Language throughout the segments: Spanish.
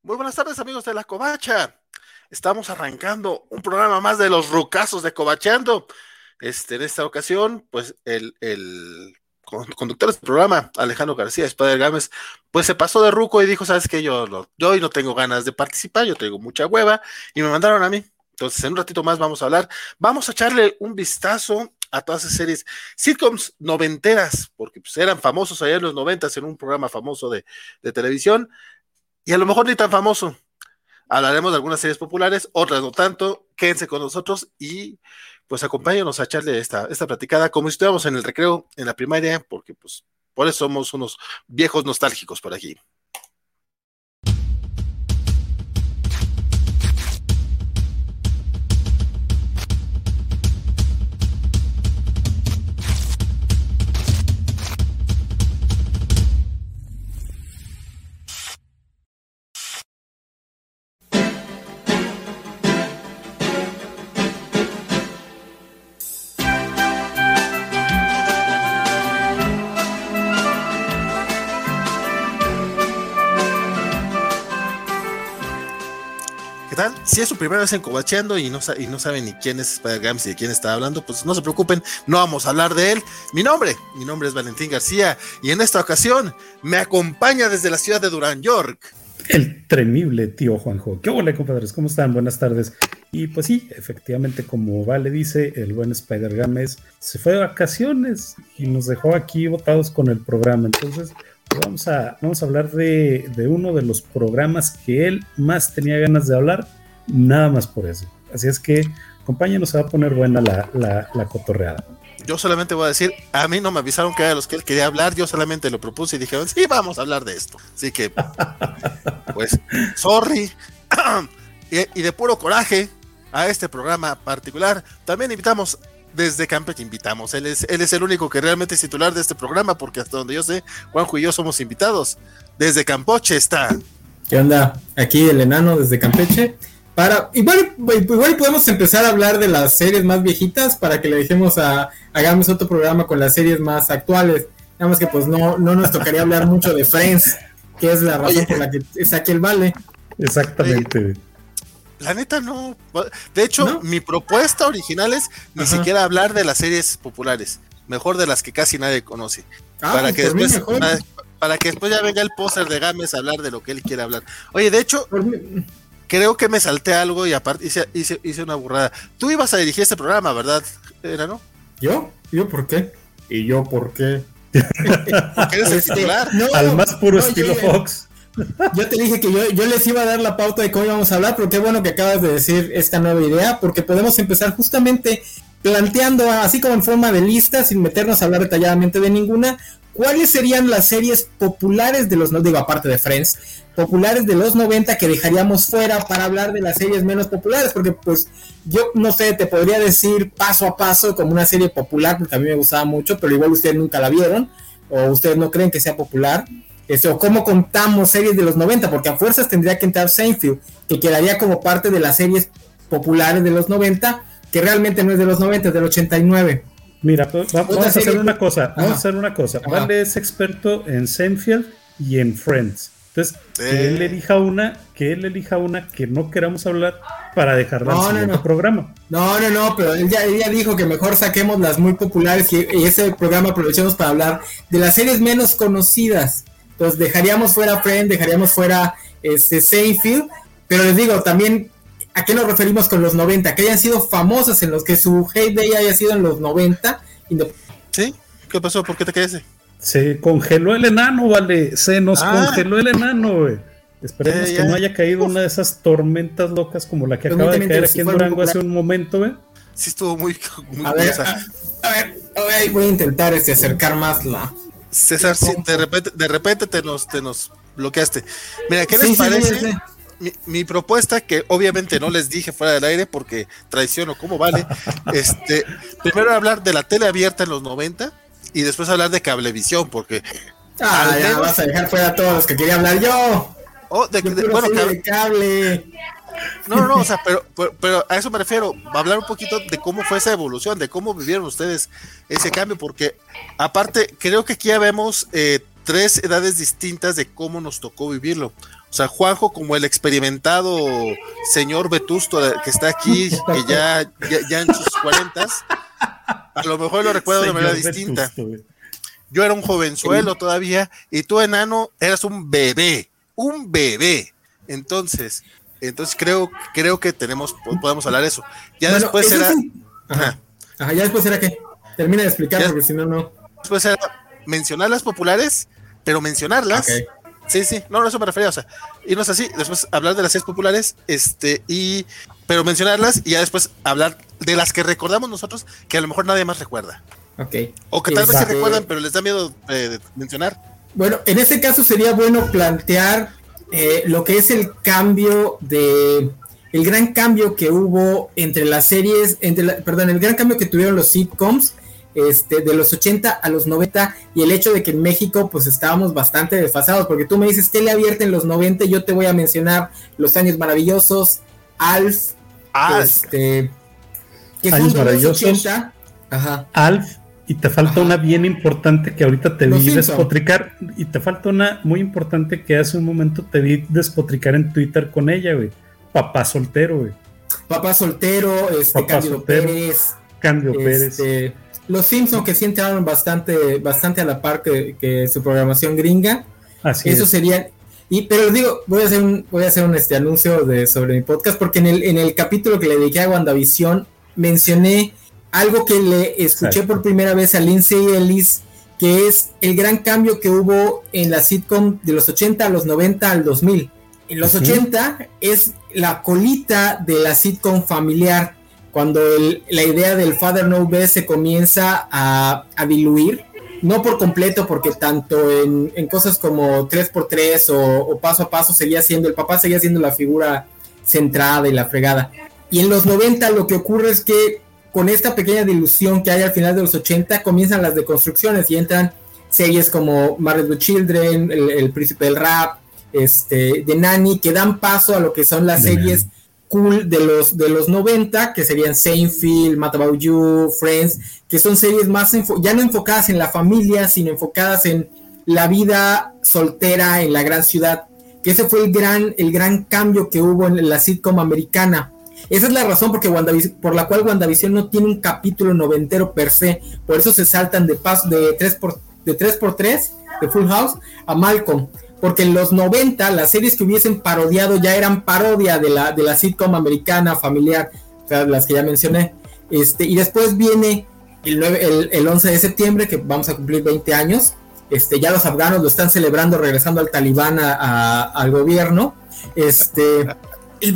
Muy buenas tardes, amigos de la Covacha. Estamos arrancando un programa más de los rucazos de Covachando. En esta ocasión, pues el conductor del programa, Alejandro García Spider Gámez, pues se pasó de ruco y dijo, ¿sabes qué? Yo hoy no tengo ganas de participar, yo tengo mucha hueva y me mandaron a mí. Entonces, en un ratito más vamos a hablar. Vamos a echarle un vistazo a todas esas series sitcoms noventeras, porque pues, eran famosos allá en los noventas en un programa famoso de televisión. Y a lo mejor ni tan famoso. Hablaremos de algunas series populares, otras no tanto. Quédense con nosotros y pues acompáñenos a echarle esta platicada como si estuviéramos en el recreo en la primaria, porque pues por eso somos unos viejos nostálgicos por aquí. ¿Qué tal? Si es su primera vez en Covacheando y no saben ni quién es Spider Games y de quién está hablando, pues no se preocupen, no vamos a hablar de él. Mi nombre es Valentín García y en esta ocasión me acompaña desde la ciudad de Durán, York, el temible tío Juanjo. ¿Qué hola, compadres? ¿Cómo están? Buenas tardes. Y pues sí, efectivamente, como Vale dice, el buen Spider Games se fue de vacaciones y nos dejó aquí botados con el programa. Entonces, pues vamos a hablar de uno de los programas que él más tenía ganas de hablar, nada más por eso. Así es que, acompáñenos, se va a poner buena la cotorreada. Yo solamente voy a decir, a mí no me avisaron que era de los que él quería hablar, yo solamente lo propuse y dije, sí, vamos a hablar de esto. Así que, pues, sorry. y de puro coraje a este programa particular, también invitamos desde Campeche, él es el único que realmente es titular de este programa, porque hasta donde yo sé, Juanjo y yo somos invitados. Desde Campeche está. ¿Qué onda? Aquí el enano desde Campeche. Igual podemos empezar a hablar de las series más viejitas para que le dejemos hagamos otro programa con las series más actuales. Nada más que pues no nos tocaría hablar mucho de Friends, que es la razón por la que saqué el Vale. Exactamente. La neta no. De hecho, ¿no? Mi propuesta original es ni siquiera hablar de las series populares, mejor de las que casi nadie conoce. Para que después ya venga el póster de Gámez a hablar de lo que él quiere hablar. Oye, de hecho, creo que me salté algo y aparte hice una burrada. Tú ibas a dirigir este programa, ¿verdad, Enano? ¿Yo? ¿Yo por qué? ¿Y yo por qué? Porque eres el titular. No, al más puro estilo Fox. Yo te dije que yo les iba a dar la pauta de cómo íbamos a hablar, pero qué bueno que acabas de decir esta nueva idea, porque podemos empezar justamente planteando, así como en forma de lista, sin meternos a hablar detalladamente de ninguna, cuáles serían las series populares de aparte de Friends, populares de los 90 que dejaríamos fuera para hablar de las series menos populares, porque pues yo no sé, te podría decir paso a paso como una serie popular, porque a mí me gustaba mucho, pero igual ustedes nunca la vieron, o ustedes no creen que sea popular. O cómo contamos series de los 90, porque a fuerzas tendría que entrar Seinfeld, que quedaría como parte de las series populares de los 90, que realmente no es de los 90, es del 89. Mira, vamos a hacer una cosa. Vale es experto en Seinfeld y en Friends. Entonces, que él elija una que no queramos hablar para dejarla en el siguiente programa. No, pero él ya dijo que mejor saquemos las muy populares y ese programa aprovechemos para hablar de las series menos conocidas. Entonces dejaríamos fuera Friends, dejaríamos fuera Seinfeld, pero les digo también ¿a qué nos referimos con los 90? Que hayan sido famosas, en los que su heyday haya sido en los 90. ¿Sí? ¿Qué pasó? ¿Por qué te quedaste? Se congeló el enano, Vale. Se nos congeló el enano, güey. Esperemos que no haya caído una de esas tormentas locas como la que acaba de caer aquí en Durango hace un momento, güey. Sí, estuvo muy a ver, voy a intentar acercar más la... César, sí, de repente te nos bloqueaste. Mira, ¿qué les parece? Sí. Mi propuesta, que obviamente no les dije fuera del aire porque traiciono como Vale, primero hablar de la tele abierta en los 90 y después hablar de Cablevisión, porque ya vas a dejar fuera a todos los que quería hablar yo. De cable. No, o sea, pero a eso me refiero, hablar un poquito de cómo fue esa evolución, de cómo vivieron ustedes ese cambio, porque aparte creo que aquí ya vemos 3 edades distintas de cómo nos tocó vivirlo. O sea, Juanjo, como el experimentado señor Vetusto que está aquí, que ya en sus 40s, a lo mejor lo recuerdo de manera distinta. Yo era un jovenzuelo todavía, y tú, enano, eras un bebé. Entonces creo que podemos hablar de eso. Ya bueno, después era... ya después era ¿qué? Termina de explicar, porque si no... Después era mencionar las populares, pero mencionarlas... Okay. Sí, no, eso me refería, o sea, irnos así, después hablar de las 6 populares, pero mencionarlas, y ya después hablar de las que recordamos nosotros, que a lo mejor nadie más recuerda. Okay. O que tal vez se recuerdan, pero les da miedo mencionar. Bueno, en este caso sería bueno plantear lo que es el cambio el gran cambio que hubo entre las series, el gran cambio que tuvieron los sitcoms, de los 80 a los 90, y el hecho de que en México pues estábamos bastante desfasados, porque tú me dices tele abierta en los 90, y yo te voy a mencionar Los Años Maravillosos, Alf, que Años Maravillosos, 80, Alf, y te falta una bien importante que ahorita te vi despotricar, y te falta una muy importante que hace un momento te vi despotricar en Twitter con ella, güey. Papá Soltero, güey. Papá Soltero, Cándido Pérez. Los Simpsons, que sí entraron bastante a la par que su programación gringa. Así eso sería. Pero digo, voy a hacer un anuncio sobre mi podcast, porque en el capítulo que le dediqué a WandaVision mencioné algo que le escuché por primera vez a Lindsay Ellis, que es el gran cambio que hubo en la sitcom de los 80 a los 90 al 2000. En los 80 es la colita de la sitcom familiar, cuando la idea del Father No Best se comienza a diluir, no por completo, porque tanto en cosas como 3x3 o Paso a Paso el papá seguía siendo la figura centrada y la fregada. Y en los 90 lo que ocurre es que con esta pequeña dilución que hay al final de los 80 comienzan las deconstrucciones y entran series como Married with Children, el Príncipe del Rap, The Nanny, que dan paso a lo que son las series cool de los 90, que serían Seinfeld, Mad About You, Friends, que son series más ya no enfocadas en la familia, sino enfocadas en la vida soltera en la gran ciudad, que ese fue el gran cambio que hubo en la sitcom americana. Esa es la razón por la cual WandaVision no tiene un capítulo noventero per se, por eso se saltan de 3x3, de Full House a Malcolm, porque en los 90 las series que hubiesen parodiado ya eran parodia de la sitcom americana familiar, o sea, las que ya mencioné, y después viene el 11 de septiembre, que vamos a cumplir 20 años, ya los afganos lo están celebrando regresando al talibán al gobierno, el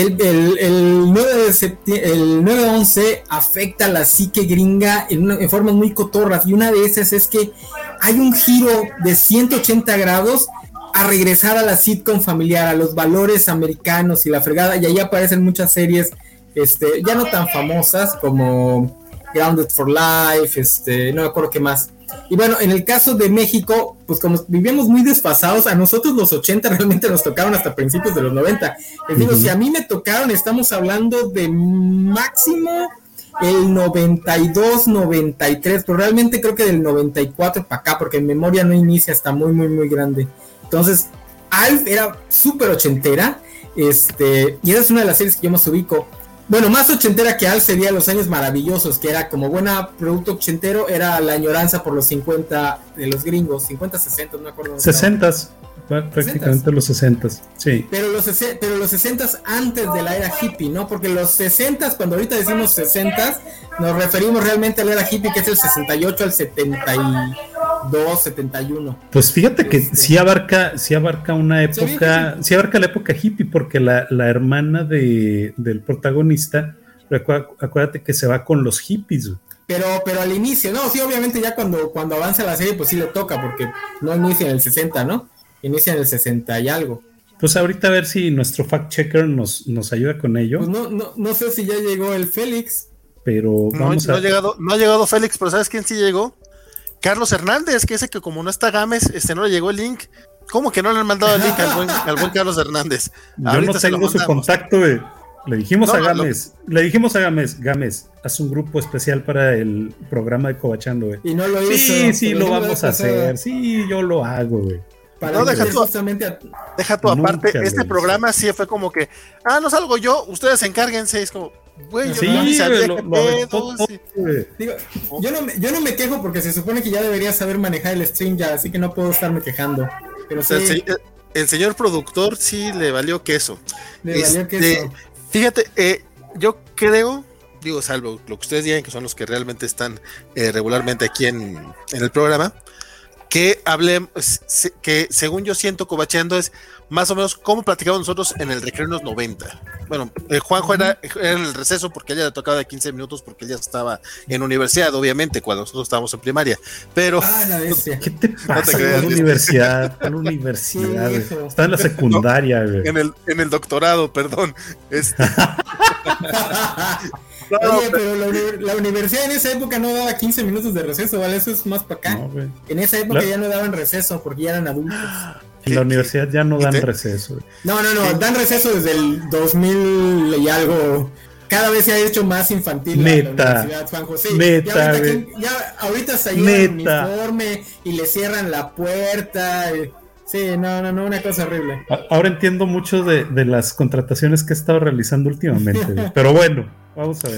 9/11 afecta a la psique gringa en formas muy cotorras, y una de esas es que hay un giro de 180 grados a regresar a la sitcom familiar, a los valores americanos y la fregada, y ahí aparecen muchas series ya no tan famosas como Grounded for Life, no me acuerdo qué más. Y bueno, en el caso de México, pues como vivíamos muy desfasados, a nosotros los 80 realmente nos tocaron hasta principios de los 90. Les digo, si a mí me tocaron, estamos hablando de máximo el 92, 93, pero realmente creo que del 94 para acá, porque en memoria no inicia hasta muy, muy, muy grande. Entonces, Alf era súper ochentera, y esa es una de las series que yo más ubico. Bueno, más ochentera que Alf sería Los Años Maravillosos, que era como buena producto ochentero, era la añoranza por los 50 de los gringos, 50, 60, no me acuerdo. 60s, prácticamente 60s. Los 60s, sí. Pero los 60s antes de la era hippie, ¿no? Porque los 60s, cuando ahorita decimos 60s, nos referimos realmente a la era hippie, que es el 68 al 72, 71. Pues fíjate que sí abarca una época, sí abarca la época hippie, porque la hermana del protagonista, acuérdate que se va con los hippies. Pero al inicio, no, sí, obviamente ya cuando avanza la serie, pues sí le toca, porque no inicia en el 60, ¿no? Inicia en el 60 y algo. Pues ahorita a ver si nuestro fact checker nos ayuda con ello. Pues no sé si ya llegó el Félix. Pero vamos no ha llegado Félix, pero ¿sabes quién sí llegó? Carlos Hernández, que ese que como no está Gámez, no le llegó el link. ¿Cómo que no le han mandado el link al buen Carlos Hernández? Yo no tengo su contacto, güey. Le dijimos a Gámez, Gámez, haz un grupo especial para el programa de Cobachando, güey. Y no lo hizo. Sí, lo vamos a hacer. Sí, yo lo hago, güey. Deja tú aparte, este programa sí fue como que, no salgo yo, ustedes encárguense, es como, güey, yo no sabía qué pedo. Digo, yo no me quejo porque se supone que ya debería saber manejar el stream ya, así que no puedo estarme quejando. Pero sí. El señor productor sí le valió queso. Fíjate, yo creo, salvo lo que ustedes digan que son los que realmente están regularmente aquí en el programa, que que según yo siento Covacheando es más o menos como platicamos nosotros en el recreo en los 90. Bueno, Juanjo era en el receso porque ella le tocaba de 15 minutos porque ella estaba en universidad, obviamente, cuando nosotros estábamos en primaria. Pero la bestia. ¿Qué te pasa? No te universidad. Está en la secundaria, güey. En el doctorado, perdón. Oye, pero la universidad en esa época no daba 15 minutos de receso, ¿vale? Eso es más para acá. No, en esa época ya no daban receso porque ya eran adultos. En la universidad ya no dan receso. No, dan receso desde el 2000 y algo. Cada vez se ha hecho más infantil la universidad, Juanjo. Sí, ya ahorita se ayuda el uniforme y le cierran la puerta. Sí, no, una cosa horrible. Ahora entiendo mucho de las contrataciones que he estado realizando últimamente, pero bueno, vamos a ver.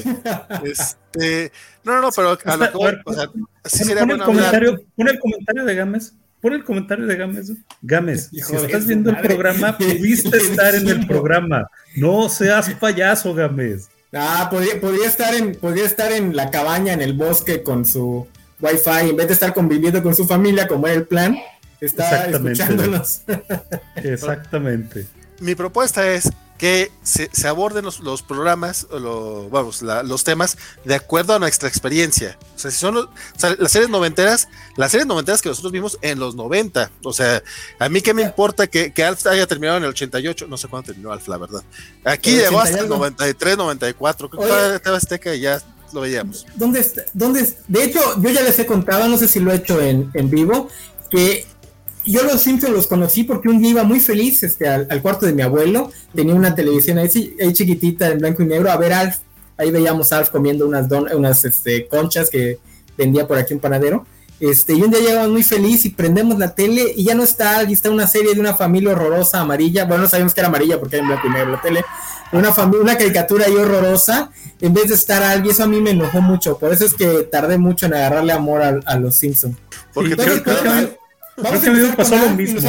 No, pero a lo mejor, sí sería bueno hablar. Pon el comentario de Gámez. Pon el comentario de Gámez. Gámez, si estás viendo el programa, pudiste estar en el programa. No seas payaso, Gámez. Podría estar en la cabaña, en el bosque, con su wifi, en vez de estar conviviendo con su familia, como era el plan. Está escuchándonos. Exactamente. Mi propuesta es que se aborden los programas, los temas de acuerdo a nuestra experiencia. O sea, si son las series noventeras que nosotros vimos en los 90. O sea, a mí qué me importa que Alf haya terminado en el 88, no sé cuándo terminó Alf, la verdad. Aquí llegó hasta el 93, 94, creo que todavía TV Azteca y ya lo veíamos. ¿Dónde? De hecho, yo ya les he contado, no sé si lo he hecho en vivo, que yo los Simpsons los conocí porque un día iba muy feliz al cuarto de mi abuelo, tenía una televisión ahí chiquitita en blanco y negro, a ver Alf, ahí veíamos a Alf comiendo unas conchas que vendía por aquí un panadero, y un día llegamos muy feliz y prendemos la tele y ya no está Alf, y está una serie de una familia horrorosa amarilla, bueno, no sabíamos que era amarilla porque era en blanco y negro la tele, una caricatura ahí horrorosa, en vez de estar Alf, y eso a mí me enojó mucho, por eso es que tardé mucho en agarrarle amor a los Simpsons. Porque vamos a empezar pasó lo mismo,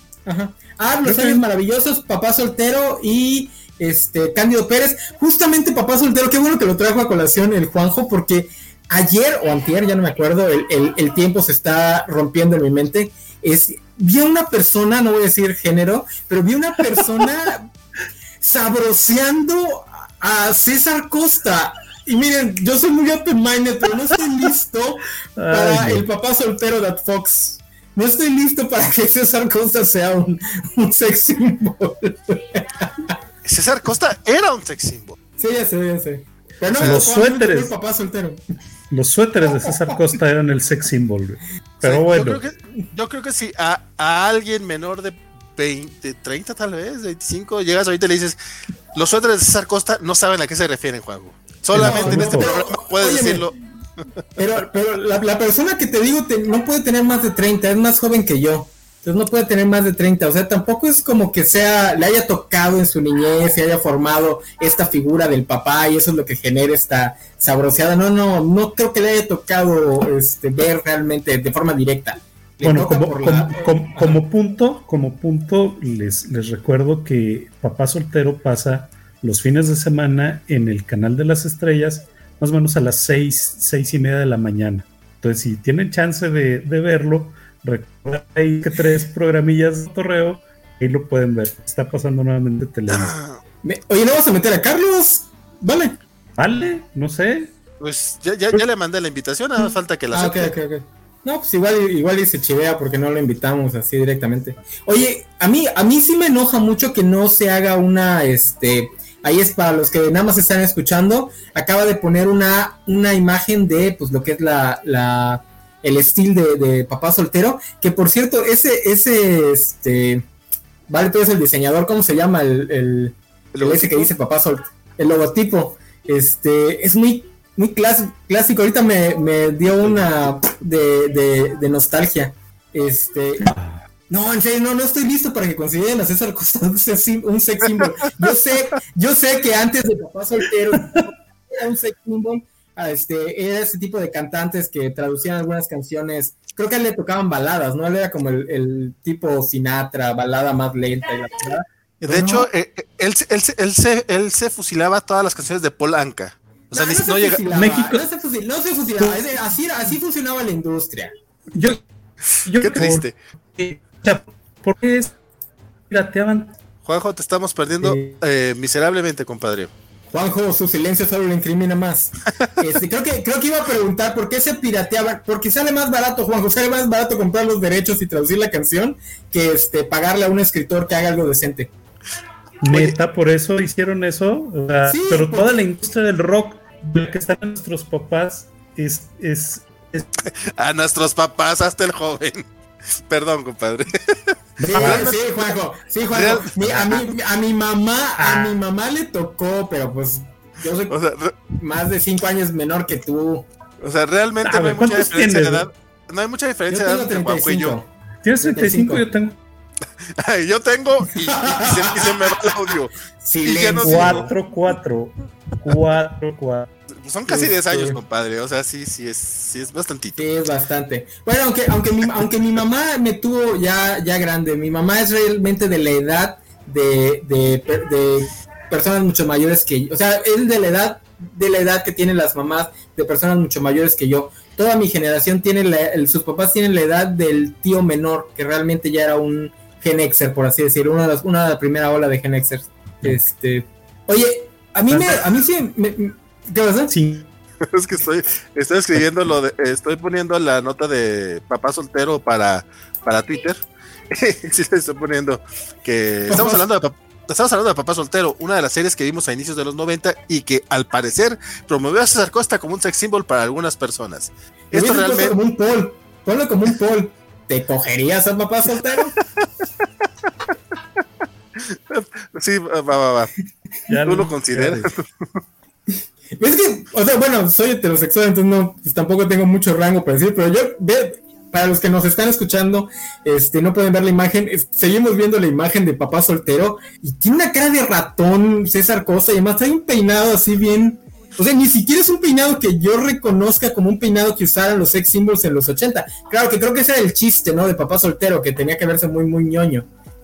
Los Años Maravillosos, Papá Soltero y Cándido Pérez. Justamente Papá Soltero, qué bueno que lo trajo a colación el Juanjo, porque ayer o antier, ya no me acuerdo, el tiempo se está rompiendo en mi mente. Vi a una persona, no voy a decir género, pero vi a una persona sabroseando a César Costa. Y miren, yo soy muy open-minded, pero no estoy listo para el Papá Soltero de Fox. No estoy listo para que César Costa sea un sex symbol. César Costa era un sex symbol. Sí, ya sé. Pero no, los suéteres. Papá Soltero. Los suéteres de César Costa eran el sex symbol. Pero bueno. Yo creo que si a alguien menor de 20, 30 tal vez, 25, llegas ahorita y le dices, los suéteres de César Costa no saben a qué se refieren, Juanjo. Solamente en este programa puedes decirlo. Pero la persona que te digo no puede tener más de 30, es más joven que yo. Entonces no puede tener más de 30, o sea, tampoco es como que le haya tocado en su niñez y haya formado esta figura del papá y eso es lo que genera esta sabroseada. No creo que le haya tocado ver realmente de forma directa. Bueno, como punto les recuerdo que Papá Soltero pasa los fines de semana en el Canal de las Estrellas, más o menos a las 6:30 de la mañana. Entonces, si tienen chance de verlo, recuerden ahí que 3 programillas de torreo, ahí lo pueden ver. Está pasando nuevamente Televisa. Oye, ¿no vas a meter a Carlos? Vale, no sé. Pues ya le mandé la invitación, nada más falta que la acepte. Okay. No, pues igual y se chivea porque no lo invitamos así directamente. Oye, a mí sí me enoja mucho que no se haga una, ahí es para los que nada más están escuchando, acaba de poner una imagen de pues lo que es el estilo de Papá Soltero, que por cierto, vale, tú eres el diseñador, ¿cómo se llama el ese que dice Papá Soltero? el logotipo. Es muy clásico. Ahorita me dio una de nostalgia. No, en serio, no estoy listo para que consideren a César Costa un sex symbol. Yo sé que antes de Papá Soltero era un sex symbol. Era ese tipo de cantantes que traducían algunas canciones. Creo que a él le tocaban baladas, ¿no? Él era como el tipo Sinatra, balada más lenta y la verdad. De hecho, él se fusilaba todas las canciones de Paul Anka. O sea, no llega México. No se fusilaba. Así funcionaba la industria. Qué triste. ¿Por qué pirateaban? Juanjo, te estamos perdiendo miserablemente, compadre. Juanjo, su silencio solo lo incrimina más. Creo que iba a preguntar por qué se pirateaban. Porque sale más barato, Juanjo, sale más barato comprar los derechos y traducir la canción que pagarle a un escritor que haga algo decente. Neta, por eso hicieron eso. O sea, sí, pero toda la industria del rock, lo que están nuestros papás, es a nuestros papás, hasta el joven. Perdón, compadre. Sí, Juanjo. A mi mamá le tocó, pero pues yo soy más de 5 años menor que tú. O sea, realmente no hay mucha diferencia de edad. No hay mucha diferencia de edad entre Juanjo y yo. ¿Tienes 35? Yo tengo. Ay, yo tengo y se me va el audio. Silencio. 4. Son casi 10 años, compadre. O sea, sí es bastantito. Sí, es bastante. Bueno, aunque mi mamá me tuvo ya grande, mi mamá es realmente de la edad de personas mucho mayores que yo. O sea, es de la edad que tienen las mamás de personas mucho mayores que yo. Toda mi generación sus papás tienen la edad del tío menor, que realmente ya era un Gen Xer, por así decirlo, una de la primera ola de Gen Xer. Oye, a mí sí ¿qué pasa? Sí. Es que estoy escribiendo estoy poniendo la nota de Papá Soltero para Twitter. Sí, le estoy poniendo que estamos hablando de Papá Soltero, una de las series que vimos a inicios de los 90 y que al parecer promovió a César Costa como un sex symbol para algunas personas. Esto realmente como un poll. Ponlo como un poll. ¿Te cogerías a Papá Soltero? Sí, va. ¿Tú lo consideras? Es que, o sea, bueno, soy heterosexual, entonces no, pues tampoco tengo mucho rango para decir, pero para los que nos están escuchando, no pueden ver la imagen, seguimos viendo la imagen de Papá Soltero, y tiene una cara de ratón César Costa, y además hay un peinado así bien, o sea, ni siquiera es un peinado que yo reconozca como un peinado que usaran los sex symbols en los 80, claro que creo que ese era el chiste, ¿no? De Papá Soltero, que tenía que verse muy, muy ñoño,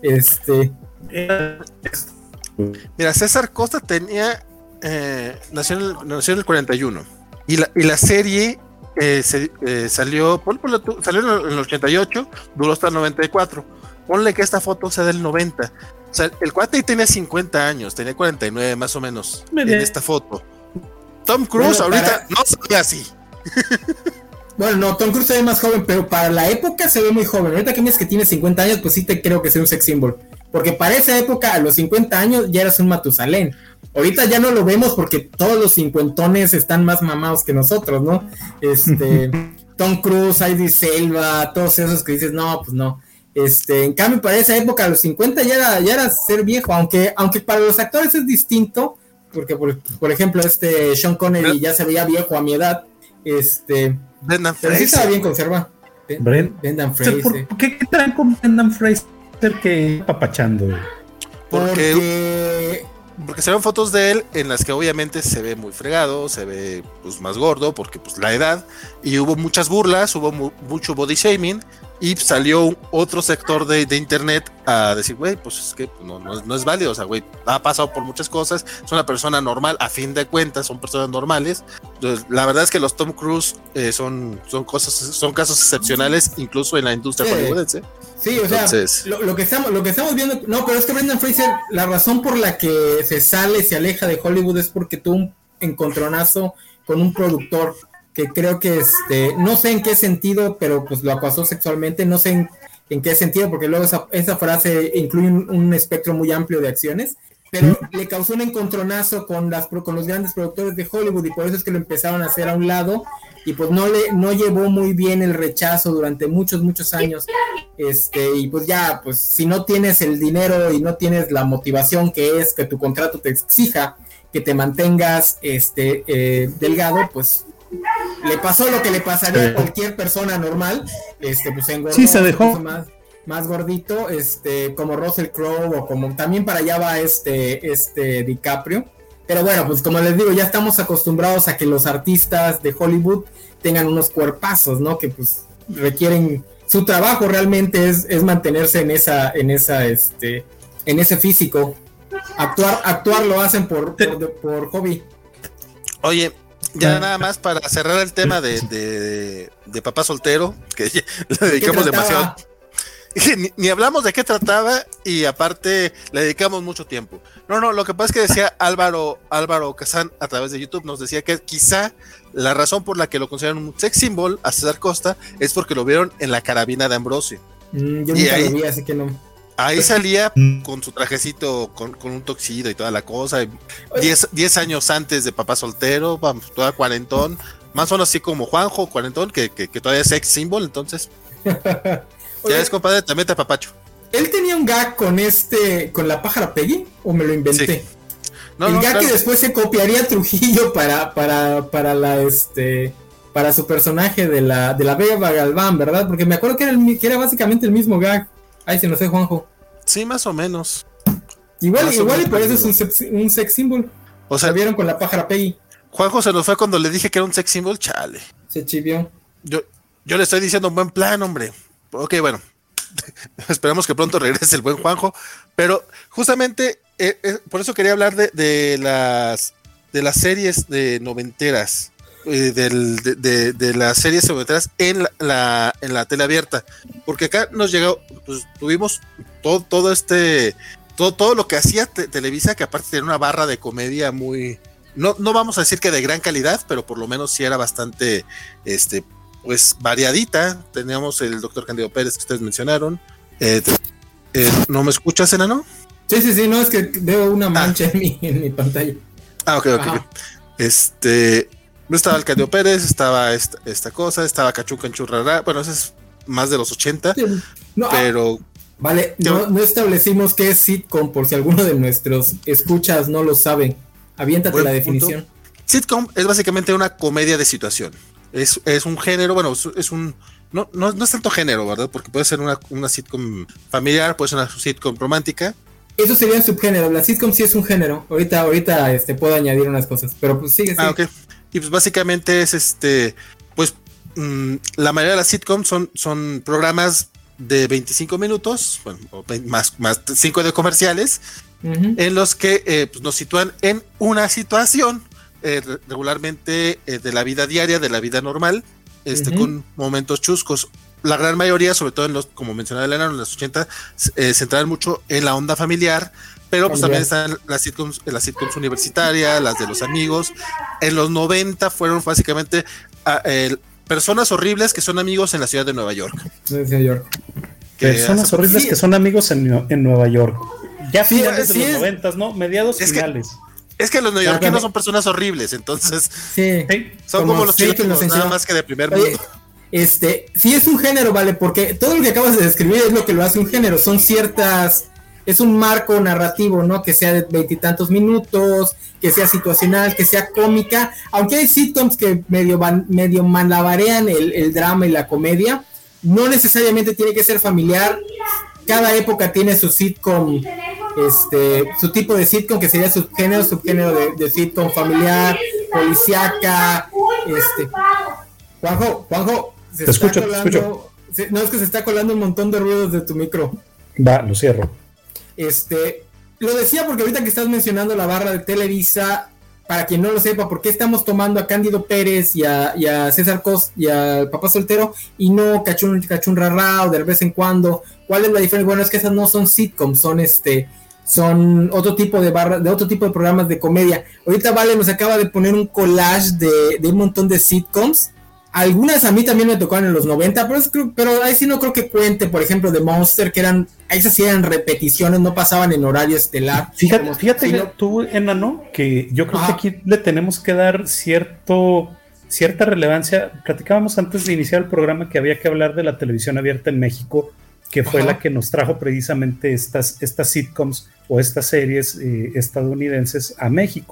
Mira, César Costa nació en el 41 y la serie salió en el 88, duró hasta el 94. Ponle que esta foto sea del 90. O sea, el cuate tenía 50 años, tenía 49 más o menos en esta foto. Tom Cruise ahorita no se ve así. Bueno, no, Tom Cruise se ve más joven, pero para la época se ve muy joven. Ahorita que me dices que tiene 50 años, pues sí te creo que sea un sex symbol. Porque para esa época, a los 50 años, ya eras un Matusalén. Ahorita ya no lo vemos porque todos los cincuentones están más mamados que nosotros, ¿no? Tom Cruise, Idris Elba, todos esos que dices, no, pues no. En cambio, para esa época, a los 50 ya era ser viejo, aunque para los actores es distinto, porque por ejemplo, Sean Connery ya se veía viejo a mi edad, Brendan pero sí estaba bien conservado. Brendan Fraser. ¿Por qué traen con Brendan Fraser que papachando? Porque se ven fotos de él en las que obviamente se ve muy fregado, se ve pues más gordo, porque pues la edad, y hubo muchas burlas, hubo mucho body shaming, y salió otro sector de internet a decir, güey, pues es que no es válido, o sea, güey, ha pasado por muchas cosas, es una persona normal, a fin de cuentas, son personas normales. Entonces, la verdad es que los Tom Cruise son casos excepcionales, incluso en la industria hollywoodense. Sí, o sea, lo que estamos viendo, no, pero es que Brendan Fraser, la razón por la que se aleja de Hollywood es porque tuvo un encontronazo con un productor que creo que no sé en qué sentido, pero pues lo acosó sexualmente, no sé en qué sentido, porque luego esa frase incluye un espectro muy amplio de acciones, pero le causó un encontronazo con los grandes productores de Hollywood, y por eso es que lo empezaron a hacer a un lado, y pues no llevó muy bien el rechazo durante muchos años, y pues ya, pues si no tienes el dinero y no tienes la motivación que es que tu contrato te exija que te mantengas delgado, pues le pasó lo que le pasaría a cualquier persona normal, pues engordó, sí, se dejó más gordito, como Russell Crowe, o como también para allá va DiCaprio. Pero bueno, pues como les digo, ya estamos acostumbrados a que los artistas de Hollywood tengan unos cuerpazos, ¿no? Que pues requieren, su trabajo realmente es mantenerse en ese físico. Actuar lo hacen por hobby. Oye, ya nada más para cerrar el tema de Papá Soltero, que ya le dedicamos demasiado. Ni hablamos de qué trataba y aparte le dedicamos mucho tiempo. No, lo que pasa es que decía Álvaro Kazán a través de YouTube, nos decía que quizá la razón por la que lo consideran un sex symbol a César Costa es porque lo vieron en La Carabina de Ambrosio. Yo nunca lo vi, así que no. Ahí salía con su trajecito, con un tuxedo y toda la cosa. 10 años antes de Papá Soltero, vamos, toda cuarentón, más o menos así como Juanjo, cuarentón, que todavía es sex symbol, entonces. Ya es, compadre, también te papacho. ¿Él tenía un gag con la pájara Peggy? ¿O me lo inventé? Sí. El gag que después se copiaría Trujillo para su personaje de la Beba Galván, ¿verdad? Porque me acuerdo que era básicamente el mismo gag. Ay, se nos fue Juanjo. Sí, más o menos. Igual y por eso es un sex symbol. O sea, vieron con la pájara Peggy. Juanjo se nos fue cuando le dije que era un sex symbol, chale. Se chivió. Yo le estoy diciendo un buen plan, hombre. Ok, bueno, esperamos que pronto regrese el buen Juanjo, pero justamente por eso quería hablar de las series de noventeras, de las series noventeras en la tele abierta, porque acá nos llegó, pues tuvimos todo lo que hacía Televisa, que aparte tenía una barra de comedia muy, no vamos a decir que de gran calidad, pero por lo menos sí era bastante, pues variadita. Teníamos el Dr. Candido Pérez que ustedes mencionaron. ¿No me escuchas, enano? Sí, no, es que veo una mancha en mi pantalla. Ok. Estaba el Candido Pérez, estaba esta cosa, estaba Cachún Canchurrará. Bueno, ese es más de los 80, sí, no, pero... Vale, no establecimos qué es sitcom, por si alguno de nuestros escuchas no lo sabe. Aviéntate la definición. Sitcom es básicamente una comedia de situación. Es un género, bueno, no es tanto género, ¿verdad? Porque puede ser una sitcom familiar, puede ser una sitcom romántica. Eso sería un subgénero, la sitcom sí es un género. Ahorita puedo añadir unas cosas, pero pues sigue. Ok. Y pues básicamente es pues la mayoría de las sitcoms son programas de 25 minutos, bueno, más 5 de comerciales, en los que pues nos sitúan en una situación regularmente de la vida diaria, de la vida normal, con momentos chuscos. La gran mayoría, sobre todo como mencionaba Elena, en los 80, se centran mucho en la onda familiar, pero pues también están las sitcoms universitarias, las de los amigos. En los 90 fueron básicamente personas horribles que son amigos en la ciudad de Nueva York. Personas horribles que son amigos en Nueva York. Ya finales de los 90, ¿no? Mediados finales. Es que los neoyorquinos son personas horribles, entonces son como los chilenos, nada más que de primer mundo. Sí es un género, ¿vale? Porque todo lo que acabas de describir es lo que lo hace un género, es un marco narrativo, ¿no? Que sea de 20 y tantos minutos, que sea situacional, que sea cómica, aunque hay sitcoms que medio malabarean el drama y la comedia, no necesariamente tiene que ser familiar. Cada época tiene su sitcom, su tipo de sitcom, que sería subgénero de sitcom familiar, policíaca. Juanjo, te escucho. No, es que se está colando un montón de ruidos de tu micro. Va, lo cierro. Lo decía porque ahorita que estás mencionando la barra de Televisa, para quien no lo sepa, ¿por qué estamos tomando a Cándido Pérez y a César Costa y al Papá Soltero y no Cachún Rarra o de vez en cuando? ¿Cuál es la diferencia? Bueno, es que esas no son sitcoms, son otro tipo de otro tipo de programas de comedia. Ahorita Vale nos acaba de poner un collage de un montón de sitcoms. Algunas a mí también me tocaron en los 90, pero ahí sí no creo que cuente, por ejemplo, de Monster, que esas sí eran repeticiones, no pasaban en horario estelar. Fíjate tú, enano, que yo creo que aquí le tenemos que dar cierta relevancia. Platicábamos antes de iniciar el programa que había que hablar de la televisión abierta en México, que fue la que nos trajo precisamente estas sitcoms o estas series estadounidenses a México.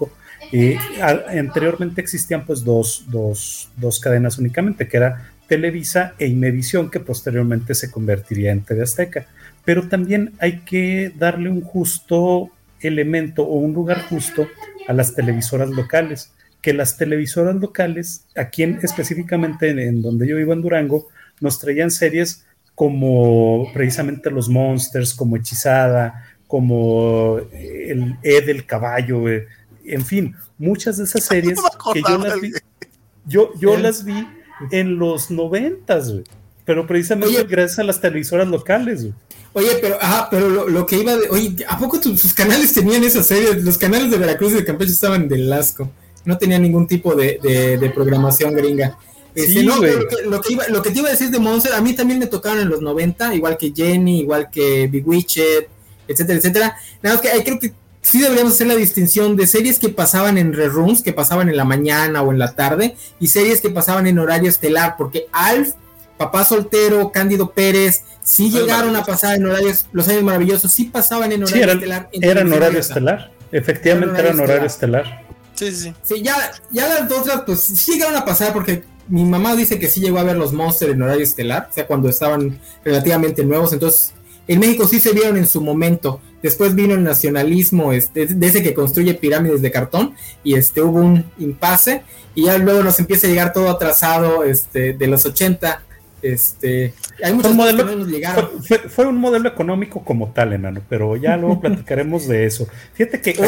Anteriormente existían pues dos cadenas únicamente, que era Televisa e Imevisión, que posteriormente se convertiría en TV Azteca. Pero también hay que darle un justo elemento o un lugar justo a las televisoras locales, que las televisoras locales, aquí específicamente en donde yo vivo en Durango, nos traían series como precisamente Los Monsters, como Hechizada, como el Ed el Caballo, en fin, muchas de esas series que yo las vi en los 90s, pero precisamente gracias a las televisoras locales. Oye, pero lo que iba de... Oye, ¿a poco sus canales tenían esas series? Los canales de Veracruz y de Campeche estaban del asco. No tenían ningún tipo de programación gringa. Sí, no, lo que te iba a decir de Monster, a mí también me tocaron en los 90, igual que Jenny, igual que Bewitched, etcétera, etcétera. Nada más que creo que sí deberíamos hacer la distinción de series que pasaban en reruns, que pasaban en la mañana o en la tarde, y series que pasaban en horario estelar, porque Alf, Papá Soltero, Cándido Pérez, sí llegaron a pasar en horarios, Los Años Maravillosos, sí pasaban en horario estelar. Eran horario estelar, efectivamente eran horario estelar. Sí, ya las otras, pues sí llegaron a pasar, porque mi mamá dice que sí llegó a ver los Monsters en horario estelar, o sea, cuando estaban relativamente nuevos, entonces en México sí se vieron en su momento. Después vino el nacionalismo, de ese que construye pirámides de cartón, y hubo un impasse, y ya luego nos empieza a llegar todo atrasado, de los 80. Hay muchos cosas que no nos llegaron. Fue un modelo económico como tal, enano, pero ya luego platicaremos de eso. Fíjate que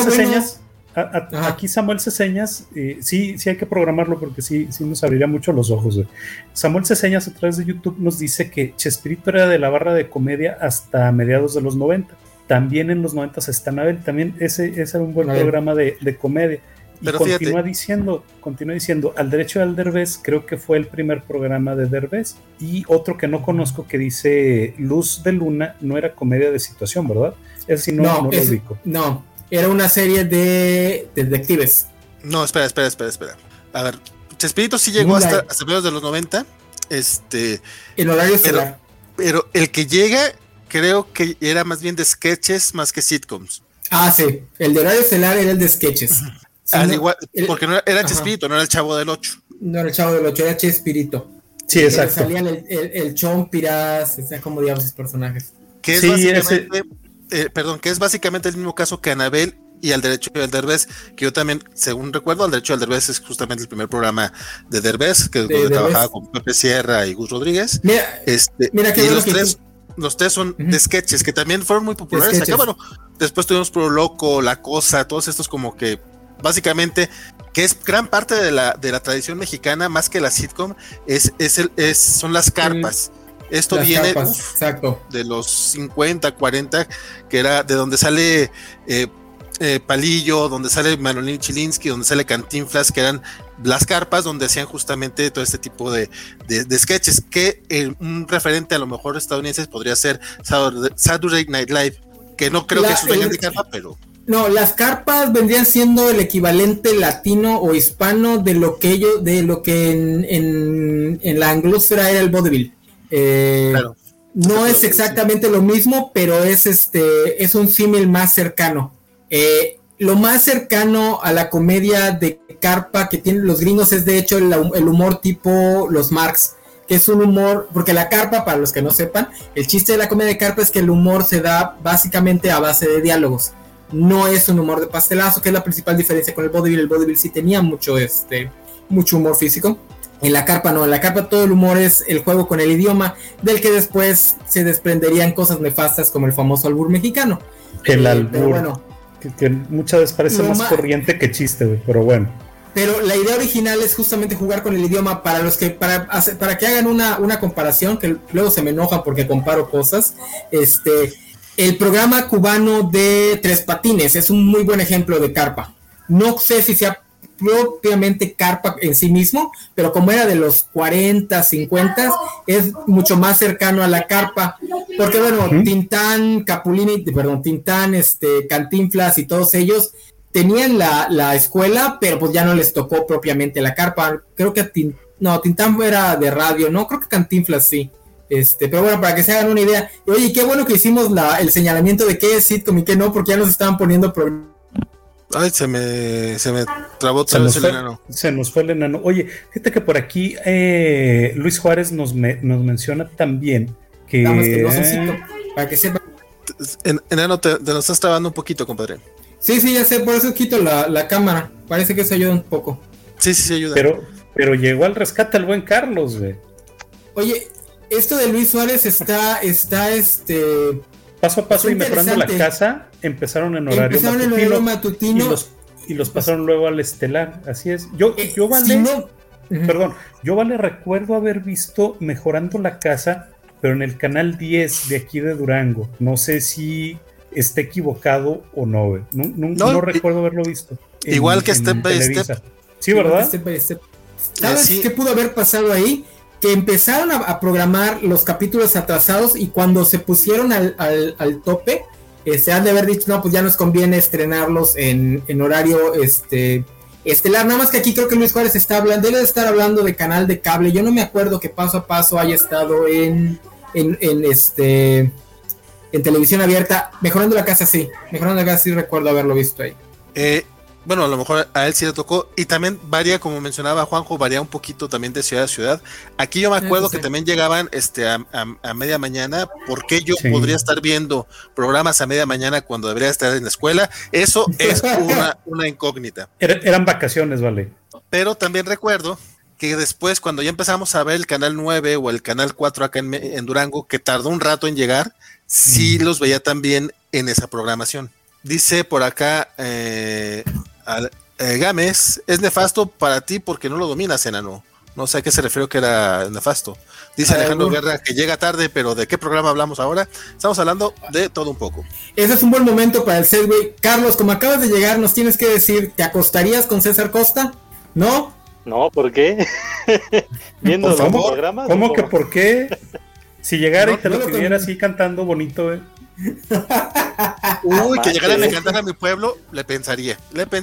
aquí Samuel Ceseñas, sí hay que programarlo porque sí nos abriría mucho los ojos. Samuel Ceseñas a través de YouTube nos dice que Chespirito era de la barra de comedia hasta mediados de los 90. También en los 90 está Anabel, también ese era un buen programa de comedia. Pero continúa diciendo, Al Derecho del Derbez, creo que fue el primer programa de Derbez. Y otro que no conozco que dice Luz de Luna, no era comedia de situación, ¿verdad? Es decir, no lo ubico. No, era una serie de detectives. No, espera. A ver, Chespirito sí llegó hasta mediados de los 90. En horario estelar. Pero el que llega, creo que era más bien de sketches más que sitcoms. Ah, sí. El de horario estelar era el de sketches. Igual, porque no era Chespirito, no era el Chavo del 8. No era el Chavo del 8, era Chespirito. Sí, exacto. Salían el Chompiras, como digamos esos personajes. Que es básicamente el mismo caso que Anabel y Al Derecho del Derbez, que yo también, según recuerdo, Al Derecho del Derbez es justamente el primer programa de Derbez, donde trabajaba con Pepe Sierra y Gus Rodríguez. Mira que los tres son de sketches, que también fueron muy populares acá. Bueno, después tuvimos Pro Loco, La Cosa, todos estos como que básicamente, que es gran parte de la tradición mexicana, más que la sitcom, son las carpas. Esto las viene exacto, de los 50, 40, que era de donde sale Palillo, donde sale Manolín Chilinsky, donde sale Cantinflas, que eran las carpas donde hacían justamente todo este tipo de sketches, que un referente a lo mejor estadounidense podría ser Saturday Night Live, que no creo que es una de carpa, pero... No, las carpas vendrían siendo el equivalente latino o hispano de lo que en la anglosfera era el vaudeville. Claro. No es exactamente lo mismo, pero es un símil más cercano. Lo más cercano a la comedia de carpa que tienen los gringos es de hecho el humor tipo los Marx, que es un humor, porque la carpa, para los que no sepan, el chiste de la comedia de carpa es que el humor se da básicamente a base de diálogos. No es un humor de pastelazo, que es la principal diferencia con el vaudeville. El vaudeville sí tenía mucho humor físico. En la carpa no, en la carpa todo el humor es el juego con el idioma, del que después se desprenderían cosas nefastas como el famoso albur mexicano. El albur, bueno, que muchas veces parece más corriente que chiste, pero bueno. Pero la idea original es justamente jugar con el idioma para que hagan una comparación, que luego se me enoja porque comparo cosas. El programa cubano de Tres Patines es un muy buen ejemplo de carpa. No sé si sea propiamente carpa en sí mismo, pero como era de los 40, 50, es mucho más cercano a la carpa. Porque bueno, Tintán, Cantinflas y todos ellos tenían la escuela, pero pues ya no les tocó propiamente la carpa. Creo que Tintán era de radio, no, creo que Cantinflas sí. Pero bueno, para que se hagan una idea. Oye, qué bueno que hicimos el señalamiento de qué es sitcom y qué no, porque ya nos estaban poniendo Ay, se me trabó otra vez el enano. Se nos fue el enano. Oye, fíjate que por aquí Luis Juárez nos menciona también que... para que sepa. Enano, te nos estás trabando un poquito, compadre. Sí, ya sé, por eso quito la cámara. Parece que eso ayuda un poco. Sí, ayuda. Pero llegó al rescate el buen Carlos, güey. Oye, esto de Luis Suárez está paso a paso y mejorando la casa, empezaron en horario matutino y los pasaron luego al estelar, así es. Yo Vale, recuerdo haber visto Mejorando la Casa, pero en el canal 10 de aquí de Durango. No sé si esté equivocado o no, güey. No recuerdo haberlo visto. Igual que Step by Step. Sí, ¿verdad? Step by Step. ¿Sabes qué pudo haber pasado ahí? Que empezaron a programar los capítulos atrasados y cuando se pusieron al tope, se han de haber dicho, no, pues ya nos conviene estrenarlos en horario estelar. Nada más que aquí creo que Luis Juárez debe de estar hablando de canal de cable. Yo no me acuerdo que paso a paso haya estado en televisión abierta. Mejorando la Casa sí recuerdo haberlo visto ahí. Bueno, a lo mejor a él sí le tocó, y también varía, como mencionaba Juanjo, varía un poquito también de ciudad a ciudad. Aquí yo me acuerdo que también llegaban a media mañana. ¿Por qué yo podría estar viendo programas a media mañana cuando debería estar en la escuela? Eso es una incógnita. Eran vacaciones, vale. Pero también recuerdo que después, cuando ya empezamos a ver el canal 9 o el canal 4 acá en Durango, que tardó un rato en llegar, sí los veía también en esa programación. Dice por acá Gámez, es nefasto para ti porque no lo dominas, enano. No sé a qué se refiere que era nefasto. Dice Alejandro Guerra que llega tarde, pero ¿de qué programa hablamos ahora? Estamos hablando de todo un poco. Ese es un buen momento para el segue. Carlos, como acabas de llegar, nos tienes que decir, ¿te acostarías con César Costa? ¿No? No, ¿por qué? Viendo los programas. ¿Cómo que por qué? Si llegara y te lo pidiera así cantando bonito, Uy, que llegara a cantar a mi pueblo, le pensaría.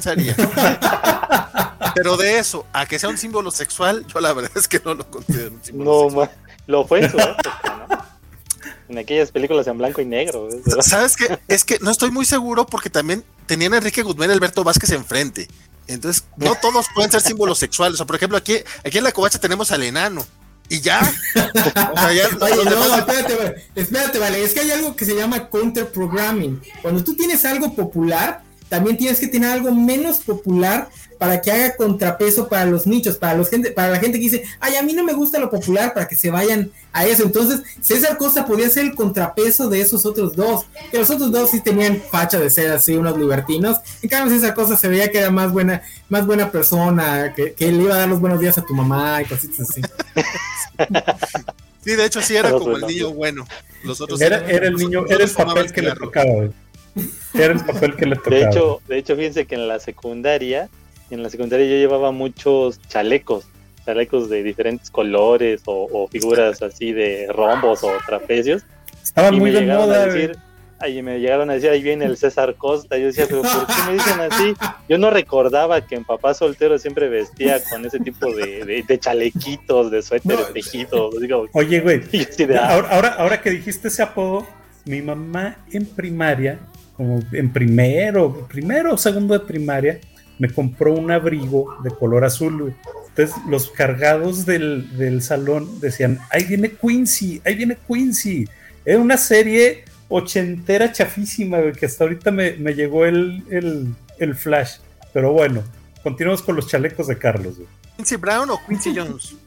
Pero de eso, a que sea un símbolo sexual, yo la verdad es que no lo considero un símbolo sexual. Lo fue en su época, ¿no? En aquellas películas en blanco y negro. ¿Sabes qué? Es que no estoy muy seguro porque también tenían a Enrique Guzmán y Alberto Vázquez enfrente. Entonces, no todos pueden ser símbolos sexuales. O sea, por ejemplo, aquí en la covacha tenemos al enano. Y ya. O sea, ya. Oye, no, espérate, vale. Es que hay algo que se llama counterprogramming. Cuando tú tienes algo popular, también tienes que tener algo menos popular para que haga contrapeso para los nichos, para la gente que dice, ay, a mí no me gusta lo popular, para que se vayan a eso. Entonces, César Costa podía ser el contrapeso de esos otros dos, que los otros dos sí tenían facha de ser así, unos libertinos. En cambio, César Costa se veía que era más buena persona, que le iba a dar los buenos días a tu mamá y cositas así. Sí, de hecho sí era como el niño bueno. Los otros era el niño, era el papel que le tocaba, güey. Era el papel que le tocaba. De hecho, fíjense que en la secundaria yo llevaba muchos chalecos de diferentes colores o figuras así de rombos o trapecios. Estaban muy de moda. Ahí me llegaron a decir, ahí viene el César Costa. Yo decía, pero ¿por qué me dicen así? Yo no recordaba que en Papá Soltero siempre vestía con ese tipo de chalequitos, de suéteres tejidos. Digo, oye, güey, ahora que dijiste ese apodo, mi mamá en primaria, como en primero o segundo de primaria, me compró un abrigo de color azul, güey. Entonces los cargados del salón decían, ahí viene Quincy. Era una serie ochentera chafísima, güey, que hasta ahorita me llegó el flash. Pero bueno, continuamos con los chalecos de Carlos, güey. ¿Quincy Brown o Quincy Jones?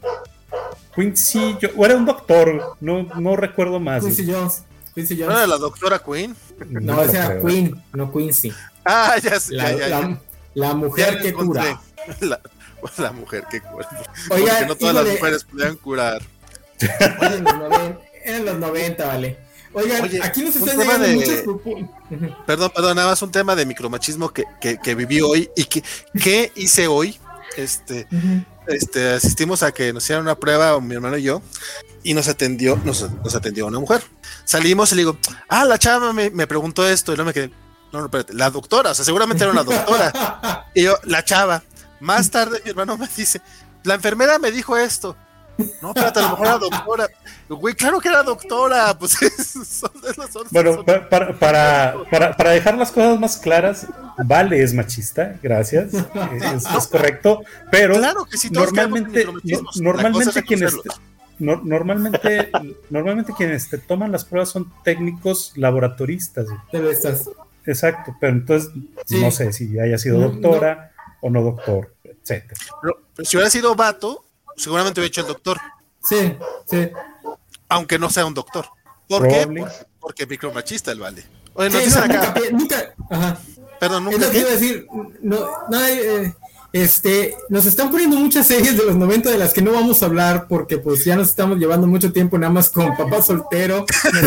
O era un doctor, no recuerdo más. Quincy Jones. ¿No era la doctora Queen? No, esa era Queen, no Quincy. Ah, ya sé. La mujer que cura. La mujer que cura. Oiga, porque no todas las mujeres podían curar. Oye, en los 90, vale. Oigan, aquí nos están llegando muchas propuestas. Perdón, nada más un tema de micromachismo que viví hoy y que hice hoy. Asistimos a que nos hicieran una prueba, mi hermano y yo, y nos atendió una mujer. Salimos y le digo, la chava me preguntó esto, y no me quedé, no, espérate, la doctora, o sea, seguramente era una doctora. Y yo, la chava. Más tarde mi hermano me dice, la enfermera me dijo esto. No, espérate, a lo mejor era doctora. Güey, claro que era doctora. Pues bueno, para dejar las cosas más claras, Vale es machista, gracias, es correcto, pero claro que sí, normalmente normalmente quienes te toman las pruebas son técnicos laboratoristas. Exacto, pero entonces no sé si haya sido doctora o no doctor, etcétera. Pero si hubiera sido vato, seguramente hubiera hecho el doctor. Sí. Aunque no sea un doctor. ¿Por qué? Porque es micromachista el Vale. Oye, nos dicen acá. Nunca. Ajá. Perdón, nunca. Es lo que iba a decir. Nos están poniendo muchas series de los 90 de las que no vamos a hablar porque pues ya nos estamos llevando mucho tiempo nada más con Papá Soltero.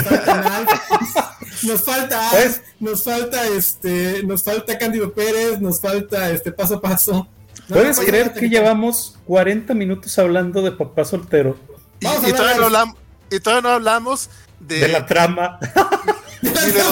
Nos falta Alf, nos falta Cándido Pérez, nos falta Paso a Paso. ¿Puedes creer que llevamos 40 minutos hablando de Papá Soltero? Y todavía no hablamos de la trama. Ni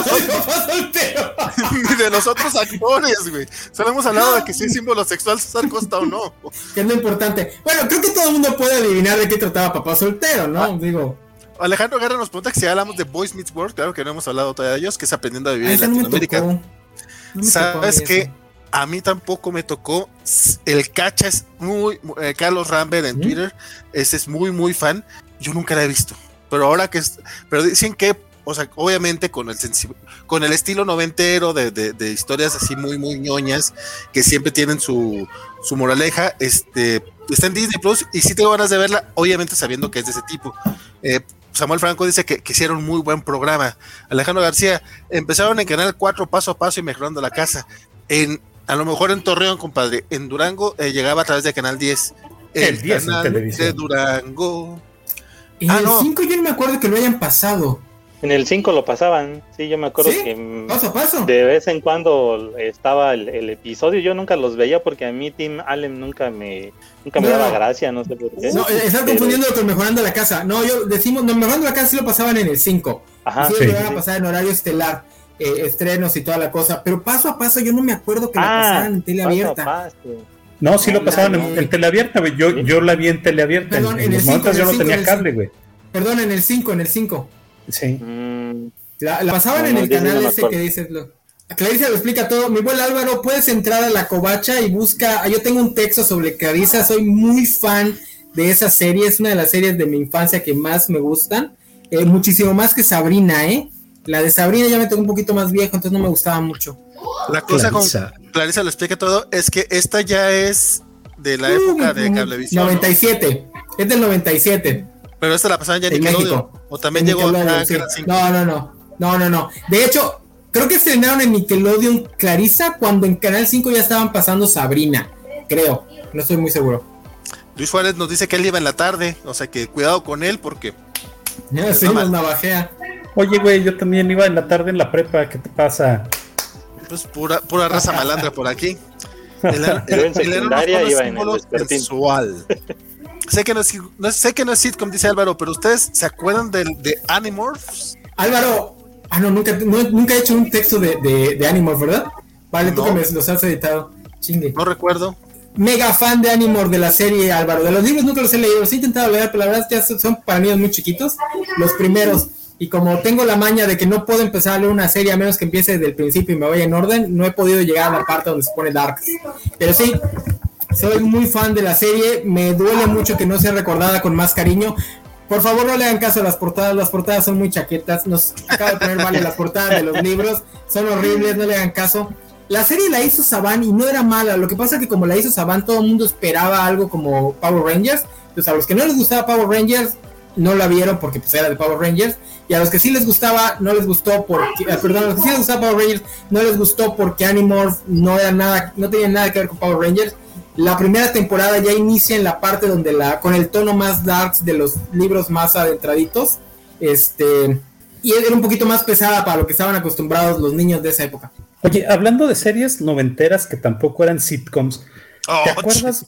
de los otros actores, güey. Solo hemos hablado de que si es símbolo sexual César Costa o no. Que es lo importante. Bueno, creo que todo el mundo puede adivinar de qué trataba Papá Soltero, ¿no? Digo. Alejandro Guerra nos pregunta que si hablamos de Boys Meets World. Claro que no hemos hablado todavía de ellos, que es aprendiendo a vivir en Latinoamérica. ¿Sabes qué? A mí tampoco me tocó. El cacha es Carlos Rambert en Twitter. Ese es muy fan. Yo nunca la he visto. Pero dicen que, o sea, obviamente con el estilo noventero de historias así muy ñoñas, que siempre tienen su moraleja, está en Disney Plus y sí tengo ganas de verla, obviamente sabiendo que es de ese tipo. Samuel Franco dice que hicieron muy buen programa. Alejandro García, empezaron en Canal 4 Paso a Paso y Mejorando la Casa. A lo mejor en Torreón, compadre. En Durango llegaba a través de Canal 10. El 10 canal en televisión. De Durango. En el 5 yo no me acuerdo que lo hayan pasado. En el 5 lo pasaban, sí, yo me acuerdo que paso a paso. De vez en cuando estaba el episodio, yo nunca los veía porque a mí Tim Allen nunca me daba gracia, no sé por qué. No, estás confundiendo con Mejorando la Casa. No, Mejorando la Casa sí lo pasaban en el 5. Ajá. Sí, lo iban a pasar en horario estelar, estrenos y toda la cosa, pero Paso a Paso yo no me acuerdo que lo pasaran en tele abierta. No, sí lo pasaban en teleabierta, güey. Yo la vi en teleabierta. Perdón, en los momentos yo no tenía cable, güey. Perdón, en el 5. Sí. La pasaban en el canal ese que dices. Clarisa lo explica todo. Mi buen Álvaro, puedes entrar a la covacha y busca. Yo tengo un texto sobre Clarisa. Soy muy fan de esa serie. Es una de las series de mi infancia que más me gustan. Muchísimo más que Sabrina, La de Sabrina ya me tocó un poquito más viejo, entonces no me gustaba mucho. La cosa Clarisa. Con Clarisa lo explica todo. Es que esta ya es de la época de Cablevisión. 97. ¿No? Es del 97. Pero esta la pasaban ya en Nickelodeon. O también llegó a sí. No. De hecho, creo que estrenaron en Nickelodeon Clarisa cuando en Canal 5 ya estaban pasando Sabrina. Creo. No estoy muy seguro. Luis Juárez nos dice que él iba en la tarde. O sea que cuidado con él porque. Sí, nos navajea. Oye, güey, yo también iba en la tarde en la prepa. ¿Qué te pasa? Pues pura raza malandra por aquí. En secundaria iba en el sensual. Sé que no es sitcom, dice Álvaro, pero ¿ustedes se acuerdan de Animorphs? Álvaro, nunca he hecho un texto de Animorphs, ¿verdad? Vale, tú que me los has editado. Chingue. No recuerdo. Mega fan de Animorphs, de la serie, Álvaro. De los libros nunca los he leído, los he intentado leer, pero la verdad ya son para niños muy chiquitos, los primeros. Y como tengo la maña de que no puedo empezar a leer una serie a menos que empiece desde el principio y me vaya en orden, no he podido llegar a la parte donde se pone Dark. Pero sí, soy muy fan de la serie, me duele mucho que no sea recordada con más cariño. Por favor, no le hagan caso a las portadas son muy chaquetas. Nos acaba de poner Vale las portadas de los libros, son horribles, no le hagan caso. La serie la hizo Saban y no era mala, lo que pasa es que como la hizo Saban, todo el mundo esperaba algo como Power Rangers. Entonces a los que no les gustaba Power Rangers, no la vieron porque pues era de Power Rangers, y a los que sí les gustaba, no les gustó porque, a los que sí les gustaba Power Rangers, no les gustó porque Animorphs no tenía nada que ver con Power Rangers. La primera temporada ya inicia en la parte donde con el tono más darks de los libros más adentraditos, y era un poquito más pesada para lo que estaban acostumbrados los niños de esa época. Oye, hablando de series noventeras que tampoco eran sitcoms, ¿te acuerdas,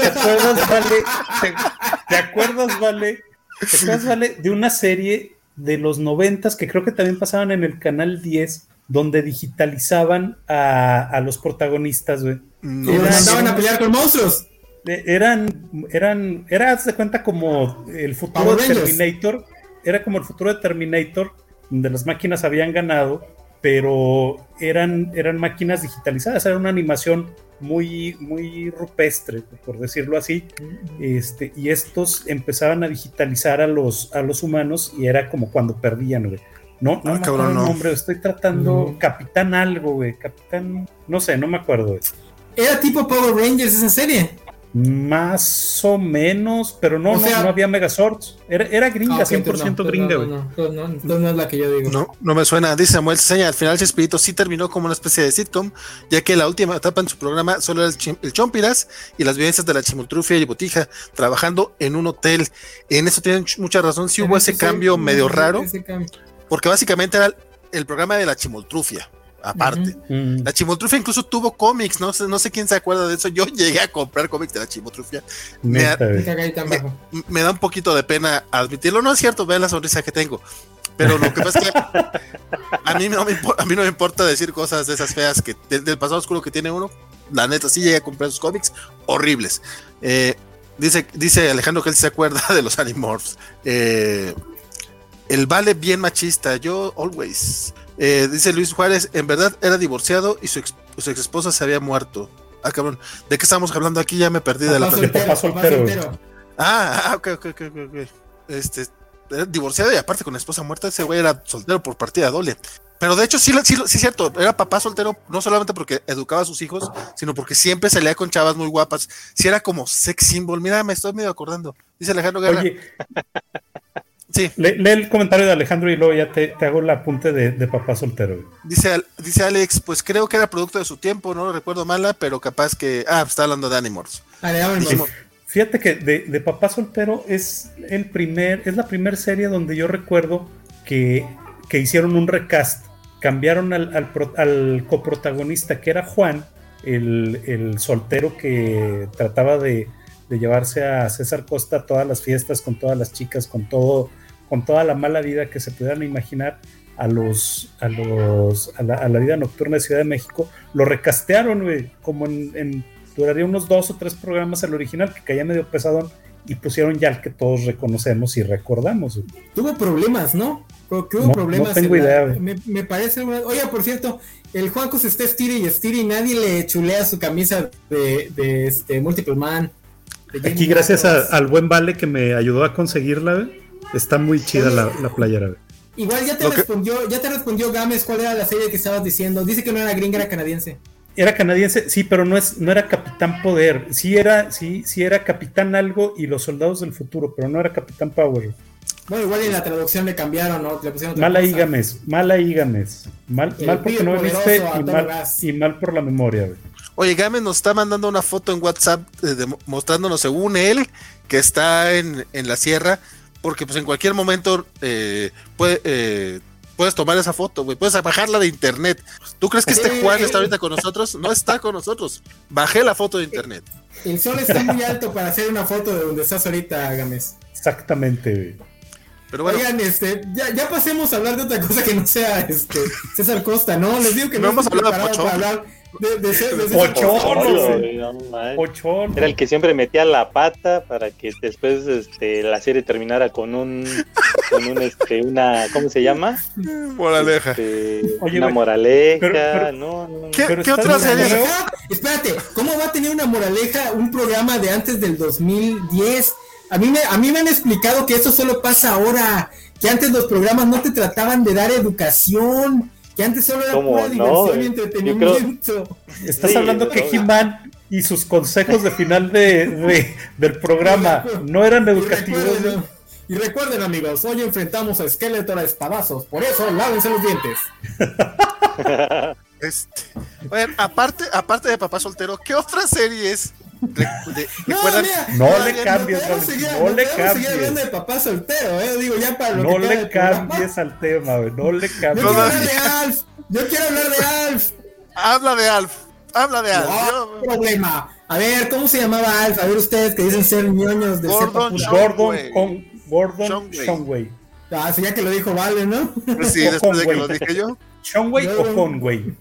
Vale, de una serie de los 90s que creo que también pasaban en el canal 10, donde digitalizaban a los protagonistas, güey? No, los mandaban a pelear con monstruos. Haz de cuenta como el futuro de Terminator. Era como el futuro de Terminator, donde las máquinas habían ganado, pero eran máquinas digitalizadas, era una animación muy rupestre, por decirlo así, y estos empezaban a digitalizar a los humanos y era como cuando perdían, güey. No me acuerdo el nombre, estoy tratando, Capitán algo, güey, Capitán, no sé, no me acuerdo, güey. ¿Era tipo Power Rangers esa serie? Más o menos, pero no había Megazords. Era gringa, 100% gringa, güey. No es la que yo digo. No me suena. Dice Samuel Ceseña, al final Chespirito sí terminó como una especie de sitcom, ya que la última etapa en su programa solo era el Chompiras y las vivencias de la Chimoltrufia y Botija, trabajando en un hotel. En eso tienen mucha razón, sí hubo ese cambio medio raro, porque básicamente era el programa de la Chimoltrufia. Aparte, la Chimoltrufia incluso tuvo cómics, no sé quién se acuerda de eso. Yo llegué a comprar cómics de la Chimoltrufia. Me da un poquito de pena admitirlo, no es cierto, vean la sonrisa que tengo. Pero lo que pasa es que a mí no me importa decir cosas de esas feas que del pasado oscuro que tiene uno. La neta, sí llegué a comprar sus cómics horribles. Dice Alejandro que él se acuerda de los Animorphs. El Vale bien machista, yo always. Dice Luis Juárez, en verdad era divorciado y su ex esposa se había muerto. Ah, cabrón, ¿de qué estamos hablando aquí? Ya me perdí de la papá soltero. Ok. Era divorciado y aparte con esposa muerta. Ese güey era soltero por partida doble. Pero de hecho sí es cierto, era papá soltero no solamente porque educaba a sus hijos, sino porque siempre salía con chavas muy guapas. Sí era como sex symbol. Mira, me estoy medio acordando. Dice Alejandro Guerra. Oye, sí. Lee el comentario de Alejandro y luego ya te hago el apunte de papá soltero. Dice Alex, pues creo que era producto de su tiempo, no lo recuerdo mala, pero capaz que... está hablando de Animorphs. Fíjate que de papá soltero es la primera serie donde yo recuerdo que hicieron un recast. Cambiaron al coprotagonista, que era Juan, el soltero que trataba de llevarse a César Costa a todas las fiestas, con todas las chicas, con toda la mala vida que se pudieran imaginar a la vida nocturna de Ciudad de México. Lo recastearon, güey, como duraría unos 2 o 3 programas el original, que caía medio pesadón, y pusieron ya el que todos reconocemos y recordamos, güey. Tuvo problemas, ¿no? Porque hubo problemas. No tengo idea. Me parece. Oiga, por cierto, el Juancos está estire y nadie le chulea su camisa de Multiple Man. Aquí gracias al buen Vale que me ayudó a conseguirla, güey. Está muy chida la playera, güey. Igual ya te respondió Gámez cuál era la serie que estabas diciendo. Dice que no era gringa, era canadiense. Era canadiense, sí, pero no era Capitán Poder. Sí era Capitán Algo y los Soldados del Futuro, pero no era Capitán Power. Bueno, igual en la traducción le cambiaron, ¿no? Le pusieron mala Gámez. Mal porque no viste y mal por la memoria, güey. Oye, Gámez nos está mandando una foto en WhatsApp mostrándonos, según él, que está en la sierra, porque pues en cualquier momento puedes tomar esa foto, güey, puedes bajarla de internet. ¿Tú crees que Juan está ahorita con nosotros? No está con nosotros. Bajé la foto de internet. El sol está muy alto para hacer una foto de donde estás ahorita, Gámez. Exactamente, güey. Pero bueno. Oigan, ya pasemos a hablar de otra cosa que no sea César Costa, ¿no? Les digo que no hemos hablado de para hablar de Pocholo. Era el que siempre metía la pata para que después la serie terminara con una ¿cómo se llama? Moraleja. Una moraleja. ¿Qué otra serie? Espérate, ¿cómo va a tener una moraleja un programa de antes del 2010? A mí me han explicado que eso solo pasa ahora, que antes los programas no te trataban de dar educación, que antes solo era pura diversión y entretenimiento. Estás hablando que He-Man y sus consejos de final del programa no eran educativos. Y recuerden, amigos, hoy enfrentamos a Skeletor a espadazos, por eso lávense los dientes. Bueno, aparte de Papá Soltero, ¿qué otra serie es? No le cambies hablando de Papá Soltero, digo ya para lo no que le cambies al tema, güey, no le cambies. Yo quiero hablar de Alf. Habla de Alf. No problema. A ver, ¿cómo se llamaba Alf? A ver ustedes que dicen ser ñoños de Gordon Conway. Sí, ya que lo dijo Vale, ¿no? Sí, después de que lo dije yo. Conway o Conway.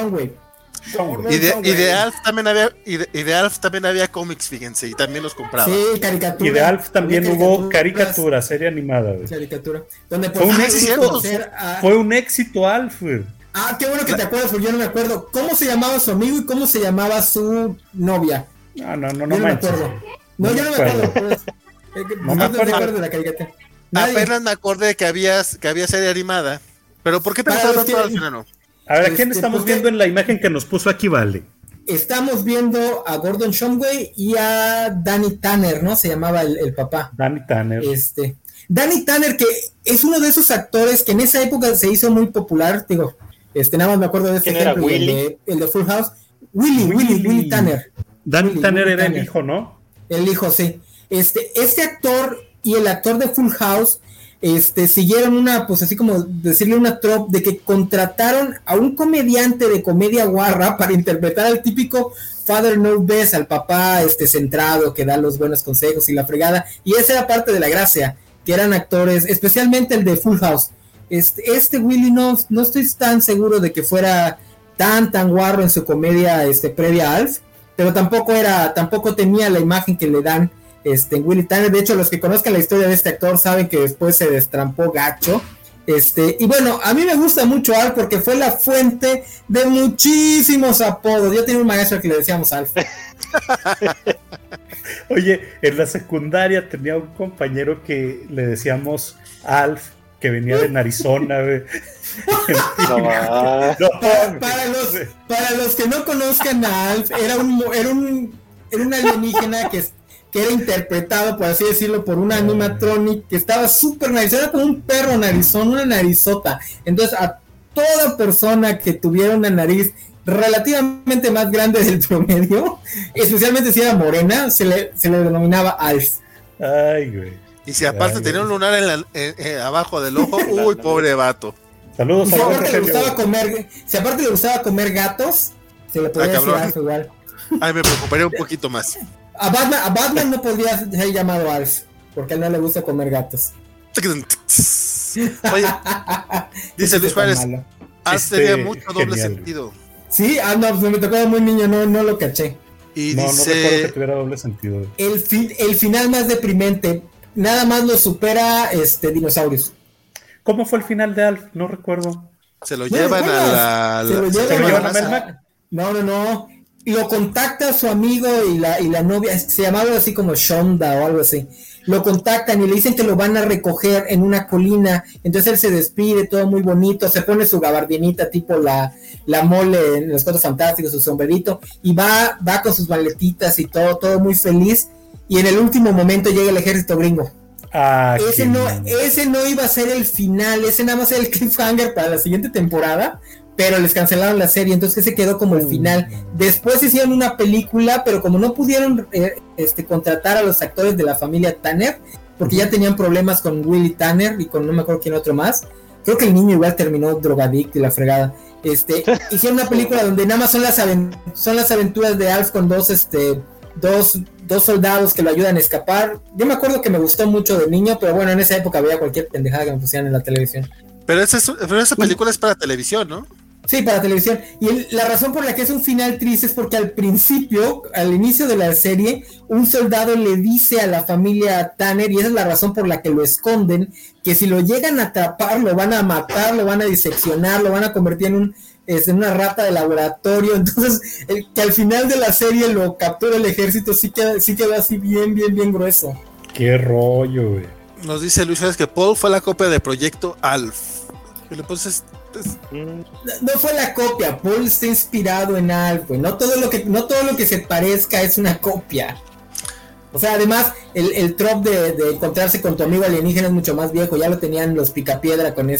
Y de Alf también había cómics, fíjense, y también los compraba. Sí, caricatura. Y de Alf también hubo caricatura, serie animada, güey. Caricatura. Donde fue un éxito Alf, güey. Ah, qué bueno que te acuerdas, porque yo no me acuerdo. ¿Cómo se llamaba su amigo y cómo se llamaba su novia? No yo no me acuerdo. No, yo no me acuerdo. Pues, no me acuerdo de la caricatura. Apenas me acordé que había serie animada. Pero ¿por qué te gustó tanto al final? A ver, ¿a quién estamos viendo en la imagen que nos puso aquí, Vale? Estamos viendo a Gordon Shumway y a Danny Tanner, ¿no? Se llamaba el papá. Danny Tanner. Danny Tanner, que es uno de esos actores que en esa época se hizo muy popular, digo, nada más me acuerdo de este ejemplo, el de Full House. Willy Tanner. Danny Tanner era el hijo, ¿no? El hijo, sí. Este actor y el actor de Full House siguieron una, pues así como decirle una trope de que contrataron a un comediante de comedia guarra para interpretar al típico Father No Best, al papá centrado que da los buenos consejos y la fregada, y esa era parte de la gracia, que eran actores, especialmente el de Full House. Willy no estoy tan seguro de que fuera tan guarro en su comedia previa a Alf, pero tampoco tenía la imagen que le dan Willy Tanner. De hecho, los que conozcan la historia de este actor saben que después se destrampó gacho. Y bueno, a mí me gusta mucho Alf porque fue la fuente de muchísimos apodos. Yo tenía un maestro que le decíamos Alf. Oye, en la secundaria tenía un compañero que le decíamos Alf, que venía de Arizona. Para los que no conozcan a Alf, era un alienígena que era interpretado, por así decirlo, por un animatronic que estaba súper narizón, era como un perro narizón, una narizota. Entonces a toda persona que tuviera una nariz relativamente más grande del promedio, especialmente si era morena, se le denominaba Alf. Ay, güey. Y si aparte tenía un lunar abajo del ojo, uy, pobre vato. Saludos. Si aparte le gustaba comer gatos, se le podía decir Alf igual. Ay, me preocuparía un poquito más. A Batman no podría ser llamado Alf, porque a él no le gusta comer gatos. Oye, dice Luis Juárez, Alf tenía mucho doble sentido. Sí, no, pues me tocó muy niño, no lo caché. Y no dice, recuerdo que tuviera doble sentido. El final más deprimente, nada más lo supera Dinosaurios. ¿Cómo fue el final de Alf? No recuerdo. Se lo llevan a Melmac. No. Lo contacta su amigo y la novia, se llamaba así como Shonda o algo así. Lo contactan y le dicen que lo van a recoger en una colina. Entonces él se despide, todo muy bonito, se pone su gabardinita tipo la Mole en Los Cuatro Fantásticos, su sombrerito, y va con sus maletitas y todo muy feliz. Y en el último momento llega el ejército gringo. Ese no iba a ser el final, ese nada más era el cliffhanger para la siguiente temporada, pero les cancelaron la serie, entonces se quedó como el final. Después hicieron una película, pero como no pudieron contratar a los actores de la familia Tanner, porque ya tenían problemas con Willy Tanner y con no me acuerdo quién otro más, creo que el niño igual terminó drogadicto y la fregada. Hicieron una película donde nada más son las aventuras de Alf con dos soldados que lo ayudan a escapar. Yo me acuerdo que me gustó mucho de niño, pero bueno, en esa época veía cualquier pendejada que me pusieran en la televisión. Pero esa película es para televisión, ¿no? Sí, para televisión. Y la razón por la que es un final triste es porque al inicio de la serie, un soldado le dice a la familia Tanner, y esa es la razón por la que lo esconden, que si lo llegan a atrapar, lo van a matar, lo van a diseccionar, lo van a convertir en una rata de laboratorio. Entonces, que al final de la serie lo captura el ejército, sí quedó así bien grueso. Qué rollo, güey. Nos dice Luis Férez que Paul fue la copia de Proyecto Alf. Entonces, no fue la copia, Paul está inspirado en Alf, güey. No todo lo que se parezca es una copia. O sea, además, el trope de encontrarse con tu amigo alienígena es mucho más viejo. Ya lo tenían los Picapiedra con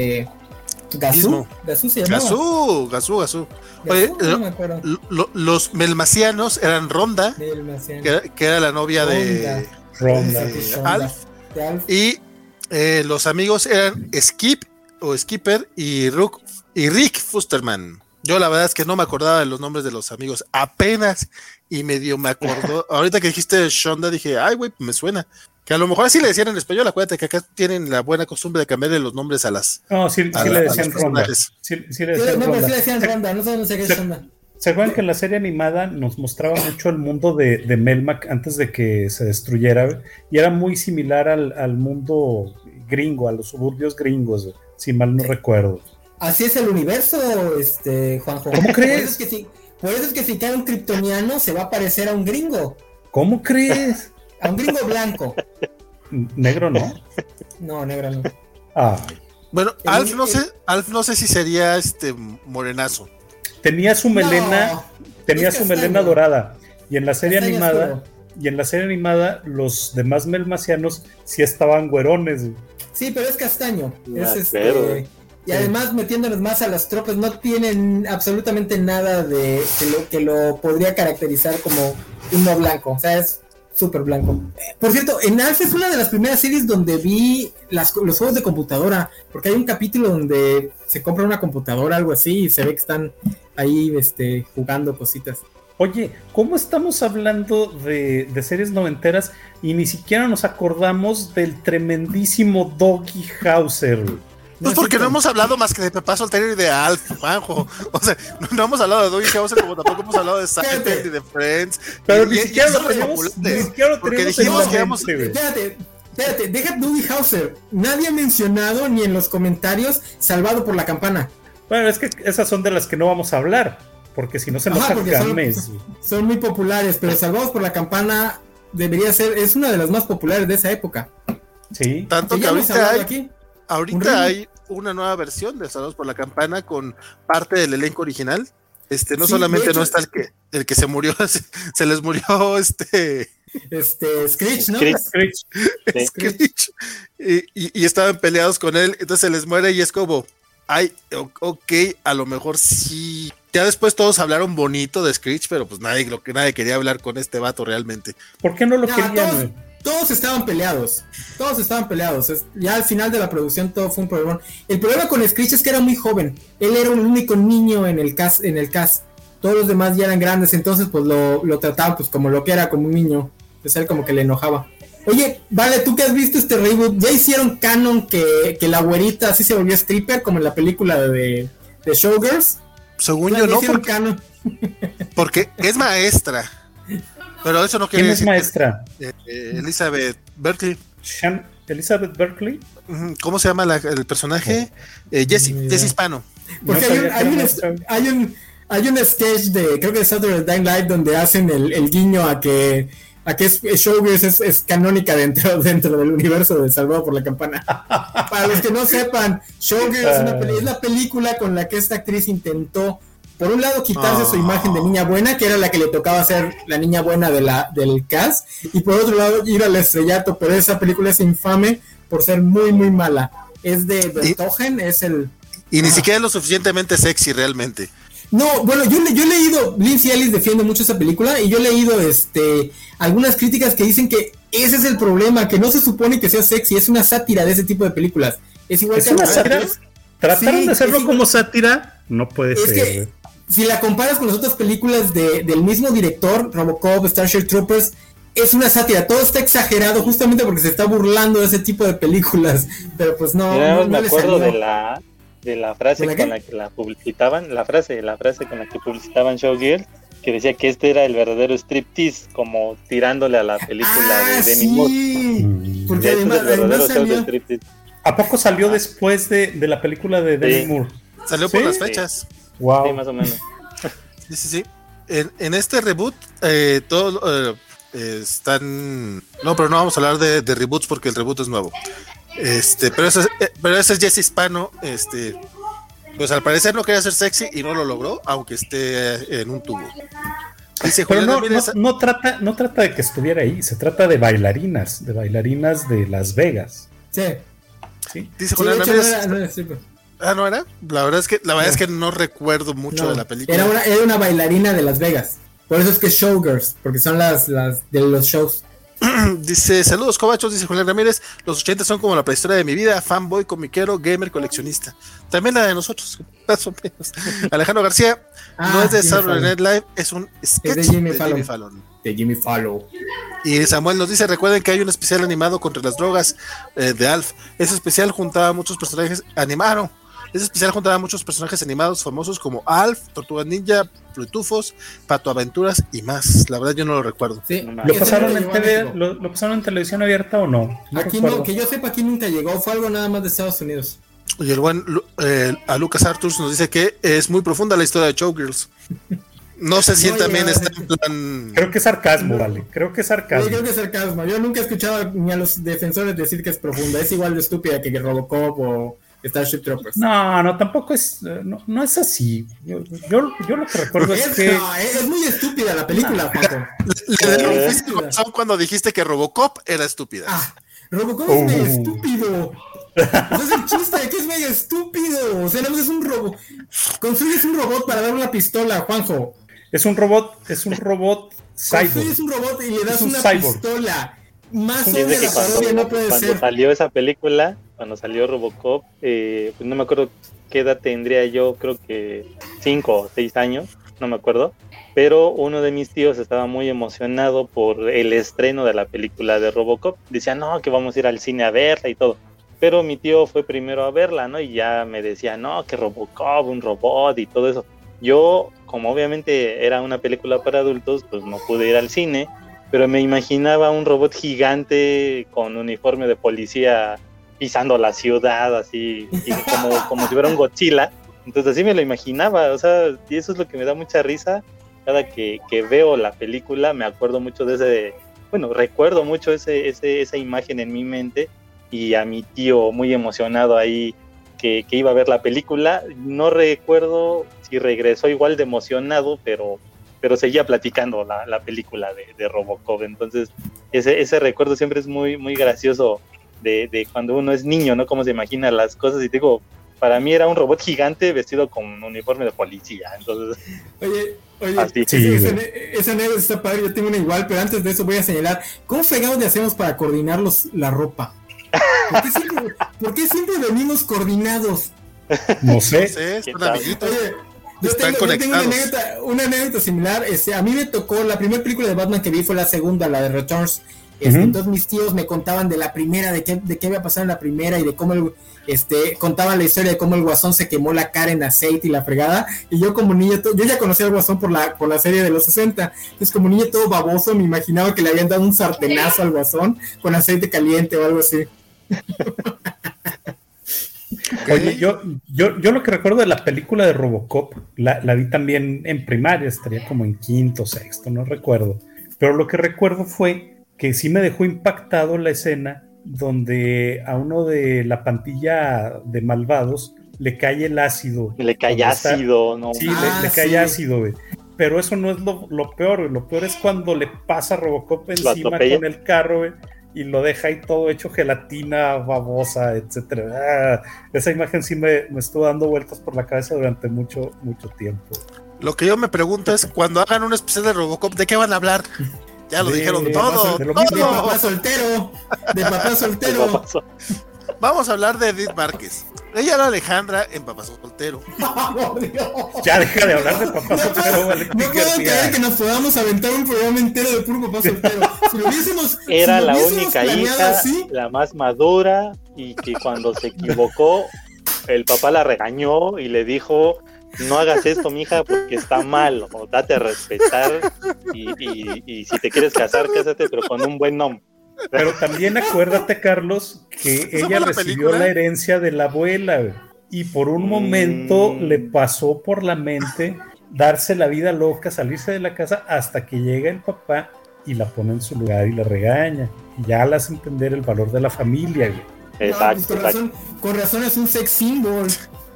Gazú. Gazú se llamaba. Gazú. Oye, no me acuerdo. Los melmacianos eran Ronda, que era la novia de Alf. Y los amigos eran Skipper y Rick Fusterman. Yo la verdad es que no me acordaba de los nombres de los amigos, apenas y medio me acordó. Ahorita que dijiste Shonda dije, ay güey, me suena. Que a lo mejor así le decían en español, acuérdate que acá tienen la buena costumbre de cambiarle los nombres a las... No, sí le decían Ronda. Sí le decían Ronda, no sé qué es Ronda. ¿Se acuerdan que en la serie animada nos mostraba mucho el mundo de Melmac antes de que se destruyera? Y era muy similar al mundo gringo, a los suburbios gringos, si mal no recuerdo. Así es el universo, Juanjo. ¿Cómo crees? Por eso es que si cae un kryptoniano se va a parecer a un gringo. ¿Cómo crees? A un gringo blanco. ¿Negro no? No, negro no. Ay. Bueno, Alf no sé si sería morenazo. Tenía su melena, No, tenía es su castaño. melena dorada. Y en la serie Castaño animada, oscuro. los demás melmacianos sí estaban güerones, güey. Sí, pero es castaño. Es Pero, y además metiéndonos más a las tropas, no tienen absolutamente nada de que lo podría caracterizar como un no blanco. O sea, es súper blanco. Por cierto, en Alf es una de las primeras series donde vi los juegos de computadora, porque hay un capítulo donde se compra una computadora, algo así, y se ve que están ahí jugando cositas. Oye, ¿cómo estamos hablando de series noventeras y ni siquiera nos acordamos del tremendísimo Doggy Hauser? Pues porque no hemos hablado más que de Pepa Soltero y de Alf, Juanjo. O sea, no hemos hablado de Doggy Hauser como tampoco hemos hablado de Seinfeld y de Friends. Pero Y- ni y siquiera eso lo es tenemos, populares, ni siquiera lo porque tenemos dijimos en que la íbamos- mente, güey. Espérate, deja Doogie Hauser. Nadie ha mencionado ni en los comentarios Salvado por la Campana. Bueno, es que esas son de las que no vamos a hablar, porque si no se enoja porque Gámez. son muy populares, pero Salvados por la Campana debería ser, es una de las más populares de esa época. Sí. Tanto que ya hemos hablado aquí. Un ahorita remake. hay una nueva versión de Salvados por la Campana con parte del elenco original. No Sí, solamente de hecho- no está el que se murió, se les murió Screech, ¿no? Screech. Sí. Screech, y estaban peleados con él, entonces se les muere y es como, ay, ok, a lo mejor sí. Ya después todos hablaron bonito de Screech, pero pues nadie quería hablar con este vato realmente. ¿Por qué no lo No, querían, güey? todos estaban peleados. Ya al final de la producción todo fue un problema. El problema con Screech es que era muy joven. Él era el único niño en el cast. Todos los demás ya eran grandes, entonces pues lo trataban pues como lo que era, como un niño. Entonces él como que le enojaba. Oye, vale, tú que has visto este reboot, ¿ya hicieron canon que la güerita así se volvió stripper como en la película de Showgirls? Según ¿Ya yo no, hicieron canon? porque es maestra. Pero eso no quiere ¿Quién es decir maestra? Elizabeth Berkley. ¿Elizabeth Berkley? ¿Cómo se llama el personaje? Jesse Hispano. Porque No sabía que era maestra. hay un sketch de, creo que de Saturday Night Live, donde hacen el guiño a que Showgirls es canónica dentro del universo de Salvado por la Campana. Para los que no sepan, Showgirls es la película con la que esta actriz intentó, por un lado, quitarse su imagen de niña buena, que era la que le tocaba ser la niña buena del cast, y por otro lado, ir al estrellato, pero esa película es infame por ser muy, muy mala. Es de Vertogen, es el... Y ni siquiera es lo suficientemente sexy realmente. No, bueno, yo he leído, Lindsay Ellis defiende mucho esa película, y yo he leído algunas críticas que dicen que ese es el problema, que no se supone que sea sexy, es una sátira de ese tipo de películas. Es igual ¿Es que una sátira? ¿Trataron Sí, de hacerlo es igual- como sátira? No puede Es ser, que güey. si la comparas con las otras películas del mismo director, Robocop, Starship Troopers, es una sátira, todo está exagerado justamente porque se está burlando de ese tipo de películas, pero pues no, Yo nada más no me le acuerdo salió. de la frase ¿De la qué? con la que la publicitaban, la frase con la que publicitaban Showgirls, que decía que este era el verdadero striptease, como tirándole a la película de Demi Moore. Sí, porque Este es además, el verdadero show de salió, striptease. ¿A poco salió después de la película de Demi Sí. Moore? Salió por ¿Sí? las fechas. Wow. Sí, más o menos. Sí. En este reboot, todos están. No, pero no vamos a hablar de reboots porque el reboot es nuevo. Pero ese es Jesse Hispano. Pues al parecer no quería ser sexy y no lo logró, aunque esté en un tubo. Dice Pero Julián no Ramírez, trata de que estuviera ahí, se trata de bailarinas de Las Vegas. sí. ¿Sí? dice Sí, Julián de hecho, Ramírez. no era stripper. ¿No era? La verdad es que no recuerdo mucho No, de la película. Era una bailarina de Las Vegas. Por eso es que es Showgirls, porque son las de los shows. Dice, saludos cobachos, dice Julián Ramírez, los 80 son como la prehistoria de mi vida, fanboy, comiquero, gamer, coleccionista. También la de nosotros, más o menos. Alejandro García, no es de Jimmy Saturday Fallon. Night Live, es un sketch de Jimmy de Fallon. Jimmy Fallon. De Jimmy Fallon. Y Samuel nos dice, recuerden que hay un especial animado contra las drogas de Alf. Ese especial juntaba muchos personajes animados famosos como Alf, Tortuga Ninja, Plutufos, Pato Aventuras y más. La verdad yo no lo recuerdo. Sí. ¿Lo ¿Lo Ese pasaron nunca en llegó a TV, México. lo pasaron en televisión abierta o no? No Aquí recuerdo. no, que yo sepa, aquí nunca llegó. Fue algo nada más de Estados Unidos. Y el buen a Lucas Arturs nos dice que es muy profunda la historia de Showgirls. No sé si él también está en plan. Creo que es sarcasmo, vale. Creo que es sarcasmo. Sí, creo que es sarcasmo. Yo nunca he escuchado ni a los defensores decir que es profunda. Es igual de estúpida que Robocop o Starship Troopers. No, tampoco es. No es así. Yo lo que recuerdo es que. Es muy estúpida la película, Juanjo. Le rompiste el corazón cuando dijiste que Robocop era estúpida. Robocop es mega estúpido. Ese es el chiste de que es mega estúpido. O sea, no es un robot. Construyes un robot para dar una pistola, Juanjo. Es un robot cyborg. Construyes un robot y le das una pistola. Más obvio la parodia no puede ser. Cuando salió esa película, cuando salió Robocop, pues no me acuerdo qué edad tendría yo, creo que 5 o 6 años, no me acuerdo. Pero uno de mis tíos estaba muy emocionado por el estreno de la película de Robocop. Decía, no, que vamos a ir al cine a verla y todo. Pero mi tío fue primero a verla, ¿no? Y ya me decía, no, que Robocop, un robot y todo eso. Yo, como obviamente era una película para adultos, pues no pude ir al cine, pero me imaginaba un robot gigante con uniforme de policía pisando la ciudad, así, y como si fuera un Godzilla. Entonces así me lo imaginaba, o sea, y eso es lo que me da mucha risa. Cada que veo la película me acuerdo mucho recuerdo mucho esa imagen en mi mente, y a mi tío muy emocionado ahí que iba a ver la película. No recuerdo si regresó igual de emocionado, pero seguía platicando la película de Robocop. Entonces ese recuerdo siempre es muy, muy gracioso de cuando uno es niño, ¿no? Cómo se imagina las cosas. Y digo, para mí era un robot gigante vestido con un uniforme de policía. Entonces, oye, sí, esa anécdota está padre. Yo tengo una igual, pero antes de eso voy a señalar ¿cómo fregados le hacemos para coordinar la ropa? ¿Por qué siempre venimos coordinados? No sé. Son amiguitos. Oye, yo tengo una anécdota similar. A mí me tocó, la primera película de Batman que vi fue la segunda, la de Returns. Entonces mis tíos me contaban de la primera, de qué había pasado en la primera, y de cómo contaban la historia de cómo el Guasón se quemó la cara en aceite y la fregada. Y yo como niño, yo ya conocía al Guasón por la serie de los 60. Entonces como niño todo baboso me imaginaba que le habían dado un sartenazo al Guasón con aceite caliente o algo así. Oye, yo lo que recuerdo de la película de Robocop, la vi también en primaria, estaría como en quinto, sexto, no recuerdo. Pero lo que recuerdo fue que sí me dejó impactado la escena donde a uno de la pandilla de malvados le cae el ácido. Le cae ácido, ¿no? Sí, le cae ácido, güey. Pero eso no es lo peor, güey. Lo peor es cuando le pasa Robocop encima con el carro, güey, y lo deja ahí todo hecho gelatina, babosa, etcétera. Esa imagen sí me estuvo dando vueltas por la cabeza durante mucho, mucho tiempo. Lo que yo me pregunto es, cuando hagan un especial de Robocop, ¿de qué van a hablar? Ya lo dijeron todo. De papá soltero. De papá soltero. Vamos a hablar de Edith Márquez. Ella era Alejandra en Papá Soltero. Oh, ya deja de hablar de Papá Soltero. No puedo creer que nos podamos aventar un programa entero de puro Papá Soltero. Si lo hubiésemos, era la única hija, así, la más madura, y que cuando se equivocó, el papá la regañó y le dijo: no hagas esto, mija, porque está mal, o date a respetar, y si te quieres casar, cásate, pero con un buen nombre. Pero también acuérdate, Carlos, que ella recibió la herencia de la abuela, güey, y por un momento le pasó por la mente darse la vida loca, salirse de la casa, hasta que llega el papá y la pone en su lugar y la regaña, y ya le hace entender el valor de la familia, güey. Exacto, no, con razón es un sex symbol.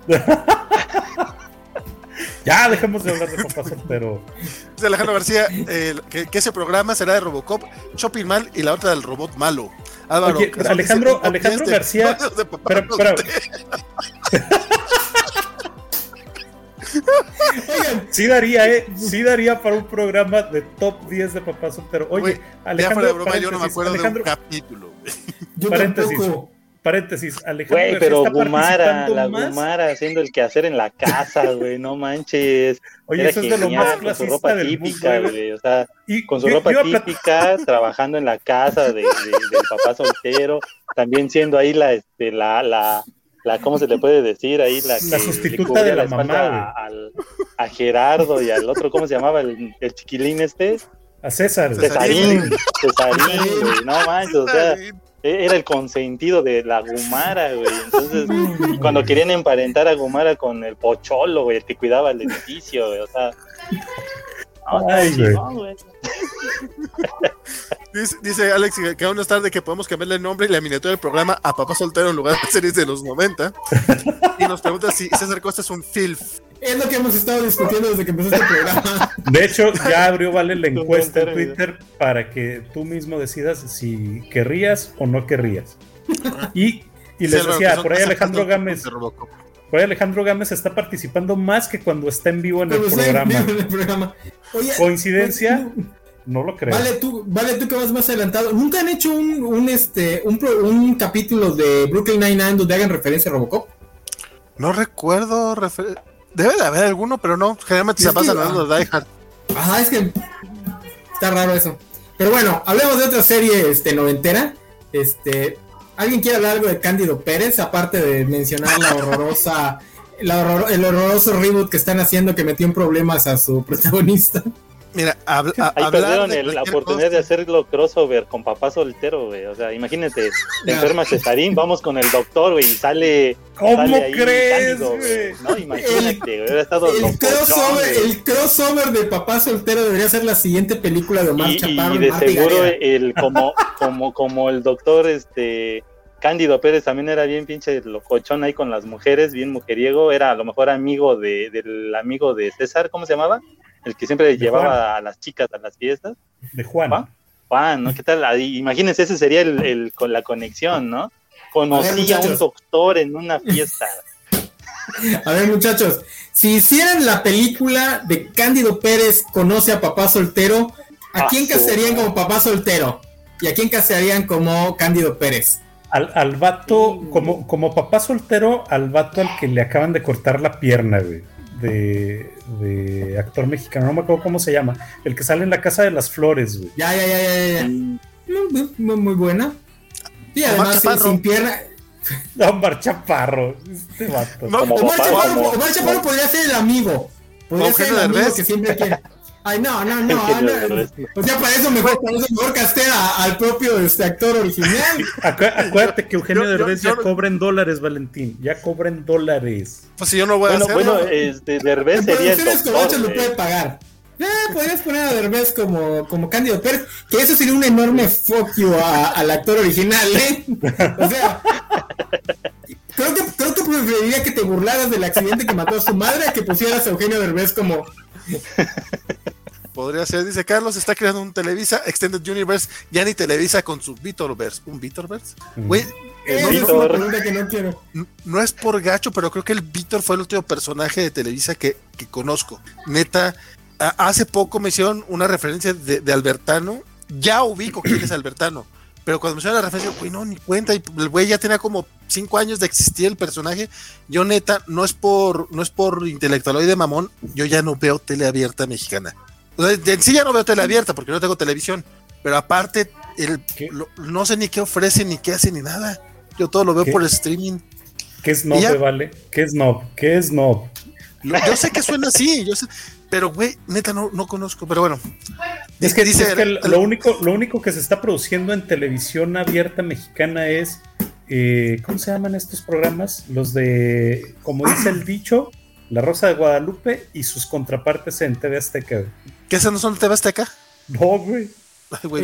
Ya dejemos de hablar de Papá Soltero. Dice Alejandro García que ese programa será de Robocop, Shopping Mal y la otra del robot malo. Álvaro, oye, Alejandro García. Espera. Oigan, sí daría para un programa de top 10 de Papá Soltero. Oye, Alejandro, de broma, yo no me acuerdo de un capítulo. Paréntesis, Alejandro. Güey, pero Gumara haciendo el quehacer en la casa, güey, no manches. Oye, eso es de lo más clasista con su ropa del típica, mundo, güey, o sea, con su ropa típica, trabajando en la casa del papá soltero, también siendo ahí la ¿cómo se le puede decir? Ahí la sustituta de la mamá, a Gerardo y al otro, ¿cómo se llamaba? El chiquilín a Cesarín, güey, no manches, o sea, Era el consentido de la Gumara, güey. Entonces, cuando querían emparentar a Gumara con el Pocholo, güey, el que cuidaba el edificio, güey, o sea... No, güey. Dice Alex que aún no es tarde que podemos cambiarle el nombre y la miniatura del programa a Papá Soltero en lugar de series de los 90. Y nos pregunta si César Costa es un filf. Es lo que hemos estado discutiendo desde que empezó este programa. De hecho, ya abrió Vale la encuesta en Twitter para que tú mismo decidas si querrías o no querrías. Y les decía, por ahí Alejandro Gámez. Por ahí Alejandro Gámez está participando más que cuando está en vivo en el programa. Oye, ¿coincidencia? No lo creo. Vale, tú que vas más adelantado. ¿Nunca han hecho un capítulo de Brooklyn Nine-Nine donde hagan referencia a Robocop? No recuerdo. Debe de haber alguno, pero no. Generalmente se pasan hablando de Die Hard. Ajá, es que está raro eso. Pero bueno, hablemos de otra serie noventera. ¿Alguien quiere hablar algo de Cándido Pérez? Aparte de mencionar el horroroso reboot que están haciendo que metió en problemas a su protagonista. Mira, ahí perdieron la oportunidad de hacerlo crossover con Papá Soltero, güey. O sea, imagínate, te enferma Cesarín, vamos con el doctor, güey, y sale. ¿Cómo ahí crees, Cándido, güey? No, imagínate, güey, hubiera estado el crossover de Papá Soltero debería ser la siguiente película de Omar Chaparro. Y de seguro, como el doctor, Cándido Pérez también era bien pinche locochón ahí con las mujeres, bien mujeriego, era a lo mejor amigo del amigo de César, ¿cómo se llamaba? El que siempre llevaba Juan. A las chicas a las fiestas. De Juan. Juan, ¿no? ¿Qué tal? Ahí, imagínense, ese sería con la conexión, ¿no? Conocí a un doctor en una fiesta. A ver, muchachos, si hicieran la película de Cándido Pérez conoce a Papá Soltero, ¿a quién castearían como Papá Soltero? ¿Y a quién castearían como Cándido Pérez? Al vato, como Papá Soltero, al vato al que le acaban de cortar la pierna, güey. De actor mexicano, no me acuerdo cómo se llama, el que sale en La Casa de las Flores, güey. Ya. Muy buena. Y además sin pierna. Omar Chaparro, este vato. Omar Chaparro podría ser el amigo. Podría ser el amigo que siempre quiere. Ay, no. O sea, para eso mejor castea al propio actor original. Acuérdate que Eugenio Derbez ya cobra en dólares, Valentín. Ya cobra en dólares. Pues si yo no voy a hacerlo. Bueno, Derbez sería el doctor. Lo puede pagar. Podrías poner a Derbez como Cándido Pérez, que eso sería un enorme fuck you al actor original, ¿eh? O sea, creo que preferiría que te burlaras del accidente que mató a su madre a que pusieras a Eugenio Derbez como... Podría ser, dice Carlos, está creando un Televisa Extended Universe, ya ni Televisa con su Vitorverse. ¿Un Vitorverse? Güey, es una pregunta que no quiero. No es por gacho, pero creo que el Víctor fue el último personaje de Televisa que conozco. Neta, hace poco me hicieron una referencia de Albertano, ya ubico quién es Albertano, pero cuando me hicieron la referencia, güey, no, ni cuenta, y el güey ya tenía como 5 años de existir el personaje. Yo neta, no es por intelectualoide mamón, yo ya no veo tele abierta mexicana. O sea, en sí ya no veo tele abierta porque no tengo televisión, pero aparte no sé ni qué ofrece, ni qué hace, ni nada. Yo todo lo veo por streaming. ¿Qué snob, vale? ¿Qué snob? Yo sé que suena así, pero güey, neta no conozco, pero bueno. Es que lo único que se está produciendo en televisión abierta mexicana es ¿cómo se llaman estos programas? Los de, como dice el dicho, La Rosa de Guadalupe y sus contrapartes en TV Azteca. ¿Qué esos no son TV Azteca? No, güey. Ay, güey,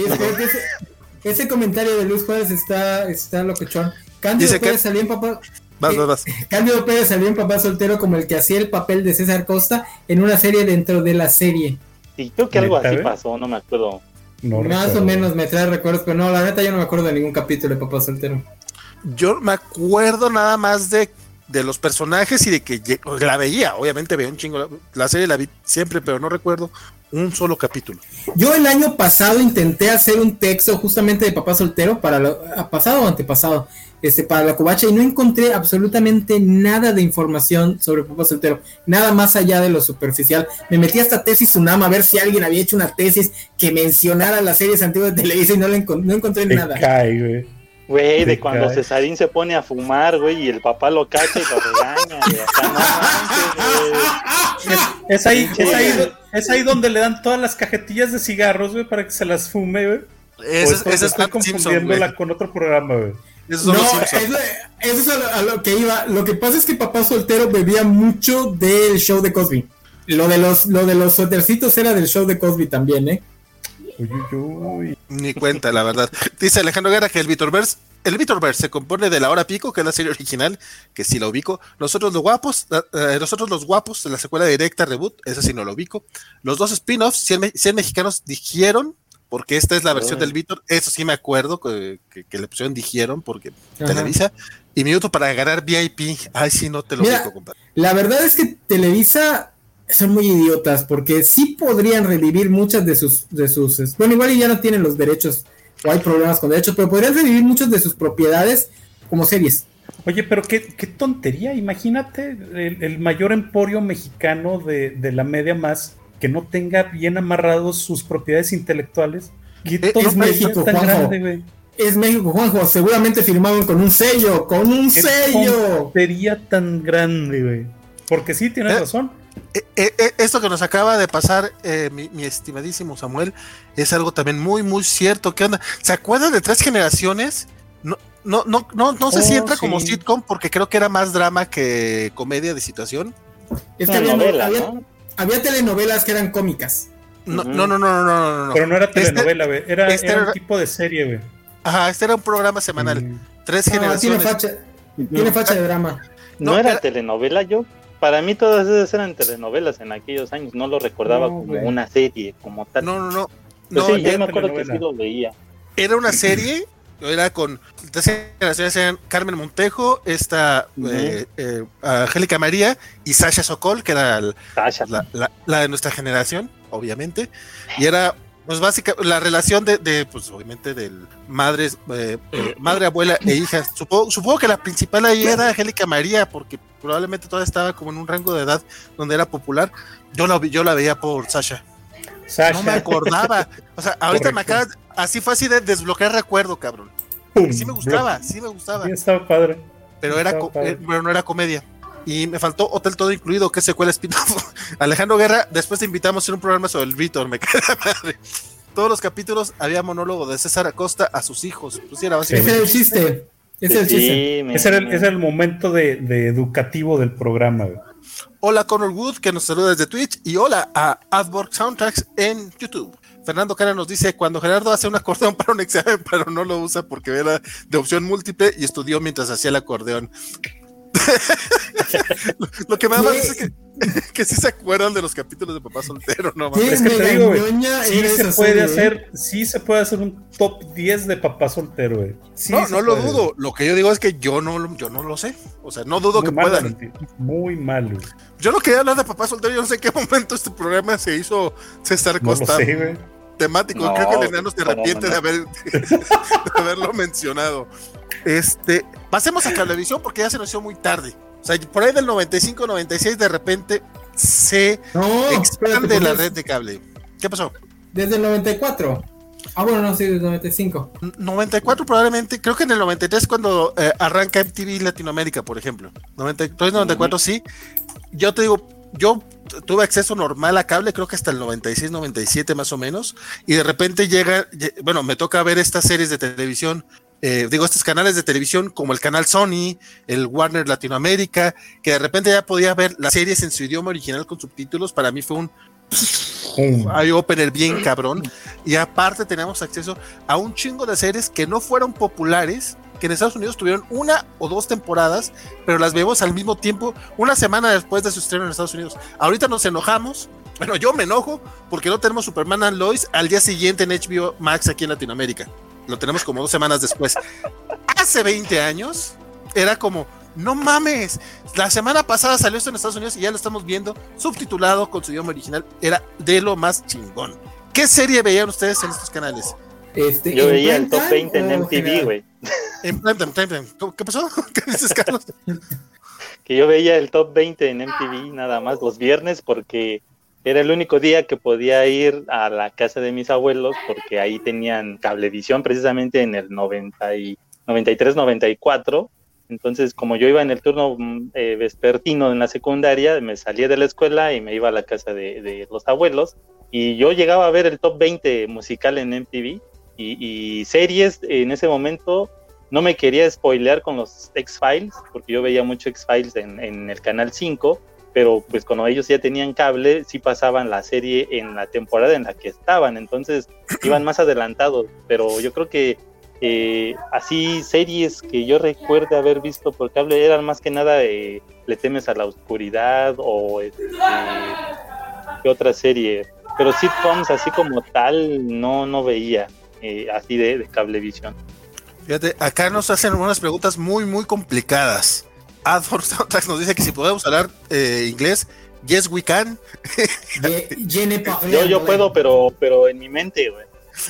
ese comentario de Luis Juárez está locochón. Cándido Pérez salió en Papá. Vas. Cándido Pérez salió en Papá Soltero como el que hacía el papel de César Costa en una serie dentro de la serie. Sí, creo que algo así pasó, no me acuerdo. Más o menos me trae recuerdos, pero no, la neta yo no me acuerdo de ningún capítulo de Papá Soltero. Yo me acuerdo nada más de los personajes y de que la veía, obviamente veía un chingo, la serie la vi siempre, pero no recuerdo un solo capítulo. Yo el año pasado intenté hacer un texto justamente de Papá Soltero pasado o antepasado, para la covacha, y no encontré absolutamente nada de información sobre Papá Soltero, nada más allá de lo superficial. Me metí hasta Tesis UNAM a ver si alguien había hecho una tesis que mencionara las series antiguas de Televisa y no encontré nada. Güey, de cuando Cesarín se pone a fumar, güey, y el papá lo cacha y lo regaña, güey. Es ahí donde le dan todas las cajetillas de cigarros, güey, para que se las fume, güey. Ese es estoy Bart Simpson, confundiéndola güey. con otro programa, güey. Esos son No, los Simpsons. eso es a lo que iba. Lo que pasa es que Papá Soltero bebía mucho del show de Cosby. Lo de los suétercitos era del show de Cosby también, ¿eh? Uy, uy, uy. Ni cuenta, la verdad. Dice Alejandro Guerra que el Vitorverse se compone de La Hora Pico, que es la serie original, que sí la ubico. Nosotros los guapos, de la secuela directa, reboot, esa sí no lo ubico. Los dos spin-offs, 100 mexicanos dijeron, porque esta es la versión del Vitor, eso sí me acuerdo, que le pusieron dijeron, porque Ajá. Televisa. Y Minuto para ganar VIP, ay sí, no te lo Mira, ubico, compadre. La verdad es que Televisa son muy idiotas porque sí podrían revivir muchas de sus bueno, igual y ya no tienen los derechos o hay problemas con derechos, pero podrían revivir muchas de sus propiedades como series. Oye, pero qué tontería, imagínate el mayor emporio mexicano de la media más que no tenga bien amarrados sus propiedades intelectuales. ¿Qué Es México, tan Juanjo. grande, güey? Es México, Juanjo, seguramente firmaron con un sello, Qué tontería tan grande, güey. Porque sí, tienes razón. Esto que nos acaba de pasar, mi estimadísimo Samuel, es algo también muy, muy cierto. ¿Qué onda? ¿Se acuerdan de Tres Generaciones? No sé si entra como sitcom, porque creo que era más drama que comedia de situación. Es que había telenovelas que eran cómicas. No. Pero no era telenovela, güey. Era un tipo de serie, güey. Ajá, este era un programa semanal. Tres Generaciones. Tiene facha de drama. No era telenovela, para mí todas esas eran telenovelas en aquellos años, no lo recordaba como una serie, como tal. No. Sí, yo me acuerdo que sí lo veía. Era una serie, era con Tres Generaciones, eran Carmen Montejo, Angélica María y Sasha Sokol, que era la de nuestra generación, obviamente, y era pues básicamente la relación pues obviamente del madre, abuela e hija. Supongo que la principal ahí era Angélica María, porque probablemente todavía estaba como en un rango de edad donde era popular. Yo la veía por Sasha. No me acordaba. O sea, ahorita me acaba, así fue así de desbloquear recuerdo, cabrón. Sí me gustaba. Sí, estaba padre. Pero pero no era comedia. Y me faltó Hotel Todo Incluido, que secuela spin-off. Alejandro Guerra, después te invitamos a hacer un programa sobre el Víctor, me queda madre. Todos los capítulos había monólogo de César Acosta a sus hijos. Pues era básicamente. Ese era el chiste. Ese era el momento de educativo del programa, güey. Hola Connor Wood, que nos saluda desde Twitch, y hola a Adborg Soundtracks en YouTube. Fernando Cara nos dice, cuando Gerardo hace un acordeón para un examen, pero no lo usa porque era de opción múltiple y estudió mientras hacía el acordeón. Lo que me da más es que sí se acuerdan de los capítulos de Papá Soltero, ¿no? Es que te digo, güey, sí se puede hacer un top 10 de Papá Soltero, güey. Sí no lo dudo. Lo que yo digo es que yo no lo sé. O sea, no dudo que puedan. Muy mal, güey. Yo no quería hablar de Papá Soltero. Yo no sé en qué momento este programa se hizo César Costa. No lo sé, güey. Temático. No, creo que el enano se arrepiente de haberlo mencionado. Pasemos a Cablevisión porque ya se nos hizo muy tarde. O sea, por ahí del 95-96 de repente se expande la red de cable. ¿Qué pasó? Desde el 94. Bueno, no, sí, desde el 95. 94 probablemente, creo que en el 93 cuando arranca MTV Latinoamérica, por ejemplo. 93, 94 sí. Yo te digo, yo tuve acceso normal a cable, creo que hasta el 96, 97 más o menos, y de repente me toca ver estas series de televisión, estos canales de televisión como el canal Sony, el Warner Latinoamérica, que de repente ya podía ver las series en su idioma original con subtítulos. Para mí fue un eye-opener bien cabrón, y aparte teníamos acceso a un chingo de series que no fueron populares, que en Estados Unidos tuvieron 1 o 2 temporadas, pero las vemos al mismo tiempo, una semana después de su estreno en Estados Unidos. Ahorita nos enojamos, bueno, yo me enojo porque no tenemos Superman and Lois al día siguiente en HBO Max aquí en Latinoamérica. Lo tenemos como 2 semanas después. Hace 20 años era como, no mames, la semana pasada salió esto en Estados Unidos y ya lo estamos viendo subtitulado con su idioma original. Era de lo más chingón. ¿Qué serie veían ustedes en estos canales? Yo veía el top 20 en MTV, güey. En Primetime. ¿Qué pasó? ¿Qué dices, Carlos? Que yo veía el top 20 en MTV nada más los viernes porque era el único día que podía ir a la casa de mis abuelos porque ahí tenían Cablevisión precisamente en el 93-94. Entonces, como yo iba en el turno vespertino en la secundaria, me salía de la escuela y me iba a la casa de los abuelos. Y yo llegaba a ver el top 20 musical en MTV y series en ese momento no me quería spoilear con los X-Files, porque yo veía mucho X-Files en el Canal 5, pero pues cuando ellos ya tenían cable, sí pasaban la serie en la temporada en la que estaban, entonces iban más adelantados, pero yo creo que así series que yo recuerde haber visto por cable eran más que nada Le temes a la oscuridad o ¿qué otra serie? Pero sitcoms así como tal no veía así de Cablevisión. Fíjate, acá nos hacen unas preguntas muy, muy complicadas. Adford Soundtracks nos dice que si podemos hablar inglés, yes we can. Yo puedo, pero en mi mente, güey.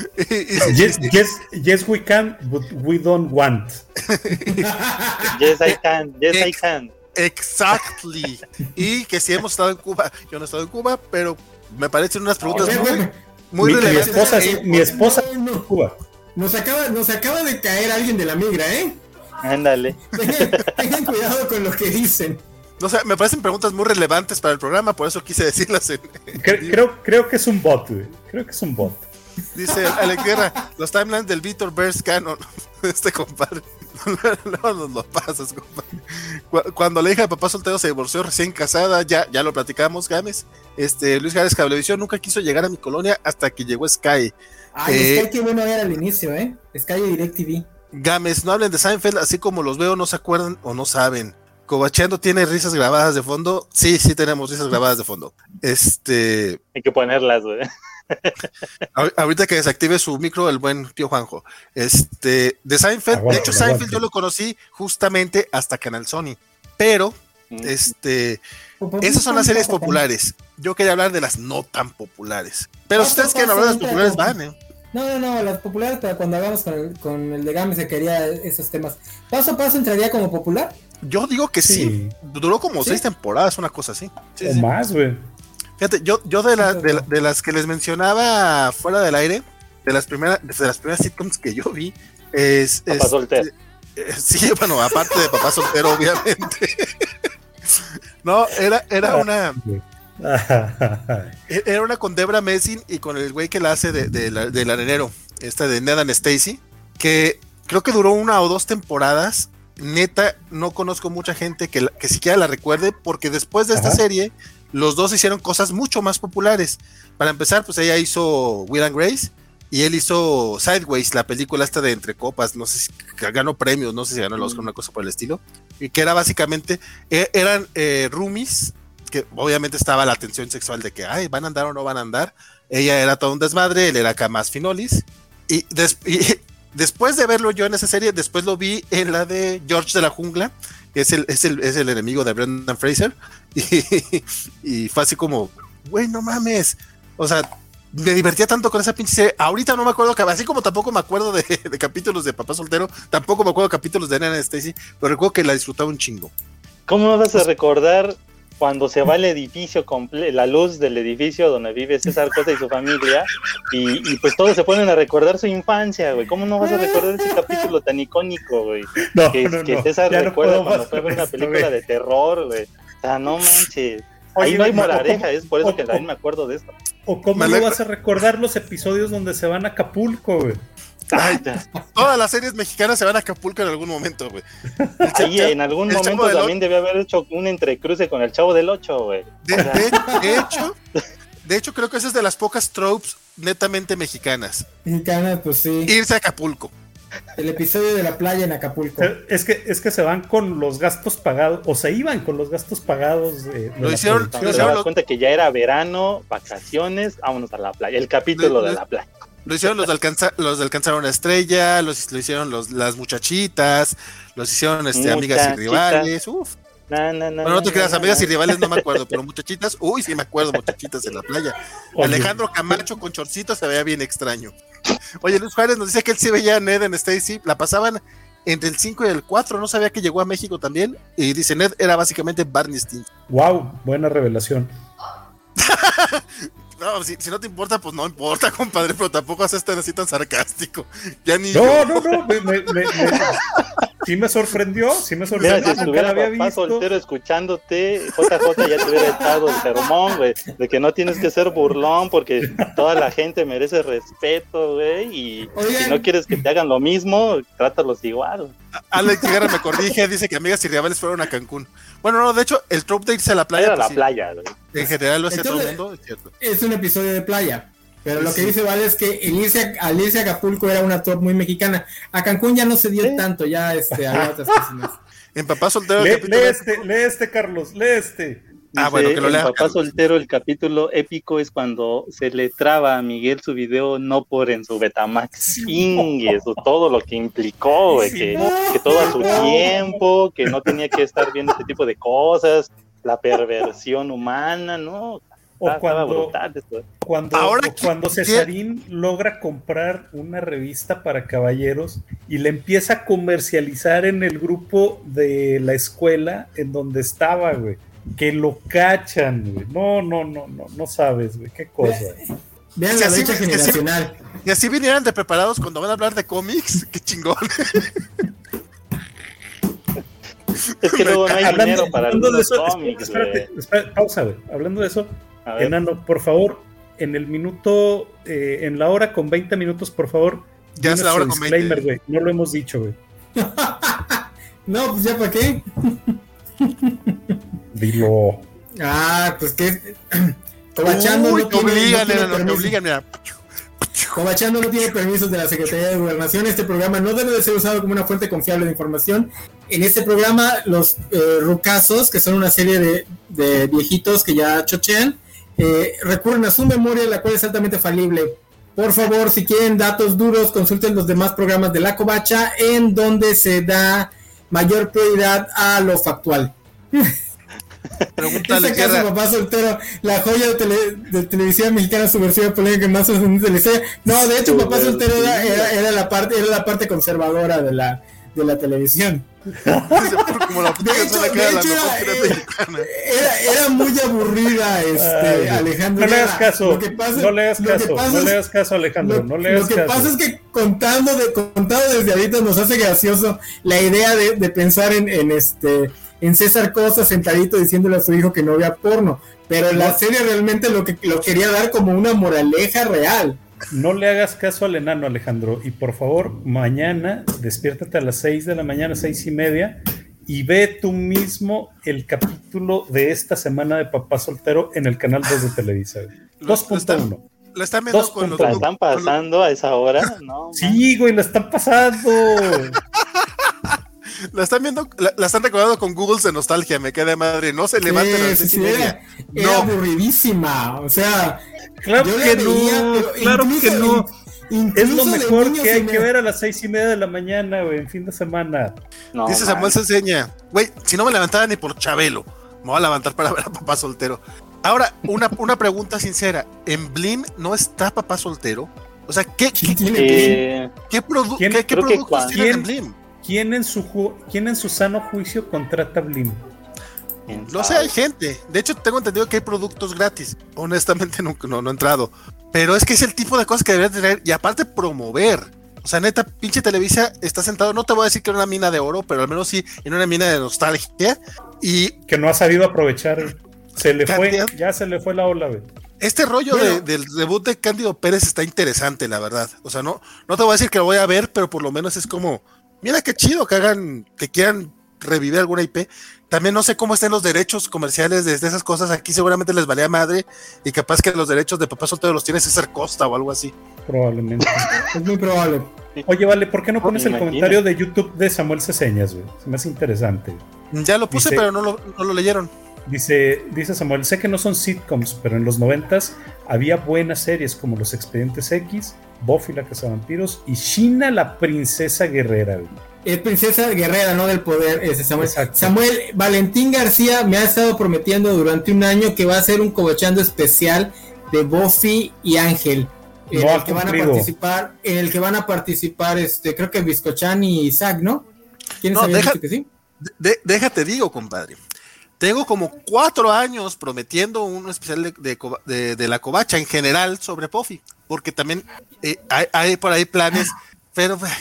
Yes we can, but we don't want. Yes I can. Exactly. Y que si hemos estado en Cuba, yo no he estado en Cuba, pero me parecen unas preguntas muy relevantes. Mi esposa en Cuba. Nos acaba de caer alguien de la migra, ¿eh? Ándale. Tengan cuidado con lo que dicen. No sé, me parecen preguntas muy relevantes para el programa, por eso quise decirlas. Creo que es un bot, güey. Creo que es un bot. Dice Alex Guerra, los timelines del Víctor Verse Canon. Compadre, no nos lo pasas, compadre. Cuando la hija de papá soltero se divorció recién casada, ya lo platicamos, Gámez. Luis Gárez Cablevisión nunca quiso llegar a mi colonia hasta que llegó Sky. Sky qué bueno era al inicio, Sky y DirecTV. Gámez, no hablen de Seinfeld, así como los veo, no se acuerdan o no saben. Covacheando tiene risas grabadas de fondo. Sí, tenemos risas grabadas de fondo. Hay que ponerlas, güey. Ahorita que desactive su micro el buen tío Juanjo. De Seinfeld, de hecho Seinfeld yo lo conocí justamente hasta Canal Sony, pero esas son las series populares. Yo quería hablar de las no tan populares, pero si ustedes quieren hablar de las populares van, No, las populares para cuando hagamos con el de Gámez se quería esos temas. Paso a paso entraría como popular. Yo digo que sí. Duró como 6 temporadas, una cosa así. O más, güey. Fíjate, yo de las que les mencionaba fuera del aire, de las primeras sitcoms que yo vi, Papá Soltero. Sí, bueno, aparte de Papá Soltero, obviamente. No, era una con Debra Messing y con el güey que la hace del arenero, de Ned and Stacy, que creo que duró 1 o 2 temporadas. Neta, no conozco mucha gente que siquiera la recuerde, porque después de esta serie los dos hicieron cosas mucho más populares. Para empezar, pues ella hizo Will and Grace y él hizo Sideways, la película esta de Entre Copas, no sé si ganó premios, no sé si ganó el Oscar, una cosa por el estilo, y que era básicamente, eran roomies, que obviamente estaba la tensión sexual de que, van a andar o no van a andar. Ella era todo un desmadre, él era acá más finolis, y después de verlo yo en esa serie, después lo vi en la de George de la Jungla, que es el enemigo de Brendan Fraser, y fue así como, güey, no mames, o sea, me divertía tanto con esa pinche serie. Ahorita no me acuerdo, así como tampoco me acuerdo de capítulos de Papá Soltero, tampoco me acuerdo de capítulos de Ned and Stacy, pero recuerdo que la disfrutaba un chingo. ¿Cómo no vas a recordar cuando se va el edificio, la luz del edificio donde vive César Costa y su familia, y pues todos se ponen a recordar su infancia, güey? ¿Cómo no vas a recordar ese capítulo tan icónico, güey? Que César recuerda cuando fue a ver una película de terror, güey. O sea, no manches. Ahí no hay moraleja, es por eso que también me acuerdo de esto. ¿O cómo no vas a recordar los episodios donde se van a Acapulco, güey? Ay, todas las series mexicanas se van a Acapulco en algún momento, güey. Ahí en algún momento también debe haber hecho un entrecruce con el Chavo del 8, güey. De hecho, creo que esa es de las pocas tropes netamente mexicanas. Mexicanas, pues sí. Irse a Acapulco. El episodio de la playa en Acapulco. Es que se van con los gastos pagados, o se iban con los gastos pagados. Lo hicieron. Te das cuenta que ya era verano, vacaciones, vámonos a la playa. El capítulo de la playa. Lo hicieron los de Alcanzar una Estrella, lo hicieron las muchachitas, los hicieron amigas y rivales. Uf. No te creas, amigas y rivales no me acuerdo, pero muchachitas, sí me acuerdo, muchachitas en la playa. Alejandro Camacho con chorcitos se veía bien extraño. Oye, Luis Juárez nos dice que él sí veía a Ned and Stacy, la pasaban entre el 5 y el 4, no sabía que llegó a México también, y dice Ned era básicamente Barney Stinson. Wow, buena revelación. No, si no te importa, pues no importa, compadre, pero tampoco haces tan así tan sarcástico. Ya ni No. sí me sorprendió. Mira, si Nunca la estuviera había papá visto. soltero escuchándote, JJ ya te hubiera echado el sermón, güey, de que no tienes que ser burlón porque toda la gente merece respeto, güey, y Oigan. si no quieres que te hagan lo mismo, trátalos igual. Alex Guerra me corrige, dice que amigas y rivales fueron a Cancún. Bueno, no, de hecho, el trope de irse a la playa. Era pues la sí, playa, güey. en general lo hace todo el Entonces, mundo, es cierto. Es un episodio de playa. Pero lo que Sí. dice Vale es que al irse a Acapulco era una top muy mexicana. A Cancún ya no se dio Sí. tanto, ya había otras cosas más. En Papá Soltero, el Lee capítulo. este, Carlos, lee este. Ah, bueno, que lo En lea. Papá Carlos. Soltero, el capítulo épico es cuando se le traba a Miguel su video no por en su Betamax. Ingue, eso, todo lo que implicó, güey, que todo a su tiempo, que no tenía que estar viendo este tipo de cosas, la perversión humana, ¿no? O Estaba cuando, brutal esto. Ahora, cuando Cesarín logra comprar una revista para caballeros y le empieza a comercializar en el grupo de la escuela en donde estaba, güey. Que lo cachan, güey. No sabes, güey. Qué cosa. Vean Si la así- brecha que sí- generacional. Y así vinieran de preparados cuando van a hablar de cómics, qué chingón. Es que luego no hay dinero para hablando de algunos eso, cómics, espérate, güey. pausa, güey. Hablando de eso, A ver. Enano, por favor, en el minuto, en la hora con 20 minutos, por favor. Ya es la hora con 20. Disclaimer, güey. No lo hemos dicho, güey. No, pues ya para qué. Dilo. Ah, pues que Cobachando Uy, no te tiene, obligan, no tiene nena, te permiso. obligan, mira. Cobachando no tiene permisos de la Secretaría de Gobernación. Este programa no debe de ser usado como una fuente confiable de información. En este programa, los rucazos, que son una serie de viejitos que ya chochean, recurren a su memoria, la cual es altamente falible. Por favor, si quieren datos duros, consulten los demás programas de La Covacha, en donde se da mayor prioridad a lo factual. Pregúntale, Este caso, Guerra. Papá Soltero, la joya de televisión mexicana subversiva polémica más sorprendente de la historia. No, de hecho, Papá Soltero era la parte conservadora de la televisión. Como la puta De canción de la hecho, mejor que mexicana. era muy aburrida, Ay, Alejandro. no le hagas caso, Lo que pasa- no le hagas lo que caso, pasa no es- le hagas caso, Alejandro, no le hagas Lo que caso. pasa es que contado desde ahorita nos hace gracioso la idea de pensar en César Costa sentadito diciéndole a su hijo que no vea porno, pero la serie realmente lo quería dar como una moraleja real. No le hagas caso al enano, Alejandro, y por favor, mañana despiértate a las 6 de la mañana, 6:30, y ve tú mismo el capítulo de esta semana de Papá Soltero en el canal 2 de Televisa. Lo 2.1. Lo están viendo con los. ¿La están pasando a esa hora? No, Sí, güey, la están pasando. La están viendo, la están recordando con Google de nostalgia, me queda de madre. No se levanten a las 6:30. Era No. aburridísima, o sea, Claro yo la que veía, no, pero claro que no. incluso Es lo de mejor niño que se hay me- que ver a las 6:30 de la mañana, güey, en fin de semana. no, Dice Samuel Ceseña, güey, si no me levantaba ni por Chabelo, me voy a levantar para ver a Papá Soltero. Ahora, una pregunta sincera, ¿en Blim no está Papá Soltero? O sea, ¿qué ¿Quién tiene Eh, qué ¿Quién? qué Creo que productos tienen en ¿Quién? Blim? ¿Quién en su sano juicio contrata Blim? No sé, hay gente. De hecho, tengo entendido que hay productos gratis. Honestamente, no he entrado. Pero es que es el tipo de cosas que deberían tener y aparte promover. O sea, neta, pinche Televisa está sentado, no te voy a decir que era una mina de oro, pero al menos sí en una mina de nostalgia. Y Que no ha sabido aprovechar. Se le fue, Cantidad. ya se le fue la ola, güey. este rollo Bueno. del debut de Cándido Pérez está interesante, la verdad. O sea, no te voy a decir que lo voy a ver, pero por lo menos es como, mira qué chido que quieran revivir alguna IP. También no sé cómo estén los derechos comerciales de esas cosas. Aquí seguramente les valía madre y capaz que los derechos de Papá Soltero los tiene César Costa o algo así. Probablemente. Es muy probable. Oye, vale, ¿por qué no pones el Imagina. comentario de YouTube de Samuel Ceseñas, güey? Se me hace interesante. Ya lo puse, Dice- pero no lo leyeron. Dice Samuel, sé que no son sitcoms, pero en los 90s había buenas series como Los Expedientes X, Buffy la Cazavampiros y Sheena la Princesa Guerrera, güey. Es princesa guerrera, no del poder, ese Samuel. Exacto. Samuel Valentín García me ha estado prometiendo durante un año que va a hacer un cobachando especial de Buffy y Ángel. En No ha el que van a cumplido. participar, creo que Biscochan y Isaac, ¿no? ¿Quiénes No, habían deja- dicho que sí? Déjate digo, compadre. Tengo como 4 años prometiendo un especial de la covacha en general sobre Puffy, porque también hay por ahí planes, pero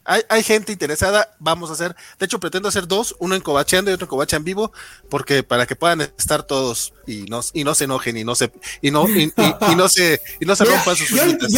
hay gente interesada, vamos a hacer, de hecho pretendo hacer 2, uno en Covacheando y otro en Covacha en vivo, porque para que puedan estar todos y no se enojen y no se rompan sus uñitas.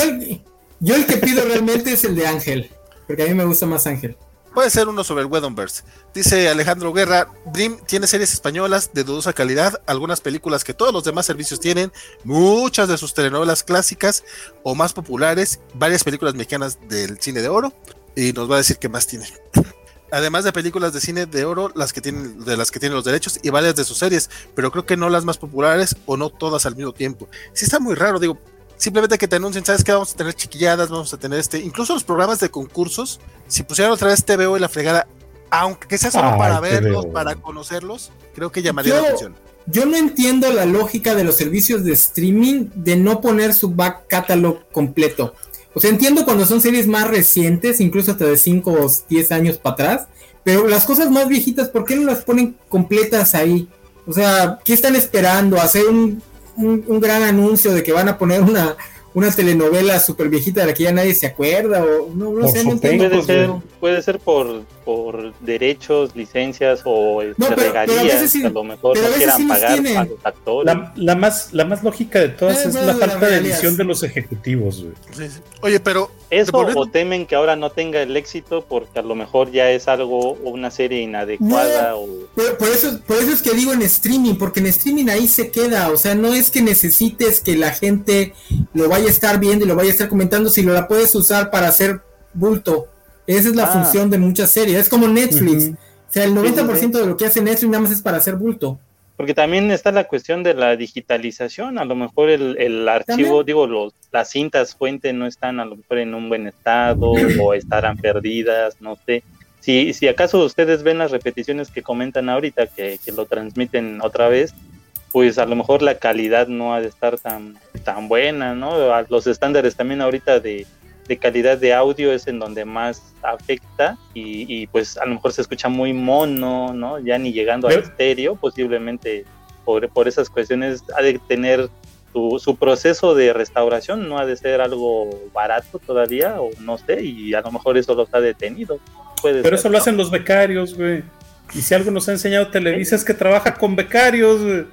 Yo el que pido realmente es el de Ángel, porque a mí me gusta más Ángel. Puede ser uno sobre el Wedonverse. Dice Alejandro Guerra, Dream tiene series españolas de dudosa calidad, algunas películas que todos los demás servicios tienen, muchas de sus telenovelas clásicas o más populares, varias películas mexicanas del cine de oro, y nos va a decir qué más tiene. Además de películas de cine de oro, de las que tienen los derechos y varias de sus series, pero creo que no las más populares o no todas al mismo tiempo. Sí está muy raro, digo, simplemente que te anuncien, ¿sabes qué? Vamos a tener chiquilladas, vamos a tener incluso los programas de concursos, si pusieran otra vez TVO y la fregada, aunque sea solo para verlos, para conocerlos, creo que llamaría la atención. Yo no entiendo la lógica de los servicios de streaming de no poner su back catalog completo. O sea, entiendo cuando son series más recientes, incluso hasta de 5 o 10 años para atrás, pero las cosas más viejitas, ¿por qué no las ponen completas ahí? O sea, ¿qué están esperando? ¿Hacer un gran anuncio de que van a poner una telenovela súper viejita de la que ya nadie se acuerda? O no sé, no entiendo. Puede ser por derechos, licencias o regalías, a lo mejor no quieran pagar a los actores. La más lógica de todas es la falta de edición de los ejecutivos, güey. Sí. Oye, pero eso o temen que ahora no tenga el éxito porque a lo mejor ya es algo o una serie inadecuada. Por eso es que digo en streaming, porque en streaming ahí se queda. O sea, no es que necesites que la gente lo vaya a estar viendo y lo vaya a estar comentando, si lo la puedes usar para hacer bulto. Esa es la función de muchas series. Es como Netflix. O sea, el 90% de lo que hace Netflix nada más es para hacer bulto. Porque también está la cuestión de la digitalización. A lo mejor el archivo, las cintas fuente no están a lo mejor en un buen estado o estarán perdidas, no sé. Si acaso ustedes ven las repeticiones que comentan ahorita, que lo transmiten otra vez, pues a lo mejor la calidad no ha de estar tan buena, ¿no? Los estándares también ahorita de calidad de audio es en donde más afecta y pues a lo mejor se escucha muy mono, ¿no? Ya ni llegando al estéreo, posiblemente por esas cuestiones ha de tener su proceso de restauración, no ha de ser algo barato todavía, o no sé, y a lo mejor eso los ha detenido. Pero ser, eso lo hacen los becarios, güey. Y si algo nos ha enseñado Televisa es que trabaja con becarios, güey.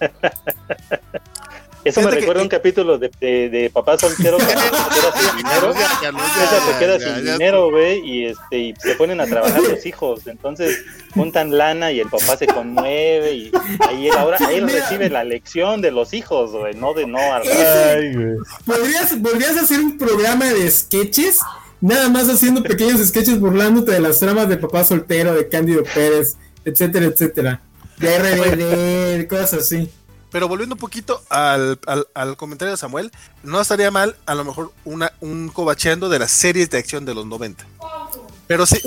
Eso me recuerda un capítulo de Papá Soltero que se queda sin dinero, güey, y se ponen a trabajar los hijos. Entonces juntan lana y el papá se conmueve y ahí él recibe la lección de los hijos, güey, no al ¿Podrías hacer un programa de sketches? Nada más haciendo pequeños sketches burlándote de las tramas de Papá Soltero, de Cándido Pérez, etcétera, etcétera. De RBD, cosas así. Pero volviendo un poquito al comentario de Samuel, no estaría mal a lo mejor un covacheando de las series de acción de los 90. Pero sí,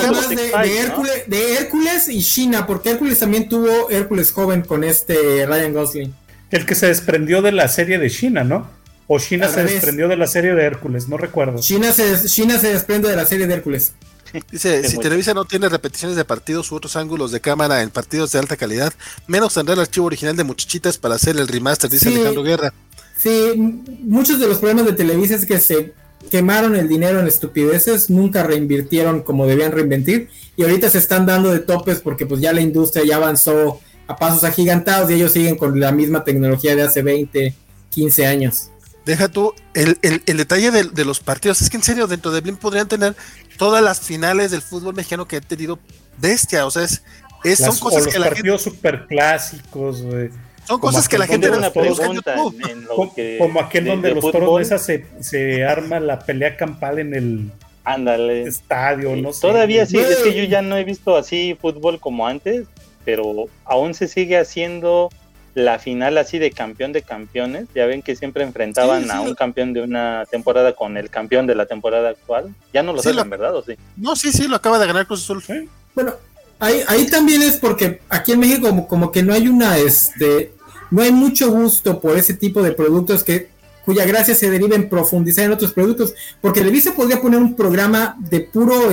de Hércules y Sheena, porque Hércules también tuvo Hércules joven con Ryan Gosling. El que se desprendió de la serie de Sheena, ¿no? O Sheena se desprendió de la serie de Hércules, no recuerdo. Sheena se desprende de la serie de Hércules. Dice, si Televisa no tiene repeticiones de partidos u otros ángulos de cámara en partidos de alta calidad, menos tendrá el archivo original de Muchachitas para hacer el remaster, dice Alejandro Guerra. Sí, muchos de los problemas de Televisa es que se quemaron el dinero en estupideces, nunca reinvirtieron como debían reinvertir, y ahorita se están dando de topes porque pues ya la industria ya avanzó a pasos agigantados y ellos siguen con la misma tecnología de hace 20, 15 años. Deja tú el detalle de los partidos. Es que en serio, dentro de Blim podrían tener todas las finales del fútbol mexicano que han tenido bestia. O sea, son cosas que la gente. Los partidos super clásicos, güey. Son cosas que la gente no pregunta. Como aquel donde los toros de esas se arma la pelea campal en el estadio, no sé. Todavía sí, es que yo ya no he visto así fútbol como antes, pero aún se sigue haciendo la final así de campeón de campeones. Ya ven que siempre enfrentaban a un campeón de una temporada con el campeón de la temporada actual. Ya no lo saben, ¿verdad? ¿O sí? No, sí, lo acaba de ganar Cruz Azul. ¿Sí? Bueno, ahí también es porque aquí en México como que no hay no hay mucho gusto por ese tipo de productos cuya gracia se deriva en profundizar en otros productos, porque Televisa podría poner un programa de puro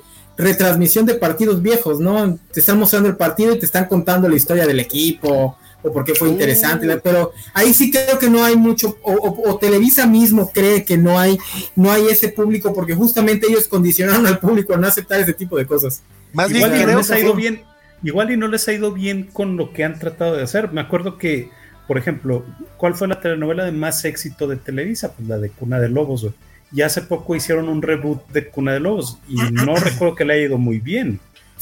retransmisión de partidos viejos, ¿no? Te están mostrando el partido y te están contando la historia del equipo, o por qué fue interesante, pero ahí sí creo que no hay mucho, o Televisa mismo cree que no hay ese público, porque justamente ellos condicionaron al público a no aceptar ese tipo de cosas. Más bien igual no les ha ido bien, igual y no les ha ido bien con lo que han tratado de hacer. Me acuerdo que, por ejemplo, ¿cuál fue la telenovela de más éxito de Televisa? Pues la de Cuna de Lobos, güey. Y hace poco hicieron un reboot de Cuna de Lobos y no recuerdo que le haya ido muy bien.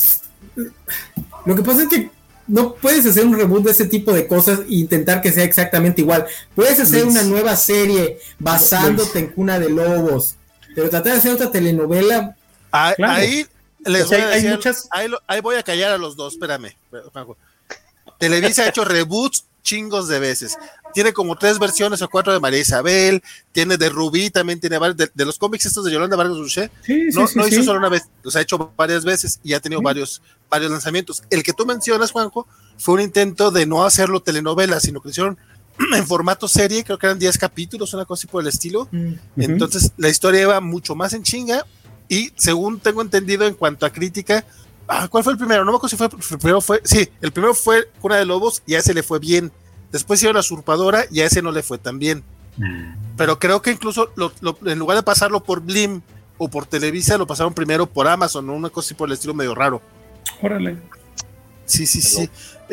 Lo que pasa es que no puedes hacer un reboot de ese tipo de cosas e intentar que sea exactamente igual. Puedes hacer una nueva serie basándote en Cuna de Lobos, pero tratar de hacer otra telenovela. Claro. Ahí les voy a decir, hay muchas... ahí voy a callar a los dos, espérame. Televisa ha hecho reboots chingos de veces. Tiene como 3 versiones o 4 de María Isabel, tiene de Rubí, también tiene varios, de los cómics estos de Yolanda Vargas Dulce, no hizo solo una vez, los ha hecho varias veces y ha tenido varios lanzamientos. El que tú mencionas, Juanjo, fue un intento de no hacerlo telenovela, sino que lo hicieron en formato serie, creo que eran 10 capítulos, una cosa así por el estilo. Entonces la historia iba mucho más en chinga y según tengo entendido en cuanto a crítica, ¿cuál fue el primero? No me acuerdo si fue el primero. El primero fue Cuna de Lobos y a ese le fue bien. Después hicieron La Usurpadora y a ese no le fue tan bien. Pero creo que incluso en lugar de pasarlo por Blim o por Televisa, lo pasaron primero por Amazon, ¿no? Una cosa así por el estilo medio raro. Órale. Sí.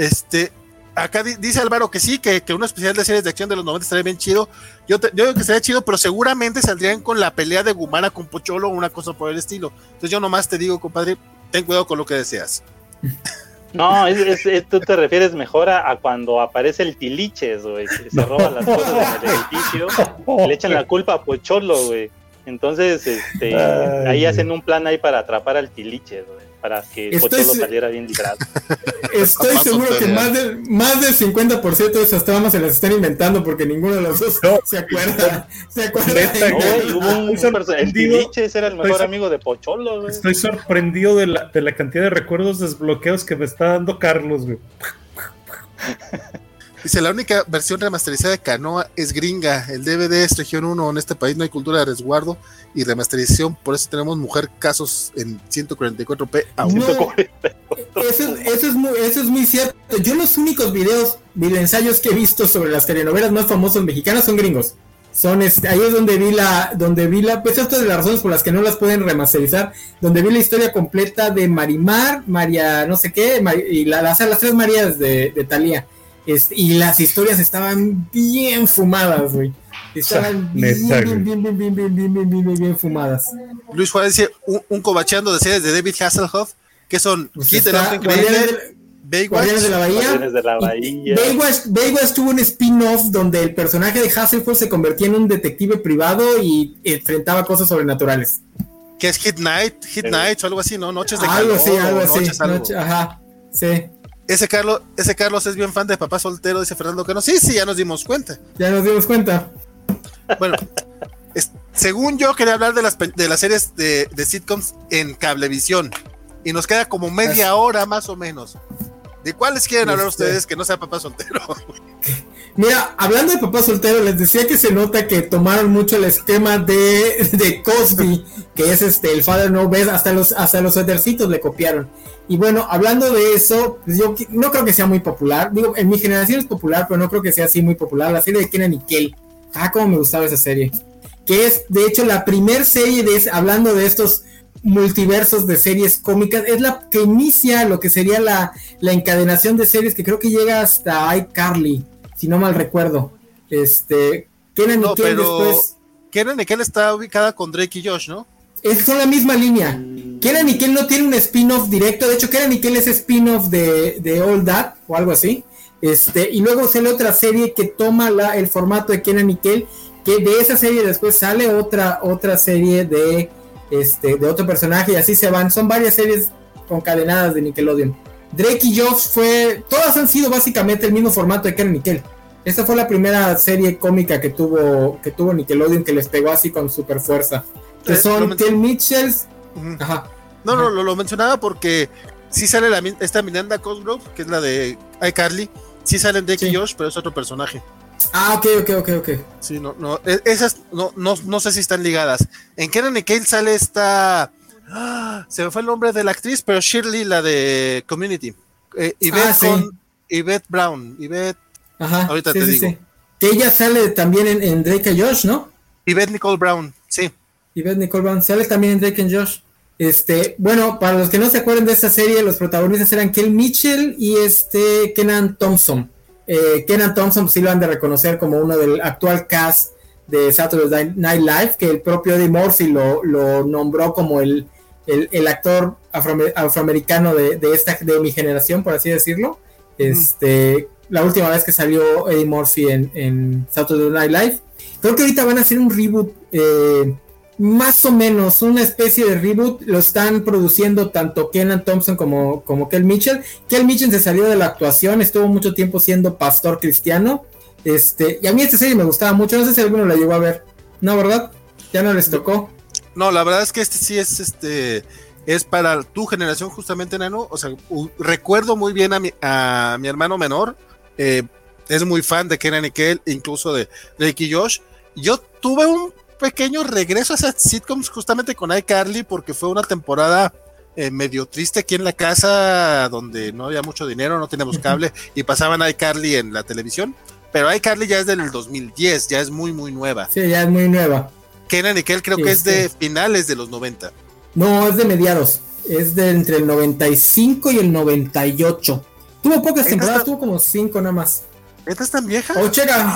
Acá dice Álvaro que sí, que un especial de series de acción de los 90 estaría bien chido. Yo digo que estaría chido, pero seguramente saldrían con la pelea de Gumara con Pocholo o una cosa por el estilo. Entonces yo nomás te digo, compadre, ten cuidado con lo que deseas. No, tú te refieres mejor a cuando aparece el Tiliches, güey, que se roba las cosas en el edificio, le echan la culpa a Pocholo, güey. Entonces, ahí hacen un plan ahí para atrapar al Tiliches, güey, para que Pocholo saliera bien librado. Estoy seguro que más del 50% de esas tramas se las están inventando porque ninguno de los dos se acuerda. El Tiliches era el mejor amigo de Pocholo, güey. Estoy sorprendido de la cantidad de recuerdos desbloqueados que me está dando Carlos, güey. Dice, la única versión remasterizada de Canoa es gringa. El DVD es región 1. En este país no hay cultura de resguardo y remasterización. Por eso tenemos Mujer Casos en 144p a 1. No, eso es muy cierto. Yo los únicos videoensayos que he visto sobre las telenovelas más famosas mexicanas son gringos. Ahí es donde vi la pues esto es de las razones por las que no las pueden remasterizar, donde vi la historia completa de Marimar, María no sé qué, y las 3 Marías de Thalía. Y las historias estaban bien fumadas, güey. Estaban bien fumadas. Luis Juárez dice, un cobacheando de series de David Hasselhoff, que son Kid de Norte Increíble, Guardianes de la Bahía. Baywatch tuvo un spin-off donde el personaje de Hasselhoff se convertía en un detective privado y enfrentaba cosas sobrenaturales. Que es Hit Nights o algo así, ¿no? Noches de calor. Algo así. Ajá, sí. Ese Carlos es bien fan de Papá Soltero, dice Fernando Cano. Sí, ya nos dimos cuenta. Bueno, según yo quería hablar de las series de sitcoms en Cablevisión y nos queda como media hora más o menos. ¿De cuáles quieren hablar ustedes que no sea Papá Soltero? Mira, hablando de Papá Soltero, les decía que se nota que tomaron mucho el esquema de Cosby, que es el Father No Best, hasta los suétercitos le copiaron. Y bueno, hablando de eso, pues yo no creo que sea muy popular. Digo, en mi generación es popular, pero no creo que sea así muy popular. La serie de Kenan y Kel. Cómo me gustaba esa serie. Que es, de hecho, la primer serie hablando de estos multiversos de series cómicas, es la que inicia lo que sería la encadenación de series que creo que llega hasta iCarly, si no mal recuerdo. Kenan y Kel después. Kenan y Kel está ubicada con Drake y Josh, ¿no? Son la misma línea. Kenan y Kel no tiene un spin-off directo. De hecho, Kenan y Kel es spin-off de All That o algo así. Y luego sale otra serie que toma el formato de Kenan y Kel, que de esa serie después sale otra serie de otro personaje y así se van. Son varias series concadenadas de Nickelodeon. Drake y Josh todas han sido básicamente el mismo formato de Kenan y Kel. Esta fue la primera serie cómica que tuvo Nickelodeon, que les pegó así con super fuerza. Que son Kel Mitchells. Ajá. No, lo mencionaba porque sí sale esta Miranda Cosgrove, que es la de iCarly. Sí salen Drake y Josh, pero es otro personaje. Ok. Sí, esas no sé si están ligadas. En Kenan y Kel sale esta. Se me fue el nombre de la actriz, pero Shirley, la de Community. Yvette Brown. Ajá, ahorita te digo. Sí. Que ella sale también en Drake and Josh, ¿no? Yvette Nicole Brown, sí. Yvette Nicole Brown sale también en Drake and Josh. Bueno, para los que no se acuerdan de esta serie, los protagonistas eran Kel Mitchell y Kenan Thompson. Kenan Thompson sí lo han de reconocer como uno del actual cast de Saturday Night Live, que el propio Eddie Murphy lo nombró como el actor afroamericano de mi generación, por así decirlo. La última vez que salió Eddie Murphy en Saturday Night Live. Creo que ahorita van a hacer un reboot, más o menos, una especie de reboot. Lo están produciendo tanto Kenan Thompson como Kel Mitchell. Kel Mitchell se salió de la actuación, estuvo mucho tiempo siendo pastor cristiano. Y a mí esta serie me gustaba mucho, no sé si alguno la llegó a ver. No, ¿verdad? Ya no les tocó. No, la verdad es que sí es para tu generación justamente, Nano. O sea, recuerdo muy bien a mi hermano menor, es muy fan de Kenan y Kel, incluso de Drake y Josh. Yo tuve un pequeño regreso a esas sitcoms justamente con iCarly, porque fue una temporada medio triste aquí en la casa, donde no había mucho dinero, no teníamos cable, y pasaban iCarly en la televisión. Pero iCarly ya es del 2010, ya es muy, muy nueva. Sí, ya es muy nueva. Kenan y Kel creo que es de finales de los 90. No, es de mediados. Es de entre el 95 y el 98. Tuvo pocas temporadas, tuvo como 5 nada más. ¿Esta es tan vieja? Oh,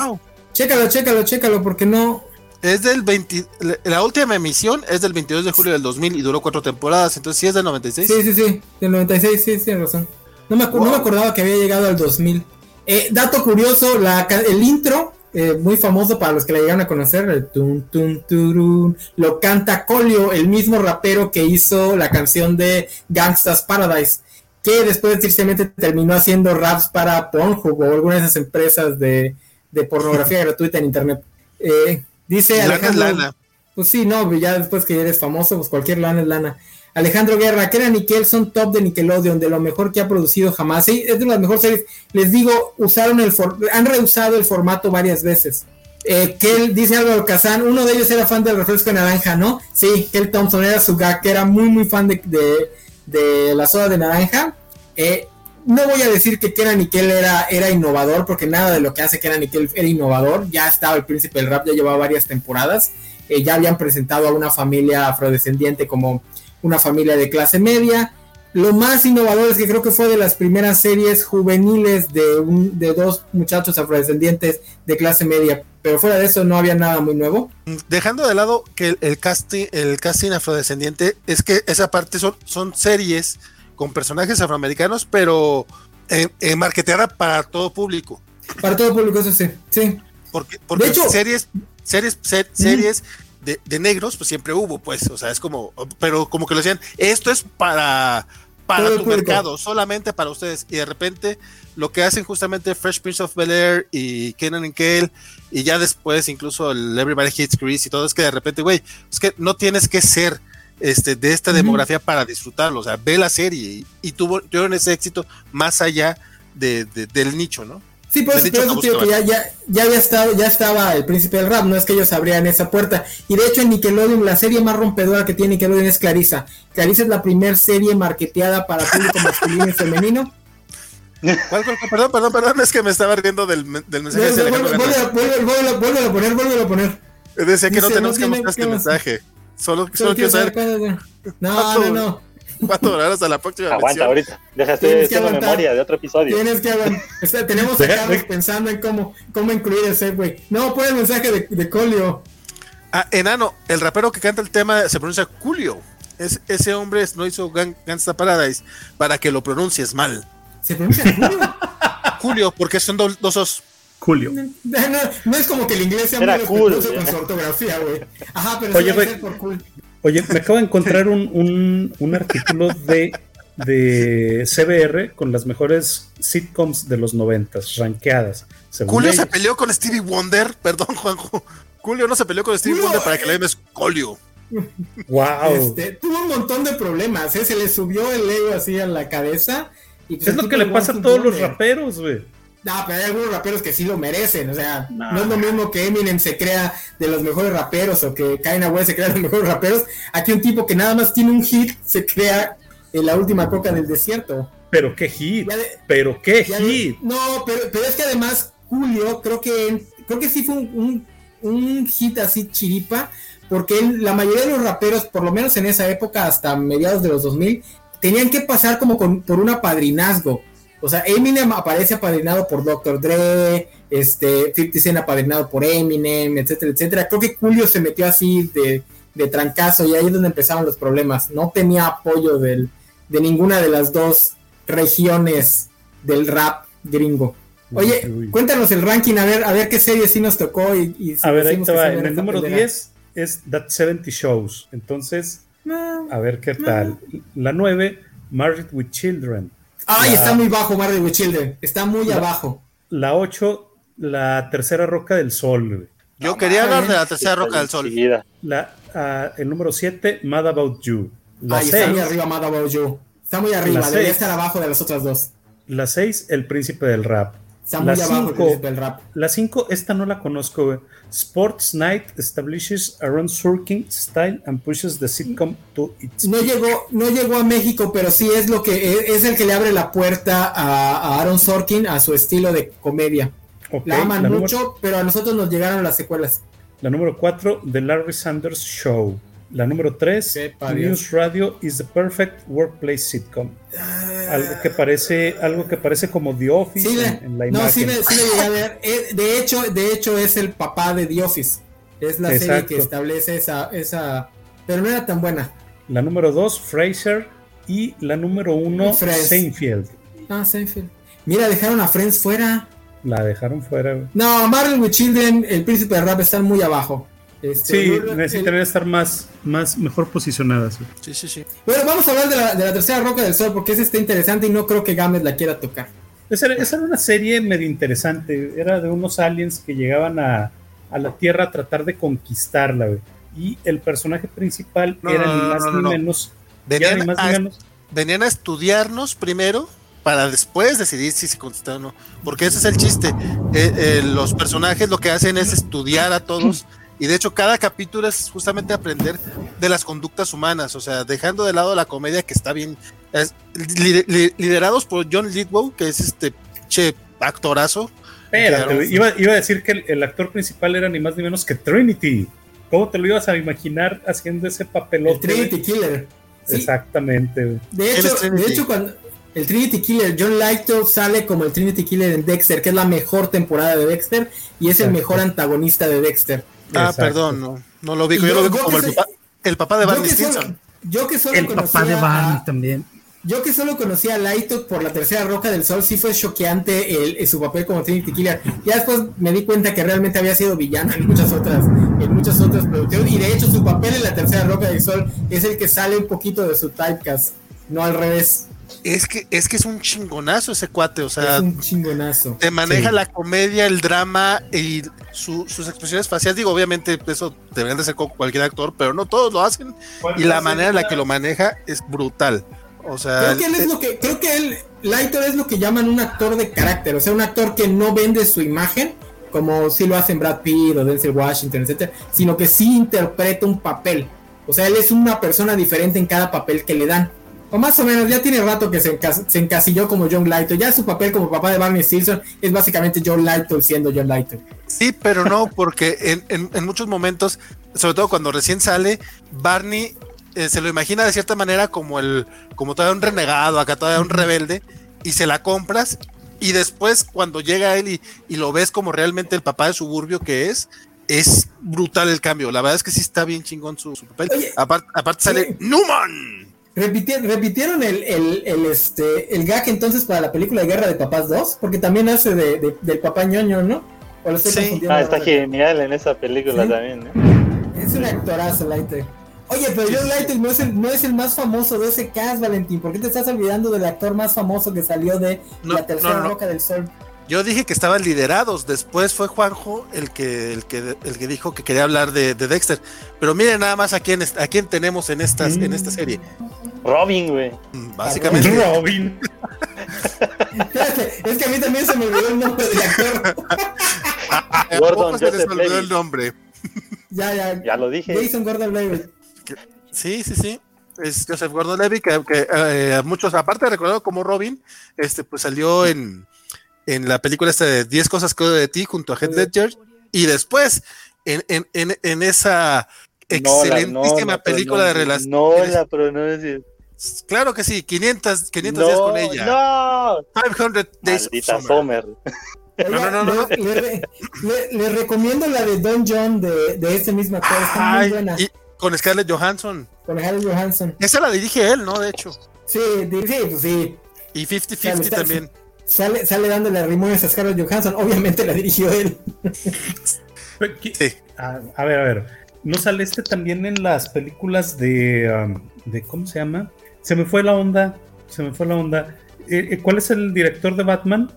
chécalo, porque no... Es del 20... La última emisión es del 22 de julio del 2000 y duró 4 temporadas, entonces sí es del 96. Sí, del 96, sí, tienes razón. No me acordaba que había llegado al 2000. Dato curioso, el intro, muy famoso para los que la llegaron a conocer, el tun, tun, turun, lo canta Colio, el mismo rapero que hizo la canción de Gangsta's Paradise, que después tristemente terminó haciendo raps para Pornhub o alguna de esas empresas de pornografía gratuita en internet. Dice Alejandro, lana. Pues sí, no, ya después que eres famoso, pues cualquier lana es lana. Alejandro Guerra, Kenan y Kel son top de Nickelodeon, de lo mejor que ha producido jamás. Sí, es de las mejores series. Les digo, han reusado el formato varias veces. Kel, dice Álvaro Kazán, uno de ellos era fan del refresco de naranja, ¿no? Sí, Kel Thompson era su gag, que era muy, muy fan de la soda de naranja. No voy a decir que Kenan y Kel era innovador, porque nada de lo que hace Kenan y Kel era innovador. Ya estaba el príncipe del rap, ya llevaba varias temporadas. Ya habían presentado a una familia afrodescendiente como una familia de clase media. Lo más innovador es que creo que fue de las primeras series juveniles de dos muchachos afrodescendientes de clase media, pero fuera de eso no había nada muy nuevo. Dejando de lado que el casting afrodescendiente, es que esa parte son series con personajes afroamericanos, pero marketeada para todo público. Para todo público, eso sí. Porque de hecho, series de negros, pues siempre hubo, pues, o sea, es como, pero como que lo decían, esto es para tu mercado, solamente para ustedes, y de repente lo que hacen justamente Fresh Prince of Bel-Air y Kenan y Kel, y ya después incluso el Everybody Hates Chris y todo, es que de repente, güey, es que no tienes que ser de esta demografía para disfrutarlo, o sea, ve la serie y tuvieron ese éxito más allá del nicho, ¿no? Sí, por eso digo que ya estaba el príncipe del rap, no es que ellos abrían esa puerta. Y de hecho en Nickelodeon la serie más rompedora que tiene Nickelodeon es Clarissa. Clarissa es la primer serie marketeada para público masculino y femenino. ¿Cuál? Perdón, es que me estaba riendo del mensaje. Vuelve a poner. Decía que no tenemos que mostrar este mensaje. Solo quiero saber. No. 4 horas a la próxima. Aguanta ahorita. Dejaste haciendo memoria de otro episodio. Tienes que aguantar. Tenemos a Carlos pensando en cómo incluir ese güey. No, pon el mensaje de Colio. Enano, el rapero que canta el tema se pronuncia Julio. Ese hombre no hizo Gangsta Paradise para que lo pronuncies mal. ¿Se pronuncia Julio? Julio, porque son dos os. Julio. No es como que el inglés sea era muy cool, respetuoso con su ortografía, güey. Ajá, pero oye, sí va a ser por cool. Oye, me acabo de encontrar un artículo de CBR con las mejores sitcoms de los 90s, rankeadas. Julio se peleó con Stevie Wonder, perdón, Juanjo. Julio no se peleó con Stevie Wonder para que le llames Colio. Wow. Tuvo un montón de problemas, se le subió el ego así a la cabeza. Y pues es lo que le pasa a todos los raperos, güey. No, pero hay algunos raperos que sí lo merecen, o sea, no es lo mismo que Eminem se crea de los mejores raperos o que Kanye West se crea de los mejores raperos. Aquí un tipo que nada más tiene un hit se crea en la última coca del desierto. Pero qué hit, No, pero es que además Julio, creo que sí fue un hit así chiripa, porque la mayoría de los raperos, por lo menos en esa época, hasta mediados de los 2000, tenían que pasar como por un apadrinazgo. O sea, Eminem aparece apadrinado por Dr. Dre, 50 Cent apadrinado por Eminem, etcétera, etcétera. Creo que Julio se metió así de trancazo y ahí es donde empezaron los problemas. No tenía apoyo de ninguna de las dos regiones del rap gringo. Oye, cuéntanos el ranking, a ver qué serie sí nos tocó. A ver, ahí te va. En el número 10 es That 70 Shows. Entonces, a ver qué tal. La 9, Married with Children. Ay, está muy bajo Married with Children. Está muy abajo. La 8, La Tercera Roca del Sol. Yo quería hablar de La Tercera Roca del Sol. El número 7, Mad About You. Está muy arriba Mad About You. Está muy arriba, debería estar abajo de las otras dos. La 6, El Príncipe del Rap. Está muy abajo El Príncipe del Rap. La 5, esta no la conozco, güey. Sports Night establishes a run surking style and pushes the sitcom to its no llegó a México, pero sí es el que le abre la puerta a Aaron Sorkin a su estilo de comedia. Okay, la aman mucho, pero a nosotros nos llegaron las secuelas. La número 4, The Larry Sanders Show. La número 3, News Radio is the perfect workplace sitcom. Algo que parece como The Office en la imagen. No, sí le llegué a ver. De hecho es el papá de The Office. Es la serie que establece esa, pero no era tan buena. La número 2, Frasier, y la número 1, Seinfeld. Seinfeld. Mira, dejaron a Friends fuera. La dejaron fuera, güey. No, Married with Children, El Príncipe de Rap están muy abajo. Sí, necesitarían estar mejor posicionadas. Sí. Bueno, vamos a hablar de la Tercera Roca del Sol, porque esa está interesante y no creo que Gámez la quiera tocar. Esa era una serie medio interesante. Era de unos aliens que llegaban a la Tierra a tratar de conquistarla, güey. Y el personaje principal era ni más ni menos. Venían a estudiarnos primero para después decidir si se conquistaron o no. Porque ese es el chiste. Los personajes lo que hacen es estudiar a todos. Y de hecho cada capítulo es justamente aprender de las conductas humanas, o sea, dejando de lado la comedia que está bien, liderados por John Lithgow, que es actorazo. Espérate, iba a decir que el actor principal era ni más ni menos que Trinity. ¿Cómo te lo ibas a imaginar haciendo ese papelote? El Trinity Killer. ¿Sí? Exactamente. De hecho, cuando el Trinity Killer, John Lithgow sale como el Trinity Killer en Dexter, que es la mejor temporada de Dexter y es el mejor antagonista de Dexter. Exacto. Perdón, no lo vi. Yo lo vi como el papá de Barney Stinson. El papá de Barney también. Yo que solo conocía a Lithgow por La Tercera Roca del Sol, sí fue choqueante su papel como Trinity Killer. Ya después me di cuenta que realmente había sido villano en muchas otras producciones. Y de hecho su papel en La Tercera Roca del Sol es el que sale un poquito de su typecast, no al revés. Es que es un chingonazo ese cuate, o sea, es un chingonazo. Te maneja la comedia, el drama y sus expresiones faciales. Digo, obviamente eso deberían de ser con cualquier actor, pero no todos lo hacen y la manera en la que lo maneja es brutal. O sea, creo que Lithgow es lo que llaman un actor de carácter, o sea, un actor que no vende su imagen como si lo hacen Brad Pitt o Denzel Washington, etcétera, sino que sí interpreta un papel. O sea, él es una persona diferente en cada papel que le dan. O más o menos, ya tiene rato que se encasilló como John Lithgow. Ya su papel como papá de Barney Stinson es básicamente John Lithgow siendo John Lithgow. Sí, pero no, porque en muchos momentos, sobre todo cuando recién sale, Barney se lo imagina de cierta manera como todavía un renegado, acá todavía un rebelde, y se la compras, y después cuando llega él y lo ves como realmente el papá de suburbio que es brutal el cambio. La verdad es que sí está bien chingón su papel. Oye, aparte sale Newman. ¿Repitieron el gag entonces para la película de Guerra de Papás 2? Porque también hace del papá ñoño, ¿no? ¿O lo estoy confundiendo? Está genial en esa película, ¿sí? También, ¿no? Es un actorazo, Lithgow. Oye, pero John Lithgow no es el más famoso de ese cast, Valentín. ¿Por qué te estás olvidando del actor más famoso que salió de La Tercera Roca del Sol? Yo dije que estaban liderados, después fue Juanjo el que dijo que quería hablar de Dexter. Pero miren nada más a quién tenemos en esta serie. Robin, güey. Básicamente. Robin. Es que a mí también se me olvidó el nombre del actor. Gordon se les olvidó el nombre. Ya lo dije. Jason Gordon-Levitt. Sí. es Joseph Gordon-Levitt, que muchos, aparte de recordado como Robin, pues salió en la película esta de 10 cosas que odio de ti junto a Heath Ledger, y después en esa excelentísima película de relación. No la pronuncies. Claro que sí, 500 días con ella. No. 500 Days Maldita of Summer. No. Le recomiendo la de Don John de este mismo actor, está muy buena. Y con Scarlett Johansson. Esa la dirige él, ¿no? De hecho. Sí, pues sí. Y 50-50 también. Sale dándole rimones a Scarlett Johansson, obviamente la dirigió él. Sí. A ver. ¿No sale también en las películas de ¿cómo se llama? Se me fue la onda. ¿Cuál es el director de Batman?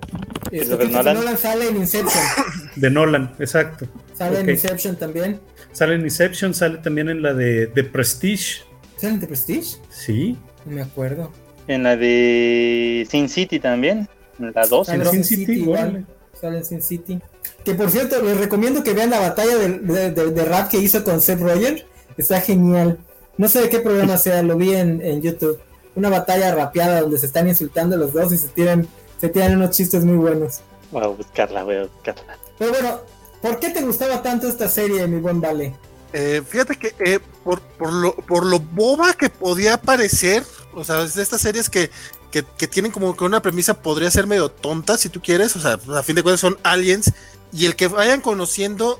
Nolan sale en Inception. De Nolan, exacto. Sale en Inception también. Sale en Inception, sale también en la de Prestige. ¿Sale en The Prestige? Sí. No me acuerdo. En la de Sin City también. En la 2. En Sin City igual. Sale en Sin City. Que por cierto, les recomiendo que vean la batalla de rap que hizo con Seth Rogen. Está genial. No sé de qué programa sea, lo vi en YouTube. Una batalla rapeada donde se están insultando los dos y se tiran unos chistes muy buenos. Voy a buscarla. Pero bueno, ¿por qué te gustaba tanto esta serie, mi buen Vale? Fíjate que por lo boba que podía parecer, o sea, es de estas series que tienen como que una premisa podría ser medio tonta si tú quieres, o sea, a fin de cuentas son aliens, y el que vayan conociendo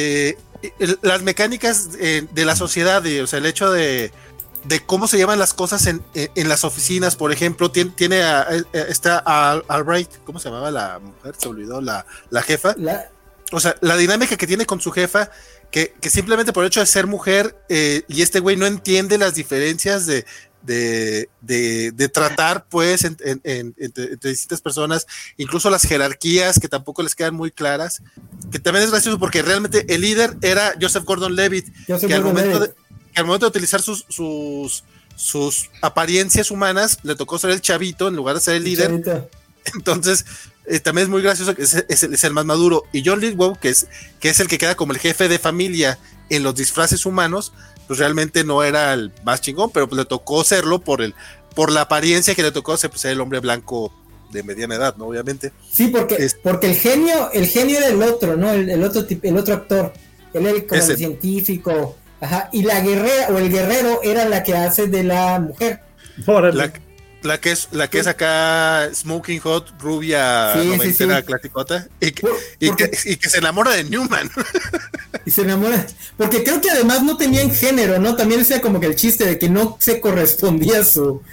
las mecánicas de la sociedad, o sea, el hecho de cómo se llaman las cosas en las oficinas, por ejemplo, tiene está Albright, ¿cómo se llamaba la mujer? Se olvidó, la jefa. O sea, la dinámica que tiene con su jefa, que simplemente por el hecho de ser mujer, y este güey no entiende las diferencias de tratar, pues, entre distintas personas, incluso las jerarquías que tampoco les quedan muy claras, que también es gracioso porque realmente el líder era Joseph Gordon-Levitt, que al momento de utilizar sus apariencias humanas, le tocó ser el chavito en lugar de ser el líder. Chavito. Entonces, también es muy gracioso que es el más maduro. Y John Lithgow, que es el que queda como el jefe de familia en los disfraces humanos, pues realmente no era el más chingón, pero pues le tocó serlo por la apariencia que le tocó ser el hombre blanco de mediana edad, ¿no? Obviamente. Sí, porque el genio era el otro, ¿no? El otro actor. Él era como el científico. Ajá, y la guerrera o el guerrero era la que hace de la mujer. La que es acá smoking hot, rubia, noventera, clasicota, y que se enamora de Newman. Y se enamora, porque creo que además no tenían género, ¿no? También decía como que el chiste de que no se correspondía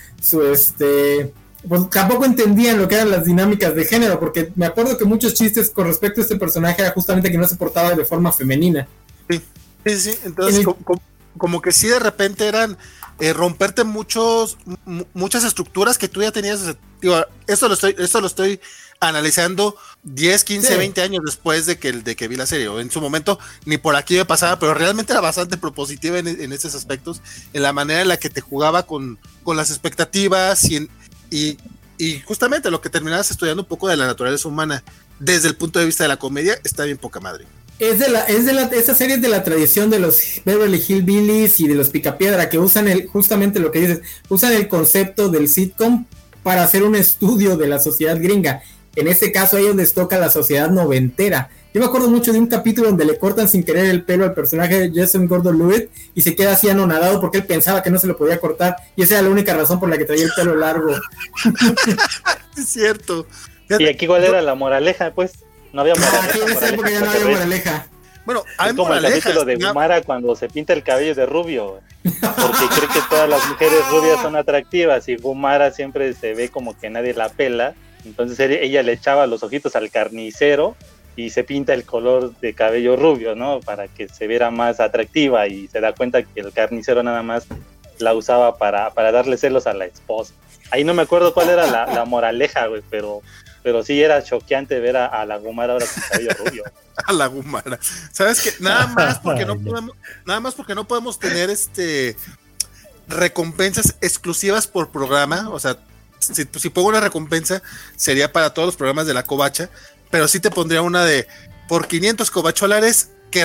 pues tampoco entendían lo que eran las dinámicas de género, porque me acuerdo que muchos chistes con respecto a este personaje era justamente que no se portaba de forma femenina. Sí, entonces como que sí de repente eran romperte muchas estructuras que tú ya tenías. Digo, esto lo estoy analizando 10, 15, 20 años después de que vi la serie, o en su momento ni por aquí me pasaba, pero realmente era bastante propositiva en esos aspectos, en la manera en la que te jugaba con las expectativas y justamente lo que terminabas estudiando un poco de la naturaleza humana desde el punto de vista de la comedia, está bien poca madre. Esta serie es de la tradición de los Beverly Hillbillies y de los Picapiedra, que usan justamente lo que dices, usan el concepto del sitcom para hacer un estudio de la sociedad gringa. En este caso a ellos les toca la sociedad noventera. Yo me acuerdo mucho de un capítulo donde le cortan sin querer el pelo al personaje de Jason Gordon-Levitt y se queda así anonadado porque él pensaba que no se lo podía cortar, y esa era la única razón por la que traía el pelo largo. Es cierto. ¿Y aquí cuál era la moraleja, pues? No había moraleja. Aquí en esa época ya no había moraleja. Bueno, hay como el capítulo de Gumara cuando se pinta el cabello de rubio, porque cree que todas las mujeres rubias son atractivas y Gumara siempre se ve como que nadie la pela. Entonces ella le echaba los ojitos al carnicero y se pinta el color de cabello rubio, ¿no? Para que se viera más atractiva, y se da cuenta que el carnicero nada más la usaba para darle celos a la esposa. Ahí no me acuerdo cuál era la moraleja, güey, pero sí era choqueante ver a la Gumara ahora con cabello rubio. A la Gumara. ¿Sabes qué? Nada más porque no podemos tener recompensas exclusivas por programa. O sea, si pongo una recompensa sería para todos los programas de la Covacha, pero sí te pondría una de por $500 covacholares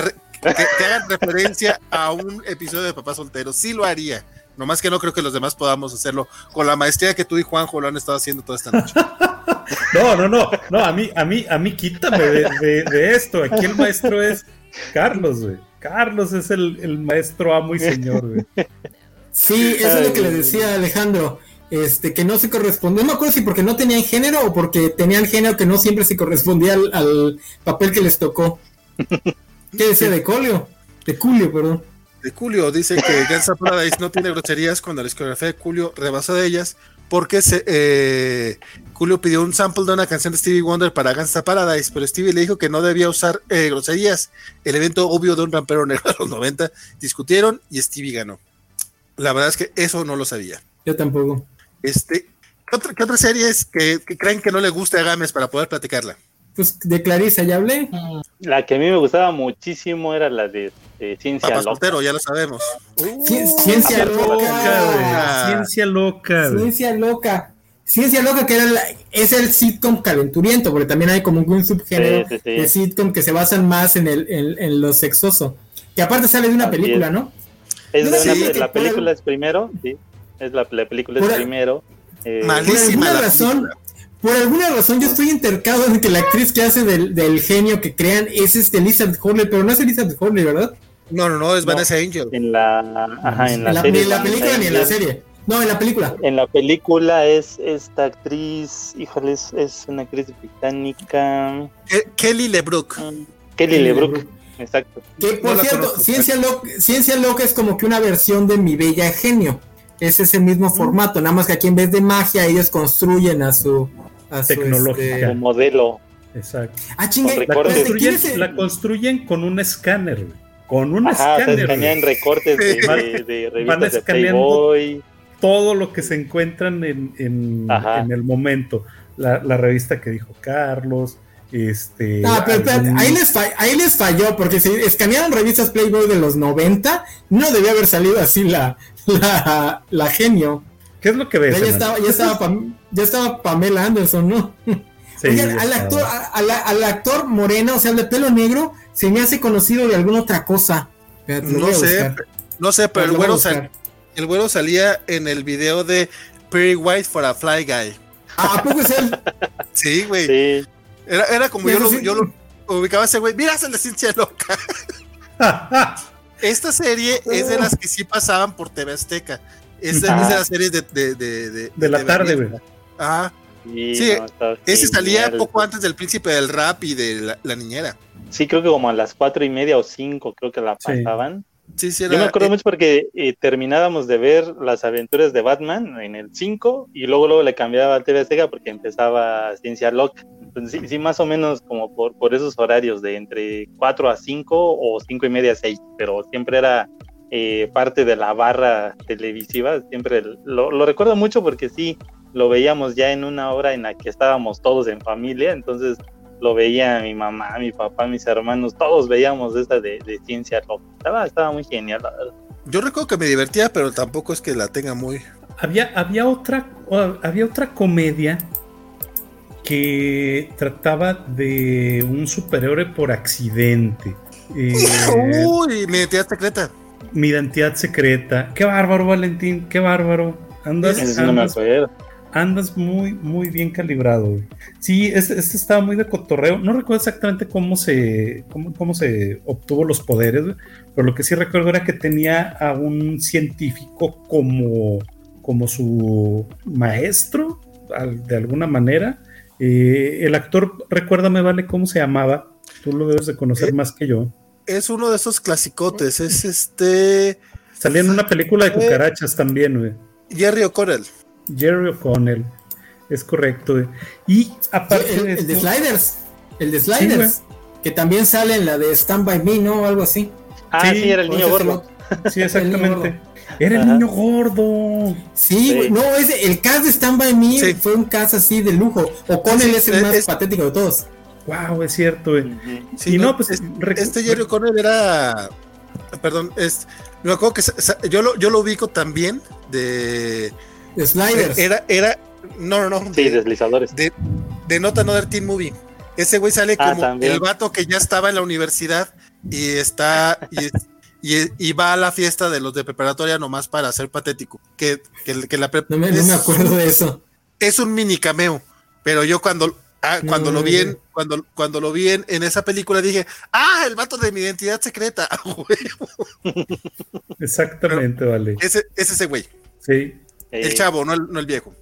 que hagan referencia a un episodio de Papá Soltero. Sí lo haría. Nomás que no creo que los demás podamos hacerlo con la maestría que tú y Juanjo lo han estado haciendo toda esta noche. No, a mí quítame de esto. Aquí el maestro es Carlos, güey. Carlos es el maestro amo y señor, güey. Sí, eso es lo que le decía Alejandro. Que no se corresponde. No me acuerdo si porque no tenían género o porque tenían género que no siempre se correspondía al papel que les tocó. ¿Qué decía de Julio? De Julio, dice que Gangsta Paradise no tiene groserías cuando la discografía de Julio rebasa de ellas porque Julio pidió un sample de una canción de Stevie Wonder para Gangsta Paradise, pero Stevie le dijo que no debía usar groserías. El evento obvio de un rapero negro de los 90, discutieron y Stevie ganó. La verdad es que eso no lo sabía. Yo tampoco. ¿Qué otra serie es que creen que no le guste a Gámez para poder platicarla? Pues de Clarissa, ¿ya hablé? La que a mí me gustaba muchísimo era la de Ciencia Papá Loca. Soltero, ya lo sabemos. Ciencia Loca. Ciencia Loca, que es el sitcom calenturiento, porque también hay como un subgénero de sitcom que se basan más en lo sexoso. Que aparte sale de una película, ¿no? La película es primero, sí. La película es primero. Malísima Por alguna razón yo estoy intercado en que la actriz que hace del genio que crean es Elizabeth Hurley, pero no es Elizabeth Hurley, ¿verdad? No, es Vanessa Angel. En la serie. Ni en la película ni en la serie. No, en la película. En la película es esta actriz, híjole, es una actriz británica. Kelly LeBrook. Kelly LeBrook, exacto. Que por cierto, Ciencia Loca es como que una versión de Mi Bella Genio. Es ese mismo formato, nada más que aquí en vez de magia ellos construyen a su tecnológica. Su modelo. Exacto. Chinga, la construyen con un escáner, güey. Con un escáner. Se escanean recortes de revistas de Playboy. Todo lo que se encuentran en el momento. La revista que dijo Carlos. Ahí les falló, porque si escanearon revistas Playboy de los 90, no debía haber salido así la genio. ¿Qué es lo que ves? Ya estaba Pamela Anderson, ¿no? Sí, oigan, al actor moreno, o sea, de pelo negro, se me hace conocido de alguna otra cosa. No sé, pero el güero salía en el video de Pretty White for a Fly Guy. ¿A poco es él? Sí, güey. Sí. Era como yo lo ubicaba a ese güey. Mira, es el de Ciencia Loca. Esta serie es de las que sí pasaban por TV Azteca. Es de las series de la tarde, güey. Ajá. Sí, ese salía poco antes del Príncipe del Rap y de la Niñera. Sí, creo que como a las 4:30 o 5 creo que la pasaban. Sí, yo me acuerdo mucho porque terminábamos de ver las aventuras de Batman en el 5 y luego le cambiaba a TV Azteca porque empezaba Ciencia Loca. Entonces sí, más o menos como por esos horarios de entre 4 a 5 o 5:30 a 6, pero siempre era parte de la barra televisiva. Siempre lo recuerdo mucho porque sí, lo veíamos ya en una hora en la que estábamos todos en familia, entonces lo veía mi mamá, mi papá, mis hermanos, todos veíamos esta de Ciencia Loca. Estaba muy genial, la verdad. Yo recuerdo que me divertía, pero tampoco es que la tenga muy... Había otra comedia que trataba de un superhéroe por accidente. Uy, mi identidad secreta. Mi identidad secreta. Qué bárbaro, Valentín, qué bárbaro. Andas muy, muy bien calibrado, güey. Sí, este estaba muy de cotorreo. No recuerdo exactamente cómo se obtuvo los poderes, güey, pero lo que sí recuerdo era que tenía a un científico como su maestro, de alguna manera. El actor, recuérdame, Vale, ¿cómo se llamaba? Tú lo debes de conocer más que yo. Es uno de esos clasicotes, Salía en una película de cucarachas también, güey. Jerry O'Connell, es correcto, güey. Y aparte el de Sliders, sí, que también sale en la de Stand By Me, ¿no? O algo así. Sí, era el niño gordo. Sí, exactamente. Era el niño gordo. Sí, güey. No, el cast de Stand By Me fue un cast así de lujo. O'Connell es el más patético de todos. Wow, es cierto, güey. Sí, no, pues Jerry O'Connell era... Perdón, me acuerdo que yo lo ubico también de Sliders. No. Sí, deslizadores. De Not Another Teen Movie. Ese güey sale como el vato que ya estaba en la universidad y va a la fiesta de los de preparatoria nomás para ser patético. No me acuerdo de eso. Es un mini cameo, pero yo cuando lo vi en esa película dije, el vato de mi identidad secreta. Exactamente, pero vale. Es ese güey. Sí. El chavo, no el viejo.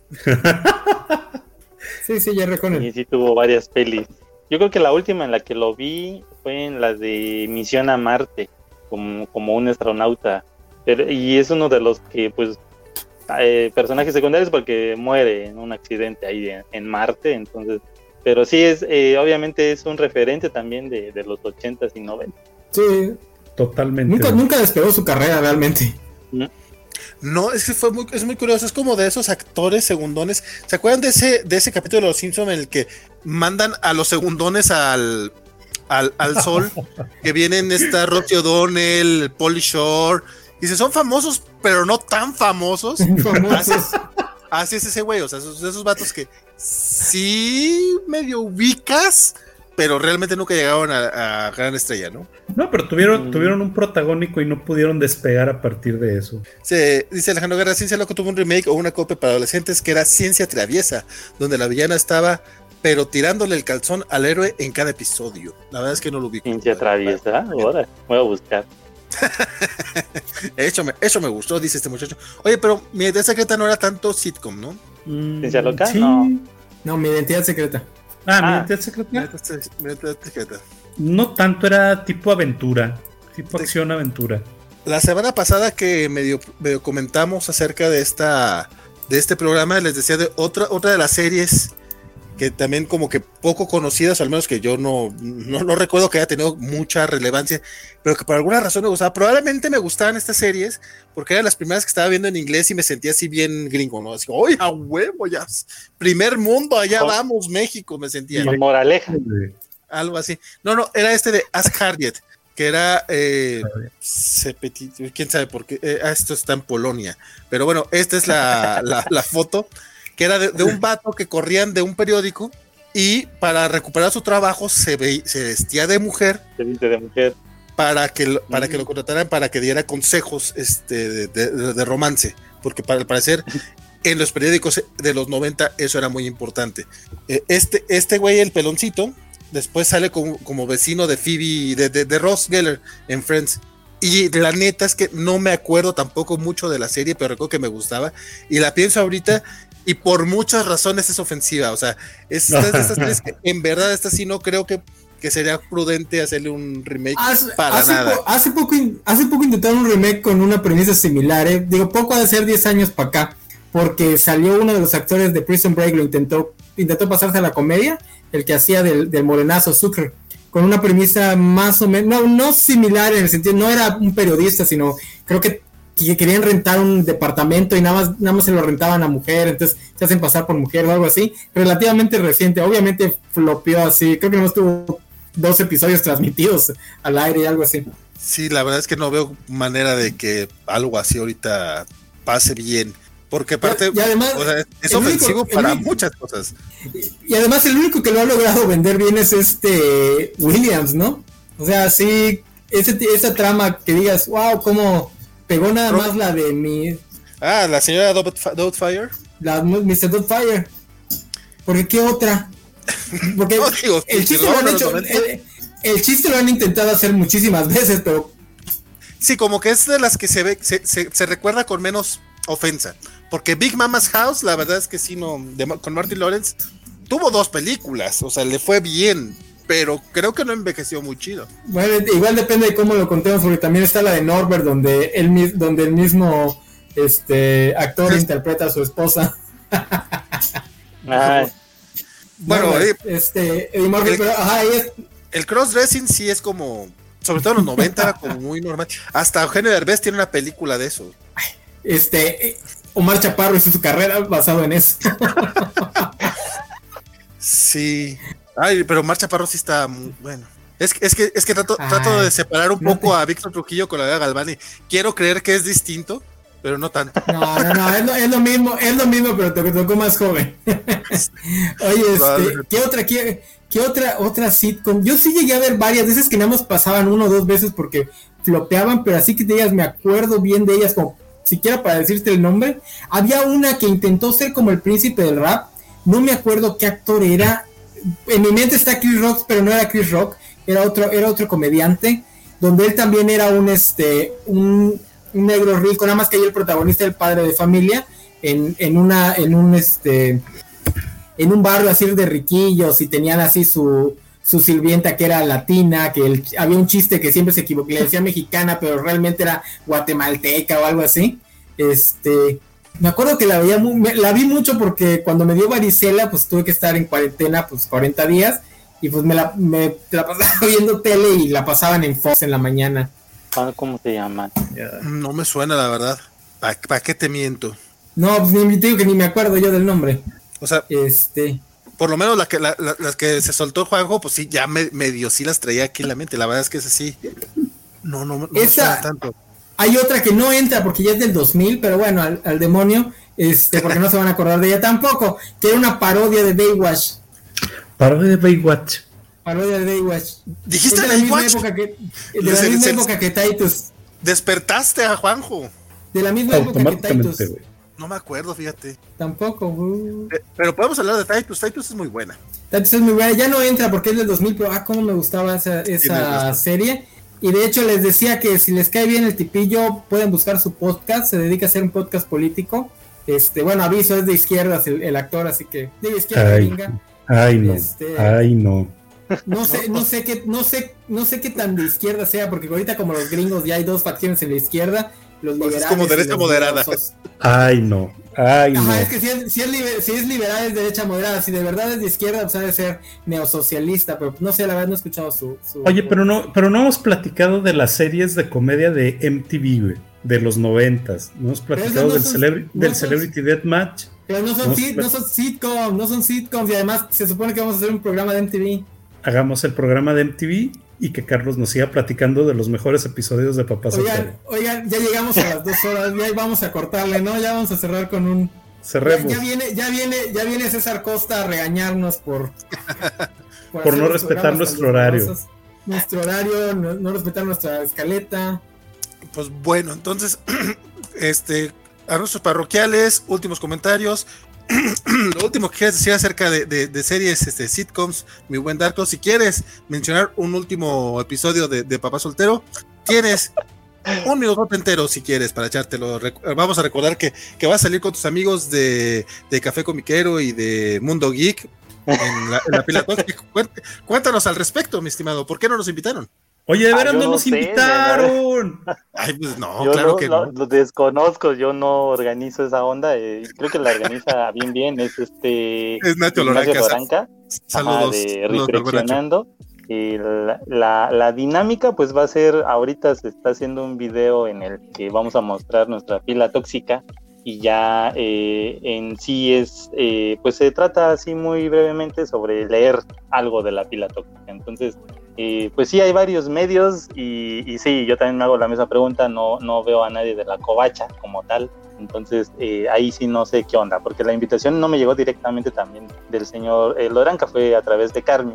Sí, ya reconozco. Y sí tuvo varias pelis. Yo creo que la última en la que lo vi fue en la de Misión a Marte, como un astronauta. Y es uno de los que, pues, personajes secundarios porque muere en un accidente ahí en Marte, entonces. Pero sí obviamente es un referente también de los 80s y 90s. Sí. Totalmente. Nunca despegó su carrera realmente. No, es que es muy curioso, es como de esos actores segundones. ¿Se acuerdan de ese capítulo de Los Simpsons en el que mandan a los segundones al sol? Que vienen Rocky O'Donnell, Pauly Shore, y son famosos, pero no tan famosos. Así es ese güey, o sea, esos vatos que sí medio ubicas, pero realmente nunca llegaron a gran estrella, ¿no? No, pero tuvieron un protagónico y no pudieron despegar a partir de eso. Dice Alejandro Guerra, Ciencia Loco tuvo un remake o una copia para adolescentes que era Ciencia Traviesa, donde la villana estaba, pero tirándole el calzón al héroe en cada episodio. La verdad es que no lo ubico. Ciencia Traviesa, ahora voy a buscar. Eso me gustó, dice este muchacho. Oye, pero mi identidad secreta no era tanto sitcom, ¿no? ¿Ciencia Loca? Sí. No, mi identidad secreta. Mi identidad secreta. Mi identidad secreta. No tanto, era tipo aventura, tipo acción-aventura. La semana pasada que medio comentamos acerca de este programa, les decía de otra de las series que también como que poco conocidas, al menos que yo no recuerdo que haya tenido mucha relevancia, pero que por alguna razón me gustaba. Probablemente me gustaban estas series porque eran las primeras que estaba viendo en inglés y me sentía así bien gringo, ¿no? Así, ¡oye, a huevo! Ya, primer mundo, allá vamos, México, me sentía. Con moraleja. Algo así. No, era de Ask Harriet, que era quién sabe por qué. Esto está en Polonia, pero bueno, esta es la foto, que era de un vato que corrían de un periódico y para recuperar su trabajo se vestía de mujer. Se viste de mujer. Para que lo contrataran, para que diera consejos de romance, porque al parecer en los periódicos de los 90 eso era muy importante. Este güey, el peloncito, después sale como vecino de Phoebe, de Ross Geller en Friends. Y la neta es que no me acuerdo tampoco mucho de la serie, pero recuerdo que me gustaba. Y la pienso ahorita y por muchas razones es ofensiva. O sea, es de estas series que en verdad esta sí no creo que sería prudente hacerle un remake nada. Hace poco intentaron un remake con una premisa similar, ¿eh? Digo, poco ha de ser 10 años para acá, porque salió uno de los actores de Prison Break, lo intentó pasarse a la comedia, el que hacía del morenazo Zucker, con una premisa más o menos, no similar en el sentido, no era un periodista, sino creo que querían rentar un departamento y nada más se lo rentaban a mujer, entonces se hacen pasar por mujer o algo así, relativamente reciente, obviamente flopeó así, creo que no estuvo 2 episodios transmitidos al aire y algo así. Sí, la verdad es que no veo manera de que algo así ahorita pase bien, porque aparte, y además, o sea, es ofensivo para muchas cosas. Y además el único que lo ha logrado vender bien es Williams, ¿no? O sea, sí, esa trama que digas, wow, cómo pegó nada más la de mi... la señora Doubtfire. La Mr. Doubtfire. Porque ¿qué otra? Porque no, digo, el chiste lo han hecho, el chiste lo han intentado hacer muchísimas veces, pero... Sí, como que es de las que se recuerda con menos ofensa. Porque Big Mama's House, la verdad es que sí, con Martin Lawrence, tuvo 2 películas, o sea, le fue bien, pero creo que no envejeció muy chido. Bueno, igual depende de cómo lo contemos, porque también está la de Norbert, donde el mismo actor interpreta a su esposa. Bueno, el crossdressing sí es como, sobre todo en los 90 era como muy normal. Hasta Eugenio Derbez tiene una película de eso. Omar Chaparro hizo su carrera basado en eso. Sí. Pero Omar Chaparro sí está muy bueno. Es que trato de separar un poco a Víctor Trujillo con la de Galvani. Quiero creer que es distinto, pero no tanto. No, es lo mismo, pero te tocó más joven. Oye, ¿qué ¿Qué otra sitcom? Yo sí llegué a ver varias veces que nada más pasaban 1 o 2 veces porque flopeaban, pero así que te digas, me acuerdo bien de ellas, como siquiera para decirte el nombre. Había una que intentó ser como el príncipe del rap, no me acuerdo qué actor era. En mi mente está Chris Rock, pero no era Chris Rock, era otro comediante, donde él también era un negro rico, nada más que ahí el protagonista era el padre de familia, en un barrio así de riquillos, y tenían así su sirvienta que era latina, que había un chiste que siempre se equivocó, le decía mexicana, pero realmente era guatemalteca o algo así. Me acuerdo que la vi mucho porque cuando me dio varicela, pues tuve que estar en cuarentena, pues 40 días, y pues me la pasaba viendo tele y la pasaban en Fox en la mañana. ¿Cómo se llama? No me suena, la verdad. ¿Para qué te miento? No, pues te digo que ni me acuerdo yo del nombre. O sea, por lo menos las que se soltó Juanjo, pues sí, ya medio sí las traía aquí en la mente. La verdad es que esa sí, no me suena tanto. Hay otra que no entra porque ya es del 2000, pero bueno, al demonio, porque no se van a acordar de ella tampoco, que era una parodia de Baywatch. Parodia de Baywatch. ¿Dijiste de Baywatch? De la misma época que Titus. Despertaste a Juanjo. De la misma época que Titus. No me acuerdo, fíjate. Tampoco. Pero podemos hablar de Titus. Titus es muy buena. Titus es muy buena. Ya no entra porque es del 2000, pero cómo me gustaba esa serie. Y de hecho les decía que si les cae bien el tipillo, pueden buscar su podcast. Se dedica a hacer un podcast político. Bueno, aviso, es de izquierdas el actor, así que de izquierda gringa. Ay, no. Ay, no. No sé qué tan de izquierda sea, porque ahorita como los gringos ya hay 2 facciones en la izquierda, los liberales. Es como derecha moderada. Ay, no. Ay, ajá, no. es que si es liberal es derecha moderada, si de verdad es de izquierda, pues ha de ser neosocialista, pero no sé, la verdad no he escuchado su... Oye, pero no hemos platicado de las series de comedia de MTV, güey, de los 90s. No hemos platicado del Celebrity Deathmatch. Pero no son sitcoms, y además se supone que vamos a hacer un programa de MTV. Hagamos el programa de MTV y que Carlos nos siga platicando de los mejores episodios de Papá Soltero. Oigan, ya llegamos a las 2 horas, ya vamos a cortarle, ¿no? Ya vamos a cerrar con un... Cerremos. Ya viene César Costa a regañarnos por no respetar nuestro horario. Nuestro horario, no respetar nuestra escaleta. Pues bueno, entonces, a nuestros parroquiales, últimos comentarios. Lo último que quieres decir acerca de series, sitcoms, mi buen Darko, si quieres mencionar un último episodio de Papá Soltero, tienes un minuto entero si quieres para echártelo. Vamos a recordar que vas a salir con tus amigos de Café Comiquero y de Mundo Geek en la pila tóxica. Cuéntanos al respecto, mi estimado, ¿por qué no nos invitaron? Oye, de veras no nos invitaron. Ay, pues no, yo claro que no. Lo desconozco, yo no organizo esa onda. Creo que la organiza bien. Es Nacho Loranca. Saludos. De Reflexionando. La dinámica, pues va a ser, ahorita se está haciendo un video en el que vamos a mostrar nuestra pila tóxica. Y ya en sí pues se trata así muy brevemente sobre leer algo de la pila tóxica. Entonces, pues sí, hay varios medios y sí, yo también me hago la misma pregunta, no veo a nadie de la covacha como tal, entonces ahí sí no sé qué onda, porque la invitación no me llegó directamente también del señor Loranca, fue a través de Carmen.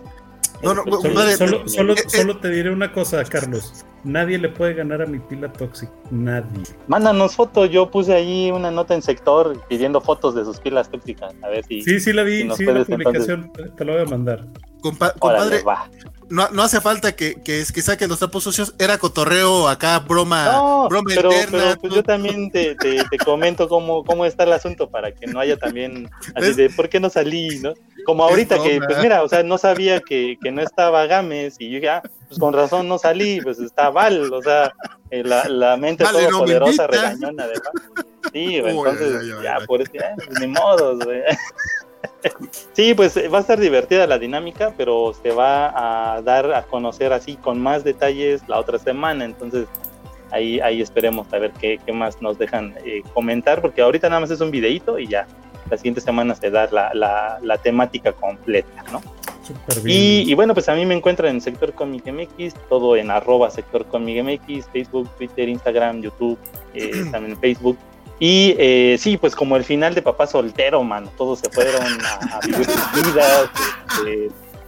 Solo te diré una cosa, Carlos. Nadie le puede ganar a mi pila tóxica. Nadie. Mándanos fotos. Yo puse ahí una nota en sector pidiendo fotos de sus pilas tóxicas. A ver si. Sí, la vi. Si sí, la publicación. Entonces... Te lo voy a mandar. Compadre, no hace falta que saquen los trapos sucios. Era cotorreo acá, broma pero, interna. Pero pues yo también te comento cómo está el asunto para que no haya también así de ¿por qué no salí? ¿No? Como ahorita que, pues mira, o sea, no sabía que no estaba Gámez y yo dije, pues con razón no salí, pues está Val, o sea, la mente todopoderosa regañona además. Sí, entonces ya, por eso, ni modos, güey. Sí, pues va a estar divertida la dinámica, pero se va a dar a conocer así con más detalles la otra semana, entonces ahí esperemos a ver qué más nos dejan comentar, porque ahorita nada más es un videíto y ya la siguiente semana se da la temática completa, ¿no? Y bueno, pues a mí me encuentran en Sector Comic MX, todo en @Sector Comic MX, Facebook, Twitter, Instagram, YouTube, también en Facebook. Y sí, pues como el final de Papá Soltero, mano, todos se fueron a vivir sus vidas,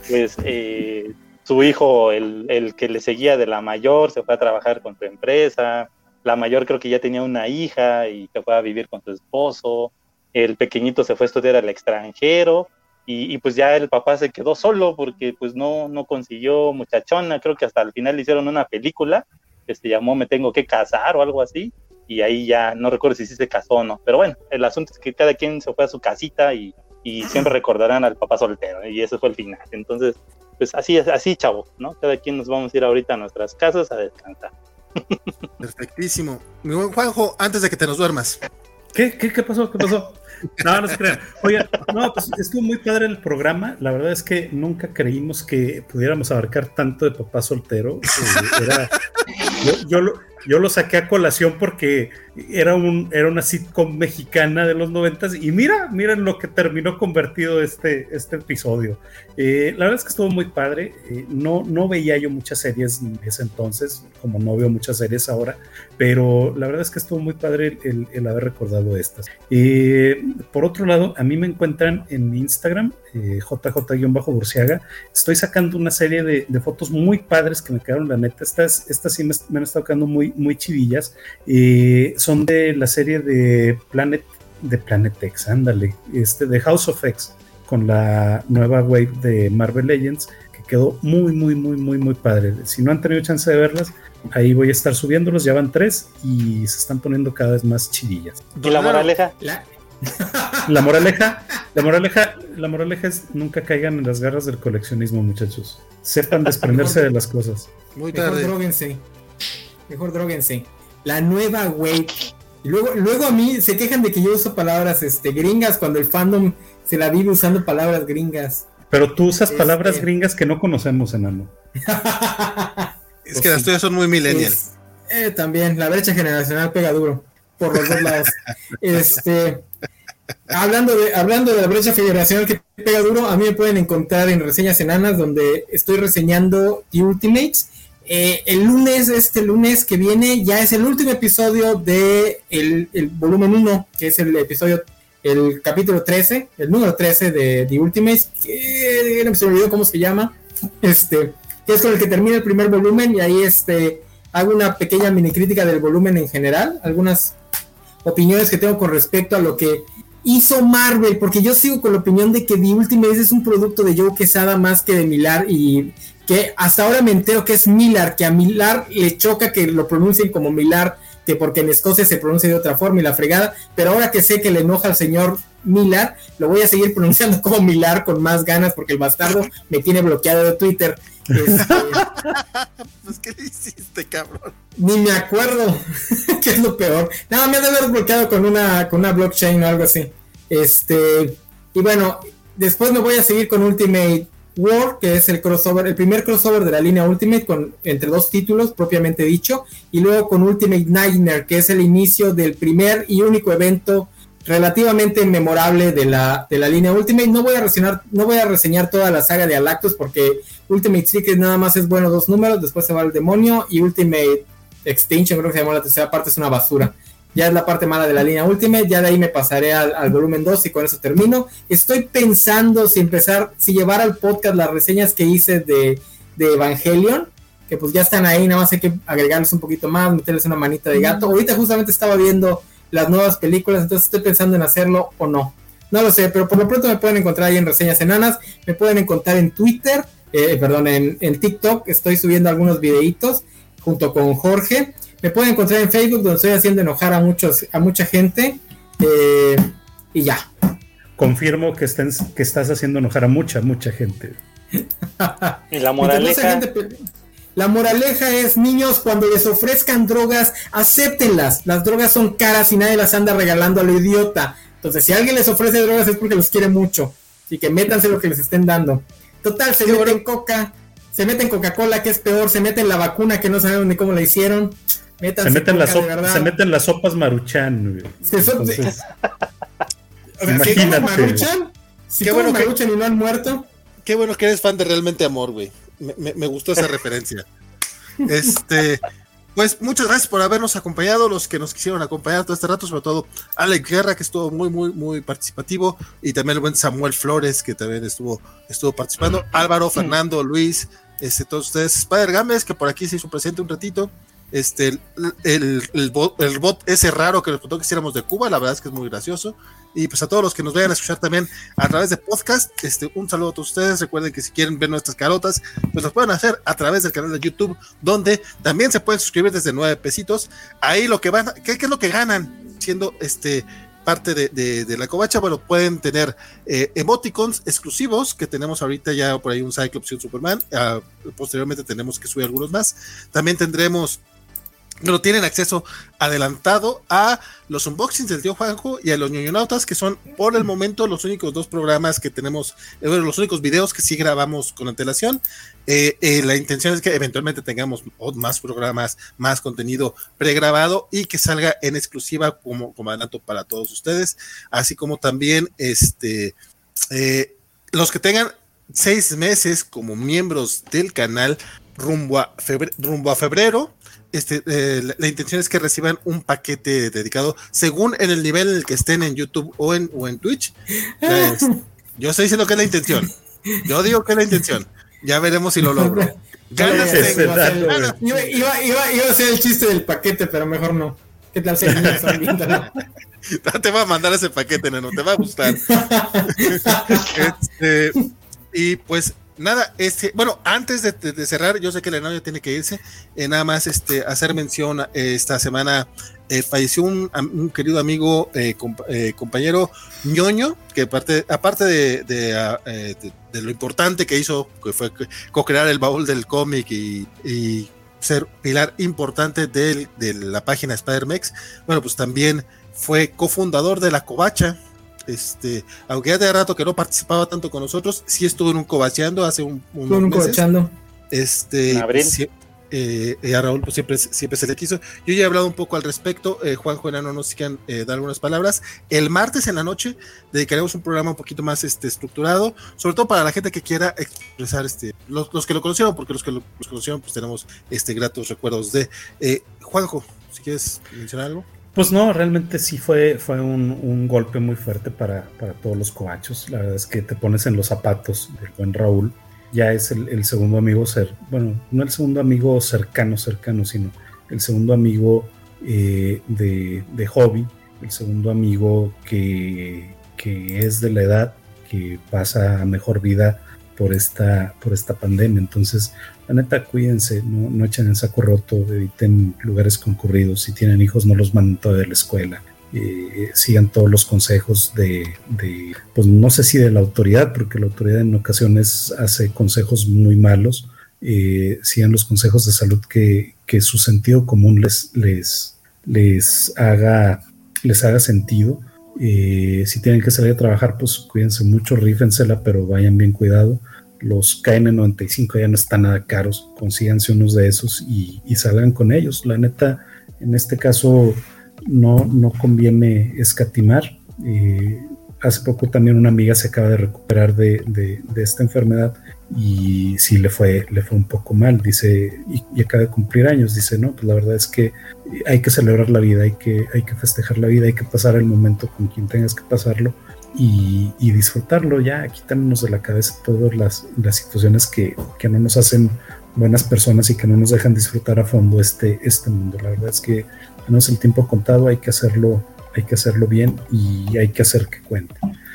pues su hijo, el que le seguía de la mayor, se fue a trabajar con su empresa. La mayor creo que ya tenía una hija y se fue a vivir con su esposo. El pequeñito se fue a estudiar al extranjero y pues ya el papá se quedó solo porque pues no consiguió muchachona. Creo que hasta al final le hicieron una película que se llamó Me tengo que casar o algo así, y ahí ya no recuerdo si sí se casó o no, pero bueno, el asunto es que cada quien se fue a su casita y siempre recordarán al papá soltero, y ese fue el final. Entonces, pues así, chavo, ¿no? Cada quien nos vamos a ir ahorita a nuestras casas a descansar. Perfectísimo. Mi buen Juanjo, antes de que te nos duermas. ¿Qué pasó? No se crean. Oiga, no, pues estuvo muy padre el programa. La verdad es que nunca creímos que pudiéramos abarcar tanto de papá soltero. Yo lo saqué a colación porque era una sitcom mexicana de los 90s y miren lo que terminó convertido este episodio. La verdad es que estuvo muy padre. No veía yo muchas series en ese entonces, como no veo muchas series ahora, pero la verdad es que estuvo muy padre el haber recordado estas. Por otro lado, a mí me encuentran en Instagram, JJ-Burciaga. Estoy sacando una serie de fotos muy padres que me quedaron, la neta. Estas sí me han estado quedando muy chivillas. Son de la serie de Planet X, ándale, de House of X, con la nueva wave de Marvel Legends, que quedó muy padre. Si no han tenido chance de verlas, ahí voy a estar subiéndolos, ya van 3 y se están poniendo cada vez más chivillas. ¿Y la moraleja? La moraleja es: nunca caigan en las garras del coleccionismo, muchachos. Sepan desprenderse de las cosas. Muy tarde. Mejor dróguense. La nueva wave. Y luego a mí se quejan de que yo uso palabras gringas cuando el fandom se la vive usando palabras gringas. Pero tú usas palabras gringas que no conocemos, enano. Es que las tuyas son muy millennial. También, la brecha generacional pega duro por los dos lados. Hablando de la brecha generacional que pega duro, a mí me pueden encontrar en Reseñas Enanas, donde estoy reseñando The Ultimates. El lunes que viene ya es el último episodio de el volumen 1, que es el capítulo 13, el número 13 de The Ultimates, que se me olvidó cómo se llama, que es con el que termina el primer volumen, y ahí hago una pequeña mini crítica del volumen en general, algunas opiniones que tengo con respecto a lo que hizo Marvel, porque yo sigo con la opinión de que The Ultimates es un producto de Joe Quesada más que de Millar, y que hasta ahora me entero que es Millar, que a Millar le choca que lo pronuncien como Millar, que porque en Escocia se pronuncia de otra forma y la fregada, pero ahora que sé que le enoja al señor Millar, lo voy a seguir pronunciando como Millar con más ganas, porque el bastardo me tiene bloqueado de Twitter. Pues, ¿qué le hiciste, cabrón? Ni me acuerdo. Que es lo peor. Nada, me ha de haber bloqueado con una blockchain o algo así. Y bueno, después me voy a seguir con Ultimate War, que es el primer crossover de la línea Ultimate, entre dos títulos propiamente dicho, y luego con Ultimate Nightmare, que es el inicio del primer y único evento relativamente memorable de la línea Ultimate. No voy a reseñar toda la saga de Galactus, porque Ultimate Secret nada más es bueno 2 números, después se va al demonio, y Ultimate Extinction, creo que se llamó la tercera parte, es una basura. Ya es la parte mala de la línea Ultimate, ya de ahí me pasaré al volumen 2 y con eso termino. Estoy pensando si llevar al podcast las reseñas que hice de Evangelion, que pues ya están ahí, nada más hay que agregarles un poquito más, meterles una manita de gato. Ahorita justamente estaba viendo las nuevas películas, entonces estoy pensando en hacerlo o no. No lo sé, pero por lo pronto me pueden encontrar ahí en Reseñas Enanas, me pueden encontrar en Twitter, en TikTok, estoy subiendo algunos videitos junto con Jorge. Me pueden encontrar en Facebook, donde estoy haciendo enojar a mucha gente, y ya. Confirmo que estás haciendo enojar a mucha gente. ¿Y la moraleja? La moraleja es: niños, cuando les ofrezcan drogas, acéptenlas. Las drogas son caras y nadie las anda regalando a lo idiota. Entonces, si alguien les ofrece drogas es porque los quiere mucho. Así que métanse lo que les estén dando. Total, se meten coca, se meten Coca-Cola, que es peor, se meten la vacuna que no sabemos ni cómo la hicieron. Se meten las sopas Maruchan. Entonces, Maruchan, si qué bueno Maruchan y no han muerto. Qué bueno que eres fan de Realmente Amor, güey. Me gustó esa referencia. pues muchas gracias por habernos acompañado, los que nos quisieron acompañar todo este rato, sobre todo Alex Guerra, que estuvo muy participativo, y también el buen Samuel Flores, que también estuvo participando, Álvaro, Fernando, Luis, todos ustedes, Spider Games, que por aquí se hizo presente un ratito, el bot ese raro que nos preguntó que hiciéramos de Cuba, la verdad es que es muy gracioso. Y pues a todos los que nos vayan a escuchar también a través de podcast, un saludo a todos ustedes. Recuerden que si quieren ver nuestras carotas, pues lo pueden hacer a través del canal de YouTube, donde también se pueden suscribir desde 9 pesitos. Ahí lo que van, ¿qué es lo que ganan siendo parte de la covacha? Bueno, pueden tener emoticons exclusivos, que tenemos ahorita ya por ahí un Cyclops y un Superman. Posteriormente tenemos que subir algunos más. También tendremos, pero tienen acceso adelantado a los unboxings del tío Juanjo y a los ñoñonautas, que son por el momento los únicos 2 programas que tenemos, los únicos videos que sí grabamos con antelación. La intención es que eventualmente tengamos más programas, más contenido pregrabado y que salga en exclusiva como adelanto para todos ustedes, así como también los que tengan 6 meses como miembros del canal rumbo a febrero. La intención es que reciban un paquete dedicado según en el nivel en el que estén en YouTube o en Twitch. Yo estoy diciendo que es la intención. Yo digo que es la intención. Ya veremos si lo logro. Iba a hacer el chiste del paquete, pero mejor no. ¿Qué tal si están viéndolo? Te va a mandar ese paquete, neno, te va a gustar. Y pues nada, bueno, antes de cerrar, yo sé que el enano ya tiene que irse, nada más hacer mención, esta semana falleció un querido amigo, compañero ñoño, que aparte de lo importante que hizo, que fue co-crear el baúl del cómic y ser pilar importante de la página Spider-Mex, bueno, pues también fue cofundador de la Covacha. Aunque ya de rato que no participaba tanto con nosotros, sí estuvo en un covacheando hace unos meses. En abril. A Raúl pues siempre se le quiso. Yo ya he hablado un poco al respecto. Juanjo, enano, no sé si quieren dar algunas palabras. El martes en la noche dedicaremos un programa un poquito más estructurado, sobre todo para la gente que quiera expresar los que lo conocieron, porque los que los conocieron pues tenemos gratos recuerdos de Juanjo, si quieres mencionar algo. Pues no, realmente sí fue un golpe muy fuerte para todos los covachos. La verdad es que te pones en los zapatos del buen Raúl. Ya es el segundo amigo, no el segundo amigo cercano, sino el segundo amigo de hobby, el segundo amigo que es de la edad, que pasa a mejor vida por esta pandemia. Entonces, la neta, cuídense, no echen en saco roto, eviten lugares concurridos. Si tienen hijos, no los manden todavía a la escuela. Sigan todos los consejos pues no sé si de la autoridad, porque la autoridad en ocasiones hace consejos muy malos. Sigan los consejos de salud que su sentido común les haga sentido. Si tienen que salir a trabajar, pues cuídense mucho, rífensela, pero vayan bien cuidado. Los KN95 ya no están nada caros, consíganse unos de esos y salgan con ellos. La neta, en este caso no conviene escatimar. Hace poco también una amiga se acaba de recuperar de esta enfermedad y sí le fue un poco mal, dice, y acaba de cumplir años. Dice, no, pues la verdad es que hay que celebrar la vida, hay que festejar la vida, hay que pasar el momento con quien tengas que pasarlo y disfrutarlo, ya quitándonos de la cabeza todas las situaciones que no nos hacen buenas personas y que no nos dejan disfrutar a fondo este mundo. La verdad es que tenemos el tiempo contado, hay que hacerlo bien y hay que hacer que cuente.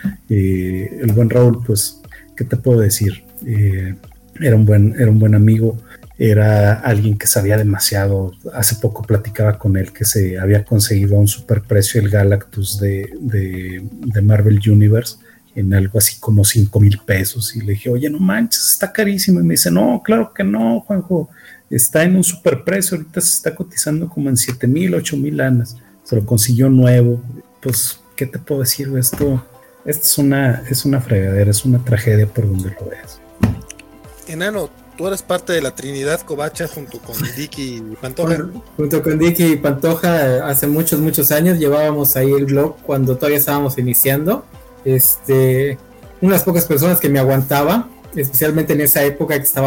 El buen Raúl, pues, ¿qué te puedo decir? Era un buen amigo, era alguien que sabía demasiado. Hace poco platicaba con él que se había conseguido a un superprecio el Galactus de Marvel Universe en algo así como 5,000 pesos, y le dije, oye, no manches, está carísimo. Y me dice, no, claro que no, Juanjo, está en un superprecio, ahorita se está cotizando como en 7,000, 8,000 lanas. Se lo consiguió nuevo. Pues, ¿qué te puedo decir? Esto es una fregadera, es una tragedia por donde lo veas. Enano, tú eres parte de la Trinidad Covacha junto con Dicky y Pantoja. Junto con Dicky y Pantoja, hace muchos años llevábamos ahí el blog cuando todavía estábamos iniciando. Unas pocas personas que me aguantaba, especialmente en esa época que estaba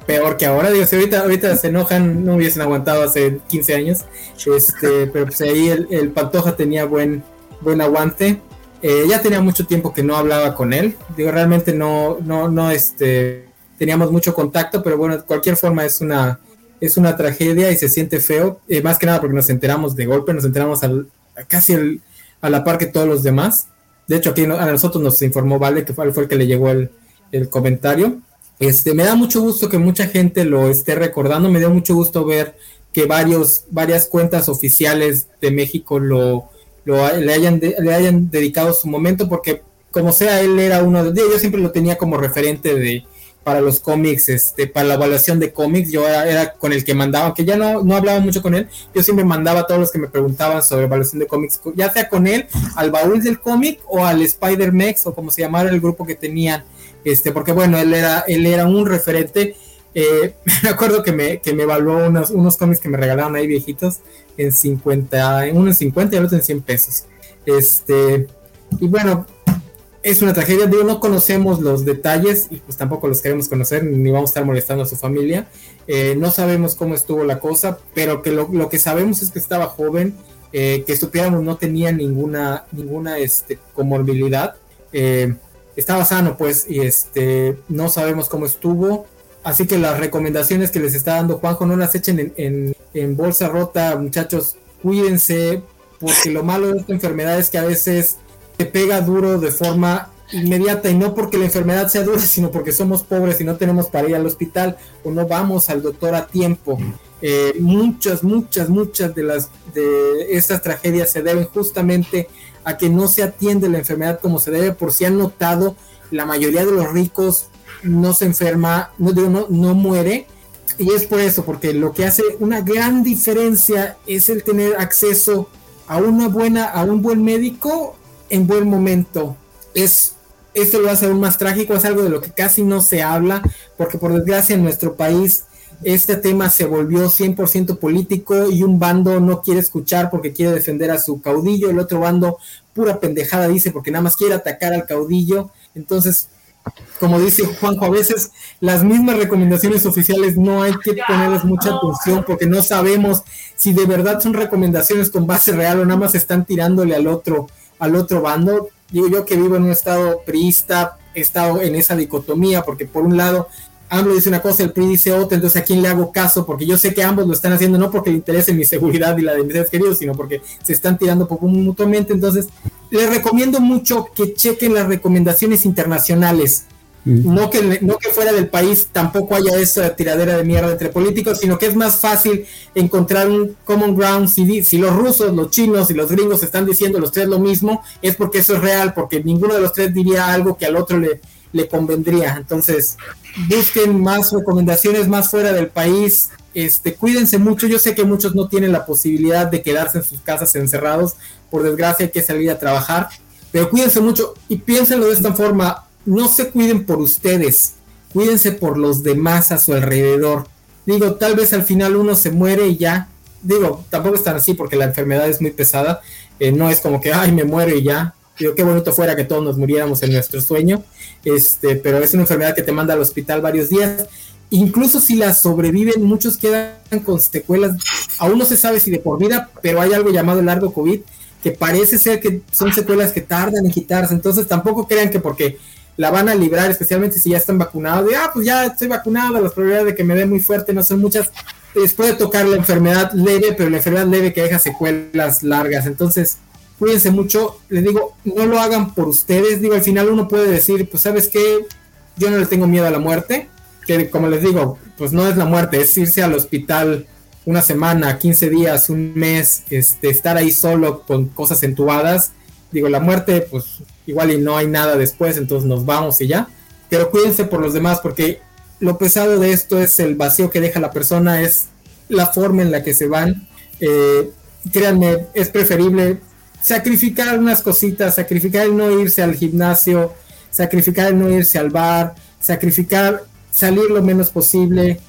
peor que ahora. Digo, si ahorita se enojan, no hubiesen aguantado hace 15 años. Pero pues ahí el Pantoja tenía buen aguante. Ya tenía mucho tiempo que no hablaba con él. Digo, realmente no teníamos mucho contacto, pero bueno, de cualquier forma es una tragedia y se siente feo, más que nada porque nos enteramos de golpe, nos enteramos casi a la par que todos los demás. De hecho, aquí a nosotros nos informó Vale, que fue el que le llegó el comentario. Me da mucho gusto que mucha gente lo esté recordando, me dio mucho gusto ver que varias cuentas oficiales de México le hayan dedicado su momento, porque como sea, él era yo siempre lo tenía como referente para los cómics, para la evaluación de cómics. Yo era con el que mandaba, aunque ya no hablaba mucho con él, yo siempre mandaba a todos los que me preguntaban sobre evaluación de cómics, ya sea con él, al baúl del cómic o al Spider-Mex, o como se llamara el grupo que tenían, porque bueno, él era un referente. Me acuerdo que me evaluó unos cómics que me regalaron ahí viejitos en 50, uno en 50 y el otro en 100 pesos. Y bueno, es una tragedia. Digo, no conocemos los detalles y pues tampoco los queremos conocer, ni vamos a estar molestando a su familia. No sabemos cómo estuvo la cosa, pero que lo que sabemos es que estaba joven, que supiéramos no tenía ninguna comorbilidad, estaba sano pues, y no sabemos cómo estuvo. Así que las recomendaciones que les está dando Juanjo, no las echen en bolsa rota, muchachos, cuídense, porque lo malo de esta enfermedad es que a veces te pega duro de forma inmediata, y no porque la enfermedad sea dura, sino porque somos pobres y no tenemos para ir al hospital o no vamos al doctor a tiempo. Muchas de estas tragedias se deben justamente a que no se atiende la enfermedad como se debe. Por si han notado, la mayoría de los ricos no se enferma, no muere, y es por eso, porque lo que hace una gran diferencia es el tener acceso a un buen médico en buen momento. Esto lo hace aún más trágico, es algo de lo que casi no se habla, porque por desgracia en nuestro país este tema se volvió 100% político, y un bando no quiere escuchar porque quiere defender a su caudillo, el otro bando pura pendejada dice porque nada más quiere atacar al caudillo. Entonces, como dice Juanjo, a veces las mismas recomendaciones oficiales no hay que ponerles mucha atención, porque no sabemos si de verdad son recomendaciones con base real o nada más están tirándole al otro bando. Digo, yo que vivo en un estado priista, he estado en esa dicotomía, porque por un lado AMLO dice una cosa, el PRI dice otra, entonces ¿a quién le hago caso? Porque yo sé que ambos lo están haciendo no porque le interese mi seguridad y la de mis seres queridos, sino porque se están tirando poco mutuamente. Entonces les recomiendo mucho que chequen las recomendaciones internacionales. No que fuera del país tampoco haya esa tiradera de mierda entre políticos, sino que es más fácil encontrar un common ground. Si los rusos, los chinos y los gringos están diciendo los tres lo mismo, es porque eso es real, porque ninguno de los tres diría algo que al otro le convendría. Entonces busquen más recomendaciones más fuera del país. Cuídense mucho. Yo sé que muchos no tienen la posibilidad de quedarse en sus casas encerrados, por desgracia hay que salir a trabajar, pero cuídense mucho y piénsenlo de esta forma: no se cuiden por ustedes, cuídense por los demás a su alrededor. Digo, tal vez al final uno se muere y ya. Digo, tampoco es tan así porque la enfermedad es muy pesada, no es como que ay, me muero y ya. Digo, qué bonito fuera que todos nos muriéramos en nuestro sueño, pero es una enfermedad que te manda al hospital varios días. Incluso si la sobreviven, muchos quedan con secuelas. Aún no se sabe si de por vida, pero hay algo llamado largo COVID, que parece ser que son secuelas que tardan en quitarse. Entonces tampoco crean que porque la van a librar, especialmente si ya están vacunados, pues ya estoy vacunado, las probabilidades de que me dé muy fuerte no son muchas. Les puede tocar la enfermedad leve, pero la enfermedad leve que deja secuelas largas. Entonces cuídense mucho. Les digo, no lo hagan por ustedes. Digo, al final uno puede decir, pues ¿sabes qué? Yo no le tengo miedo a la muerte, que como les digo, pues no es la muerte, es irse al hospital una semana, 15 días, un mes, estar ahí solo con cosas entubadas. Digo, la muerte, pues igual y no hay nada después, entonces nos vamos y ya. Pero cuídense por los demás, porque lo pesado de esto es el vacío que deja la persona, es la forma en la que se van. Créanme, es preferible sacrificar unas cositas, sacrificar el no irse al gimnasio, sacrificar el no irse al bar, sacrificar salir lo menos posible.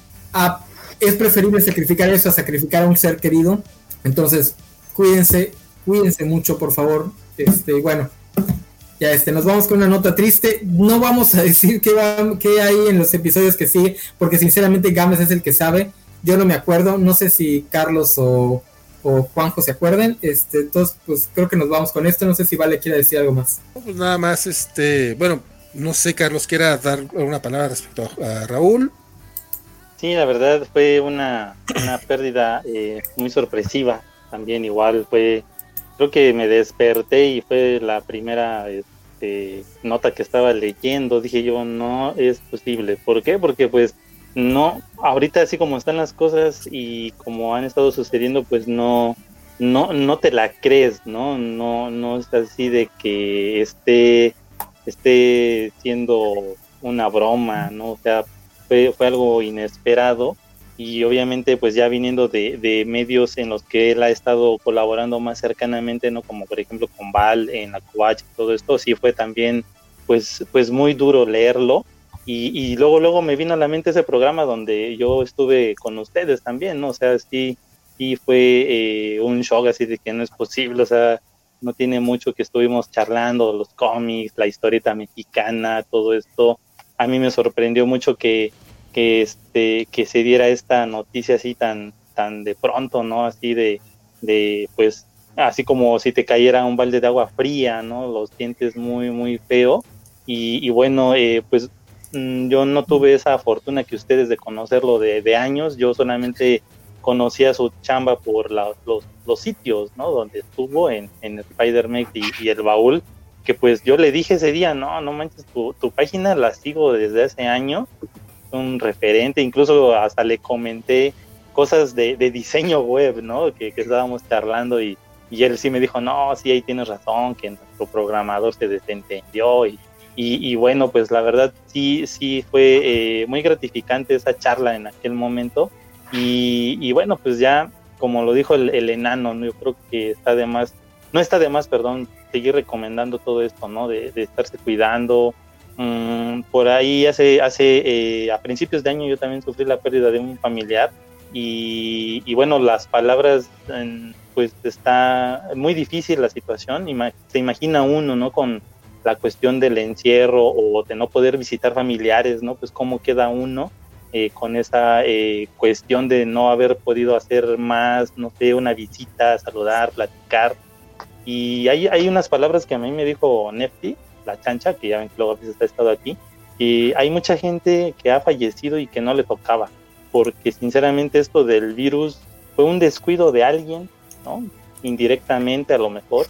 Es preferible sacrificar eso a sacrificar a un ser querido. Entonces, cuídense mucho, por favor. Bueno, Ya nos vamos con una nota triste. No vamos a decir qué hay en los episodios que sigue, porque sinceramente Gámez es el que sabe. Yo no me acuerdo, no sé si Carlos o Juanjo se acuerden. Entonces, pues creo que nos vamos con esto. No sé si Vale quiere decir algo más. Pues nada más, bueno, no sé, Carlos, ¿quiera dar una palabra respecto a Raúl? Sí, la verdad fue una pérdida muy sorpresiva. También igual creo que me desperté y fue la primera nota que estaba leyendo. Dije yo, no es posible. ¿Por qué? Porque pues no, ahorita así como están las cosas y como han estado sucediendo, pues no te la crees, no es así de que esté siendo una broma, ¿no? O sea, fue algo inesperado. Y obviamente pues ya viniendo de medios en los que él ha estado colaborando más cercanamente, ¿no? Como por ejemplo con Val en la Covacha y todo esto, sí fue también pues muy duro leerlo. Y luego me vino a la mente ese programa donde yo estuve con ustedes también, ¿no? O sea, sí fue un shock así de que no es posible, o sea, no tiene mucho que estuvimos charlando, los cómics, la historieta mexicana, todo esto. A mí me sorprendió mucho que se diera esta noticia así tan de pronto, ¿no? Así de pues, así como si te cayera un balde de agua fría, ¿no? Lo sientes muy, muy feo. Y bueno, pues yo no tuve esa fortuna que ustedes de conocerlo de años. Yo solamente conocía su chamba por los sitios, ¿no? Donde estuvo en Spider-Man y el baúl, que pues yo le dije ese día, no manches, tu página la sigo desde hace años, un referente, incluso hasta le comenté cosas de diseño web, ¿no? Que estábamos charlando y él sí me dijo, no, sí, ahí tienes razón, que nuestro programador se desentendió y bueno, pues la verdad sí fue muy gratificante esa charla en aquel momento y bueno, pues ya, como lo dijo el enano, ¿no? Yo creo que no está de más, seguir recomendando todo esto, ¿no? De estarse cuidando. Por ahí a principios de año yo también sufrí la pérdida de un familiar y bueno, las palabras, pues está muy difícil la situación. Se imagina uno, ¿no? Con la cuestión del encierro o de no poder visitar familiares, ¿no? Pues cómo queda uno con esa cuestión de no haber podido hacer más, no sé, una visita, saludar, platicar. Y hay unas palabras que a mí me dijo Nefti, la chancha, que ya ven que luego a veces ha estado aquí, y hay mucha gente que ha fallecido y que no le tocaba, porque sinceramente esto del virus fue un descuido de alguien, ¿no? Indirectamente a lo mejor,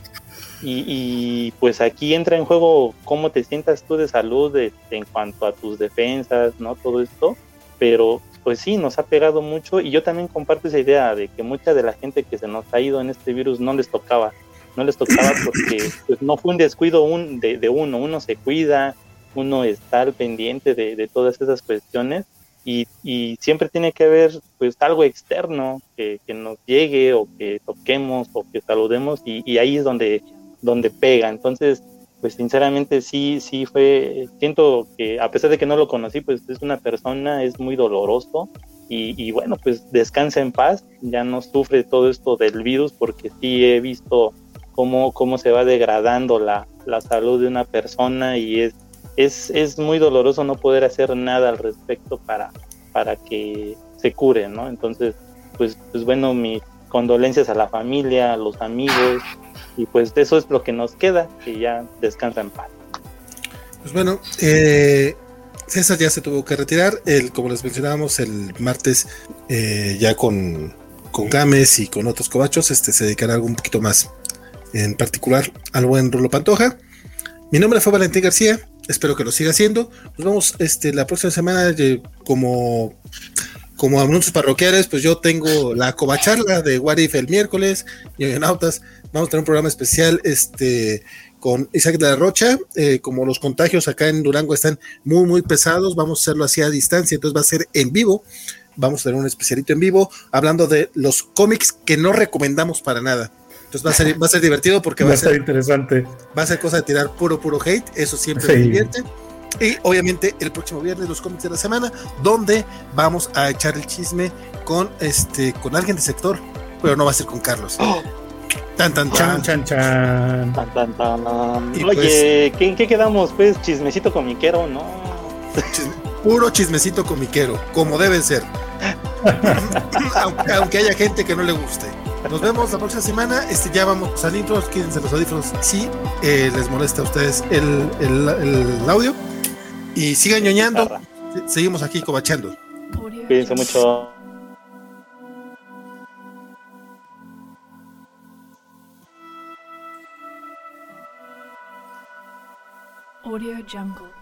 y pues aquí entra en juego cómo te sientas tú de salud en cuanto a tus defensas, ¿no? Todo esto, pero pues sí, nos ha pegado mucho y yo también comparto esa idea de que mucha de la gente que se nos ha ido en este virus no les tocaba porque pues, no fue un descuido de uno se cuida, uno está al pendiente de todas esas cuestiones y siempre tiene que haber pues algo externo que nos llegue o que toquemos o que saludemos y ahí es donde pega. Entonces pues sinceramente sí siento que a pesar de que no lo conocí, pues es una persona, es muy doloroso y bueno, pues descansa en paz, ya no sufre todo esto del virus, porque sí he visto cómo se va degradando la salud de una persona y es muy doloroso no poder hacer nada al respecto para que se cure, ¿no? Entonces, pues bueno, mis condolencias a la familia, a los amigos, y pues eso es lo que nos queda, que ya descansa en paz. Pues bueno, César ya se tuvo que retirar, como les mencionábamos el martes, ya con Gámez y con otros covachos, se dedicará algo un poquito más en particular al buen Rulo Pantoja. Mi nombre fue Valentín García, espero que lo siga haciendo. Nos vemos la próxima semana como anuncios parroquiales, pues yo tengo la covacharla de What If el miércoles, y Nautas, vamos a tener un programa especial con Isaac de la Rocha. Como los contagios acá en Durango están muy muy pesados, vamos a hacerlo así a distancia, entonces va a ser en vivo. Vamos a tener un especialito en vivo hablando de los cómics que no recomendamos para nada. Entonces va a ser divertido porque va a ser interesante. Va a ser cosa de tirar puro hate, eso siempre me divierte. Y obviamente el próximo viernes los cómics de la semana, donde vamos a echar el chisme con alguien del sector, pero no va a ser con Carlos. Tan, tan, Chan, tan. chan, chan. Tan, tan, tan. Y Oye, ¿en qué quedamos? Pues chismecito comiquero, ¿no? Puro chismecito comiquero, como debe ser. aunque haya gente que no le guste. Nos vemos la próxima semana. Ya vamos al intro. Quídense los audífonos si les molesta a ustedes el audio. Y sigan ñoñando. Seguimos aquí cobachando. Cuídense mucho. Audio Jungle.